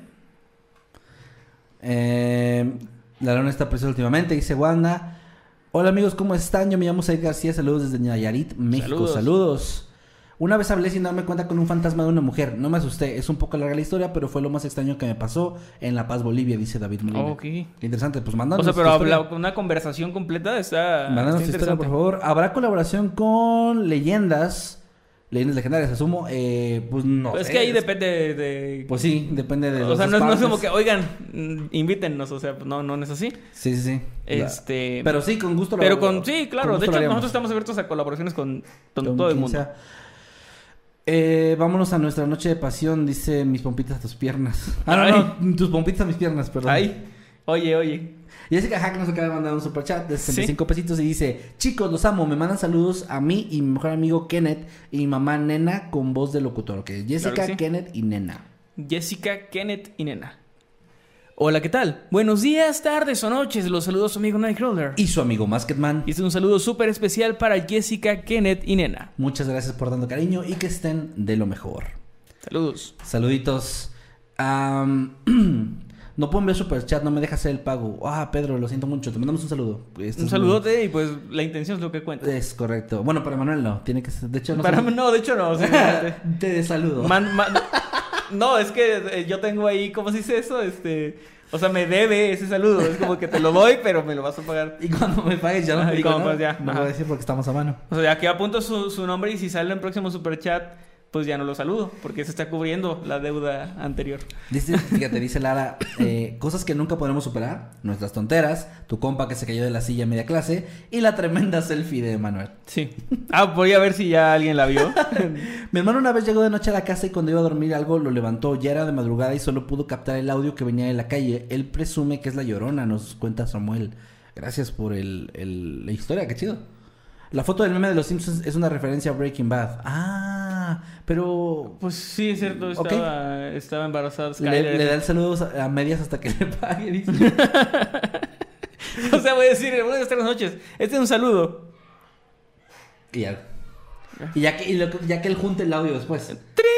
Eh, la luna está preciosa últimamente, dice Wanda. Hola amigos, ¿cómo están? Yo me llamo Said García, saludos desde Nayarit, México. Saludos. Saludos. Una vez hablé sin darme cuenta con un fantasma de una mujer. No me asusté, es un poco larga la historia, pero fue lo más extraño que me pasó en La Paz, Bolivia, dice David Molina. Oh, ok. Qué interesante, pues O mandándonos sea, pero tu historia. habla, una conversación completa está, Mándanos está tu historia, interesante. por favor. ¿Habrá colaboración con leyendas? Leyendas legendarias, asumo. Eh, pues no Es sé. que ahí depende de... de- Pues sí, depende de o las sea, dos no es, no es partes. como que, oigan, mm, invítennos, o sea, pues no, no es así. Sí, sí, sí. Este... Pero sí, con gusto lo Pero con... Sí, claro. con De gusto lo hecho, haríamos. nosotros estamos abiertos a colaboraciones con, con Con todo el quien mundo. sea. Eh, vámonos a nuestra noche de pasión, dice mis pompitas a tus piernas. Ah, no, Ay. no, tus pompitas a mis piernas, perdón. Ay, oye, oye. Jessica Hack nos acaba de mandar un superchat de sesenta y cinco Sí. pesitos y dice: chicos, los amo, me mandan saludos a mí y mi mejor amigo Kenneth y mi mamá Nena con voz de locutor. Ok, Jessica, Claro que sí. Kenneth y Nena. Jessica, Kenneth y Nena. Hola, ¿qué tal? Buenos días, tardes o noches. Los saludos a su amigo Nightcrawler. Y su amigo Masketman. Y este es un saludo súper especial para Jessica, Kenneth y Nena. Muchas gracias por dando cariño y que estén de lo mejor. Saludos. Saluditos. Am, no puedo enviar superchat, no me deja hacer el pago. Ah, Pedro, lo siento mucho. Te mandamos un saludo. Esto Un es saludote y pues la intención es lo que cuenta. muy- Es correcto. Bueno, para Manuel no. Tiene que ser. De hecho, no. Para sé- no, de hecho no. simplemente. Te saludo. Man- man- no, es que eh, yo tengo ahí, ¿cómo se dice eso? Este, o sea, me debe ese saludo. Es como que te lo doy, pero me lo vas a pagar. Y cuando me pagues ya no Ajá, te y digo, cuando ¿no? pues ya, No lo ajá. voy a decir porque estamos a mano. O sea, aquí apunto su, su nombre y si sale en el próximo superchat, pues ya no lo saludo, porque se está cubriendo la deuda anterior. Dice, fíjate, dice Lara, eh, cosas que nunca podremos superar, nuestras tonteras, tu compa que se cayó de la silla a media clase y la tremenda selfie de Manuel. Sí. Ah, voy a ver si ya alguien la vio. Mi hermano una vez llegó de noche a la casa y cuando iba a dormir algo lo levantó, ya era de madrugada y solo pudo captar el audio que venía de la calle. Él presume que es la Llorona, nos cuenta Samuel. Gracias por el, el- la historia, qué chido. La foto del meme de los Simpsons es una referencia a Breaking Bad. Ah, pero... Pues sí, es cierto, Ok. estaba, estaba embarazada Le, Skyler. le da el saludo a medias hasta que le pague, dice. O sea, voy a decir, buenas tardes noches. Este es un saludo. Y ya. Y ya que, y lo- ya que él junte el audio después.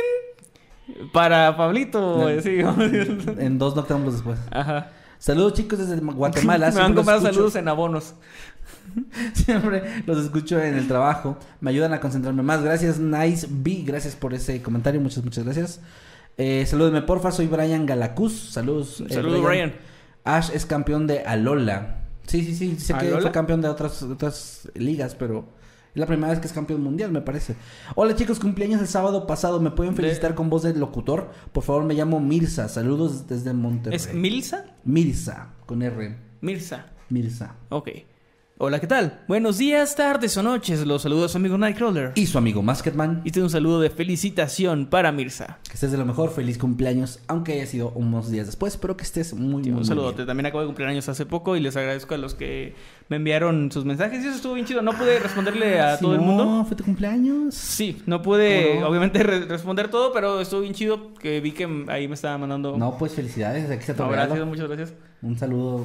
Para Pablito, No. sí. En dos noctámbulos después. Ajá. Saludos chicos desde Guatemala. Me van siempre los comprando escucho- saludos en abonos. Siempre los escucho en el trabajo. Me ayudan a concentrarme más. Gracias, Nice B. Gracias por ese comentario. Muchas, muchas gracias. Eh, salúdeme, porfa. Soy Brian Galacuz. Saludos. eh, Saludos, Brian. Ash es campeón de Alola. Sí, sí, sí. Sé que ¿Alola? fue campeón de otras, de otras ligas, pero es la primera vez que es campeón mundial, me parece. Hola chicos, cumpleaños el sábado pasado. ¿Me pueden felicitar De- con voz de locutor? Por favor, me llamo Mirza. Saludos desde Monterrey. ¿Es Milsa? Mirza, con R. Mirza. Mirza. Ok. Hola, ¿qué tal? Buenos días, tardes o noches. Los saludos a su amigo Nightcrawler. Y su amigo Masketman. Y este es un saludo de felicitación para Mirza. Que estés de lo mejor, feliz cumpleaños, aunque haya sido unos días después. Espero que estés muy, Sí, muy, un muy saludote. bien. También acabo de cumplir años hace poco y les agradezco a los que me enviaron sus mensajes. Y eso estuvo bien chido. No pude responderle a Si todo el mundo. No, fue tu cumpleaños. Sí, no pude, ¿Cómo no? obviamente, re- responder todo, pero estuvo bien chido que vi que ahí me estaba mandando. No, pues felicidades, aquí está tu No, regalo. gracias, muchas gracias. Un saludo.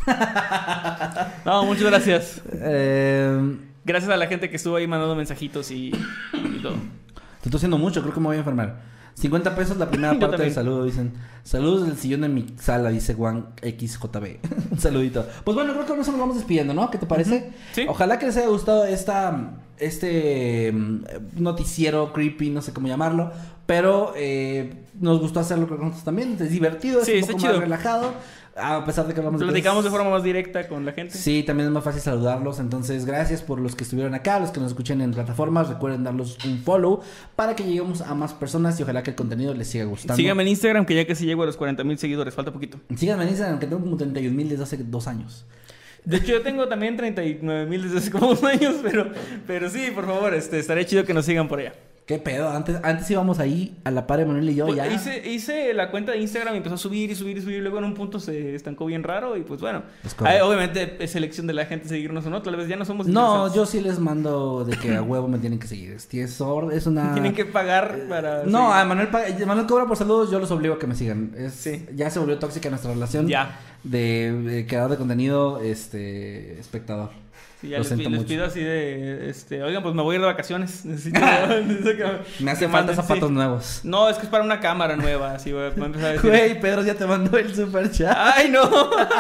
No, muchas gracias. Eh, Gracias a la gente que estuvo ahí mandando mensajitos y, y todo. te estoy haciendo mucho, creo que me voy a enfermar. cincuenta pesos la primera Yo parte del también. saludo, dicen. Saludos del sillón de mi sala, dice Juan X J B. Un saludito. Pues bueno, creo que con eso nos vamos despidiendo, ¿no? ¿Qué te parece? Sí. Ojalá que les haya gustado esta, este mm, noticiero creepy, no sé cómo llamarlo. Pero eh, nos gustó hacerlo con nosotros también. Es divertido, es Sí, un está poco chido. más relajado. A pesar de que hablamos de Platicamos de cosas- forma más directa con la gente. Sí, también es más fácil saludarlos. Entonces, gracias por los que estuvieron acá, los que nos escuchen en plataformas. Recuerden darlos un follow para que lleguemos a más personas y ojalá que el contenido les siga gustando. Síganme en Instagram, que ya casi llego a los cuarenta mil seguidores. Falta poquito. Síganme en Instagram, que tengo como treinta y un mil desde hace dos años. De hecho, yo tengo también treinta y nueve mil desde hace como dos años, pero, pero sí, por favor, este, estaría chido que nos sigan por allá. ¿Qué pedo? Antes, antes íbamos ahí a la par de Manuel y yo Pues, ya. hice, hice la cuenta de Instagram y empezó a subir y subir y subir. Luego en un punto se estancó bien raro y pues bueno. Es correcto. Hay, obviamente es elección de la gente seguirnos o no. Tal vez ya no somos No, interesantes. yo sí les mando de que a huevo me tienen que seguir. Es, es, or- es una... Tienen que pagar para... No, seguir. a Manuel, paga- Manuel cobra por saludos, yo los obligo a que me sigan. Es, Sí. Ya se volvió tóxica nuestra relación. Ya. De, de creador de contenido, este, espectador. Sí, ya Lo les, pi- siento les mucho. pido así de... Este, oigan, pues me voy a ir de vacaciones. Necesito, necesito que Me hace que falta manden, zapatos sí. nuevos. No, es que es para una cámara nueva. Así voy a voy a empezar a decir... Güey, Pedro ya te mandó el super chat. ¡Ay, no!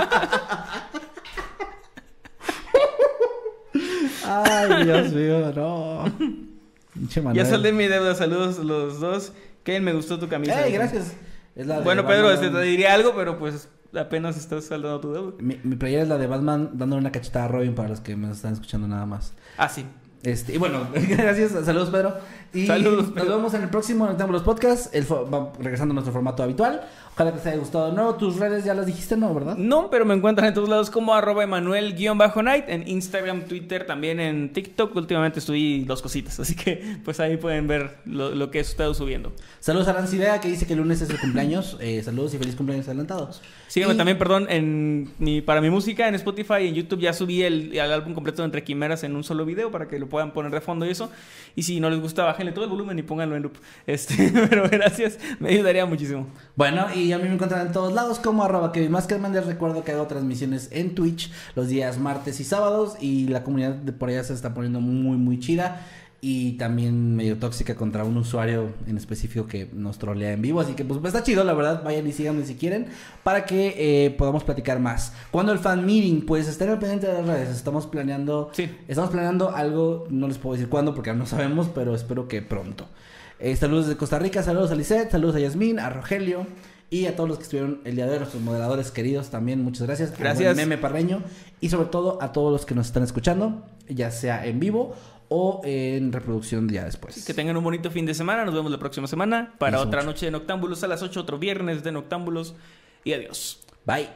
Ay, Dios mío, no. Pinche Manuel. Ya saldé mi deuda. Saludos los dos. Kevin, me gustó tu camisa. Ey, gracias. Es la de Bueno, Pedro, Batman. este, te diría algo, pero pues apenas estás saldando tu deuda. Mi, mi playera es la de Batman dándole una cachetada a Robin para los que me están escuchando nada más. Ah, sí. Este, y bueno, gracias, saludos Pedro. Y Saludos, nos Pedro. vemos en el próximo Noctámbulos Podcast, el fo- va regresando a nuestro formato habitual. Ojalá que les haya gustado. No, tus redes ya las dijiste, ¿no? ¿Verdad? No, pero me encuentran en todos lados como arroba Emanuel-Night, en Instagram, Twitter, también en TikTok. Últimamente subí dos cositas, así que pues ahí pueden ver lo, lo que he estado subiendo. Saludos a Nancy Vega, que dice que el lunes es el cumpleaños. Eh, saludos y feliz cumpleaños adelantados. Síganme Y- también, perdón, en mi, para mi música en Spotify y en YouTube ya subí el, el álbum completo de Entre Quimeras en un solo video para que lo puedan poner de fondo y eso. Y si no les gusta, bájenle todo el volumen y pónganlo en loop. Este, pero gracias, me ayudaría muchísimo. Bueno, y a mí me encuentran en todos lados como arroba Kevin Maskerman. Les recuerdo que hago transmisiones en Twitch los días martes y sábados. Y la comunidad de por allá se está poniendo muy, muy chida. Y también medio tóxica contra un usuario en específico que nos trolea en vivo. Así que pues está chido, la verdad. Vayan y síganme si quieren para que eh, podamos platicar más. Cuando el fan meeting, pues estén al pendiente de las redes. Estamos planeando... Sí. Estamos planeando algo, no les puedo decir cuándo porque aún no sabemos, pero espero que pronto. Eh, saludos desde Costa Rica, saludos a Lisette, saludos a Yasmín, a Rogelio y a todos los que estuvieron el día de hoy, nuestros moderadores queridos también, muchas gracias. Gracias. Al buen Meme Parreño y sobre todo a todos los que nos están escuchando, ya sea en vivo o en reproducción ya después. Que tengan un bonito fin de semana. Nos vemos la próxima semana para Eso otra mucho. noche de Noctámbulos a las ocho, otro viernes de Noctámbulos. Y adiós. Bye.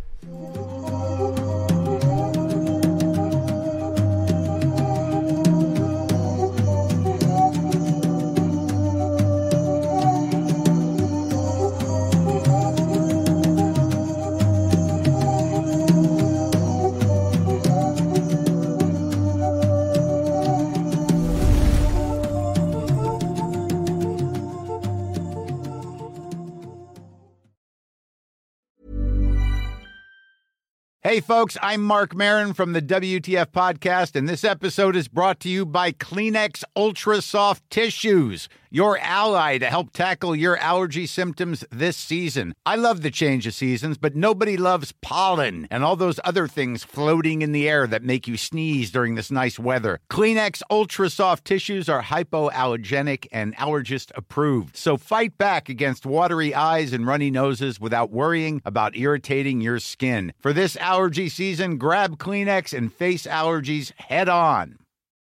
Hey, folks, I'm Mark Marin from the W T F Podcast, and this episode is brought to you by Kleenex Ultra Soft Tissues, your ally to help tackle your allergy symptoms this season. I love the change of seasons, but nobody loves pollen and all those other things floating in the air that make you sneeze during this nice weather. Kleenex Ultra Soft Tissues are hypoallergenic and allergist approved, so fight back against watery eyes and runny noses without worrying about irritating your skin. For this allergy season, grab Kleenex and face allergies head on.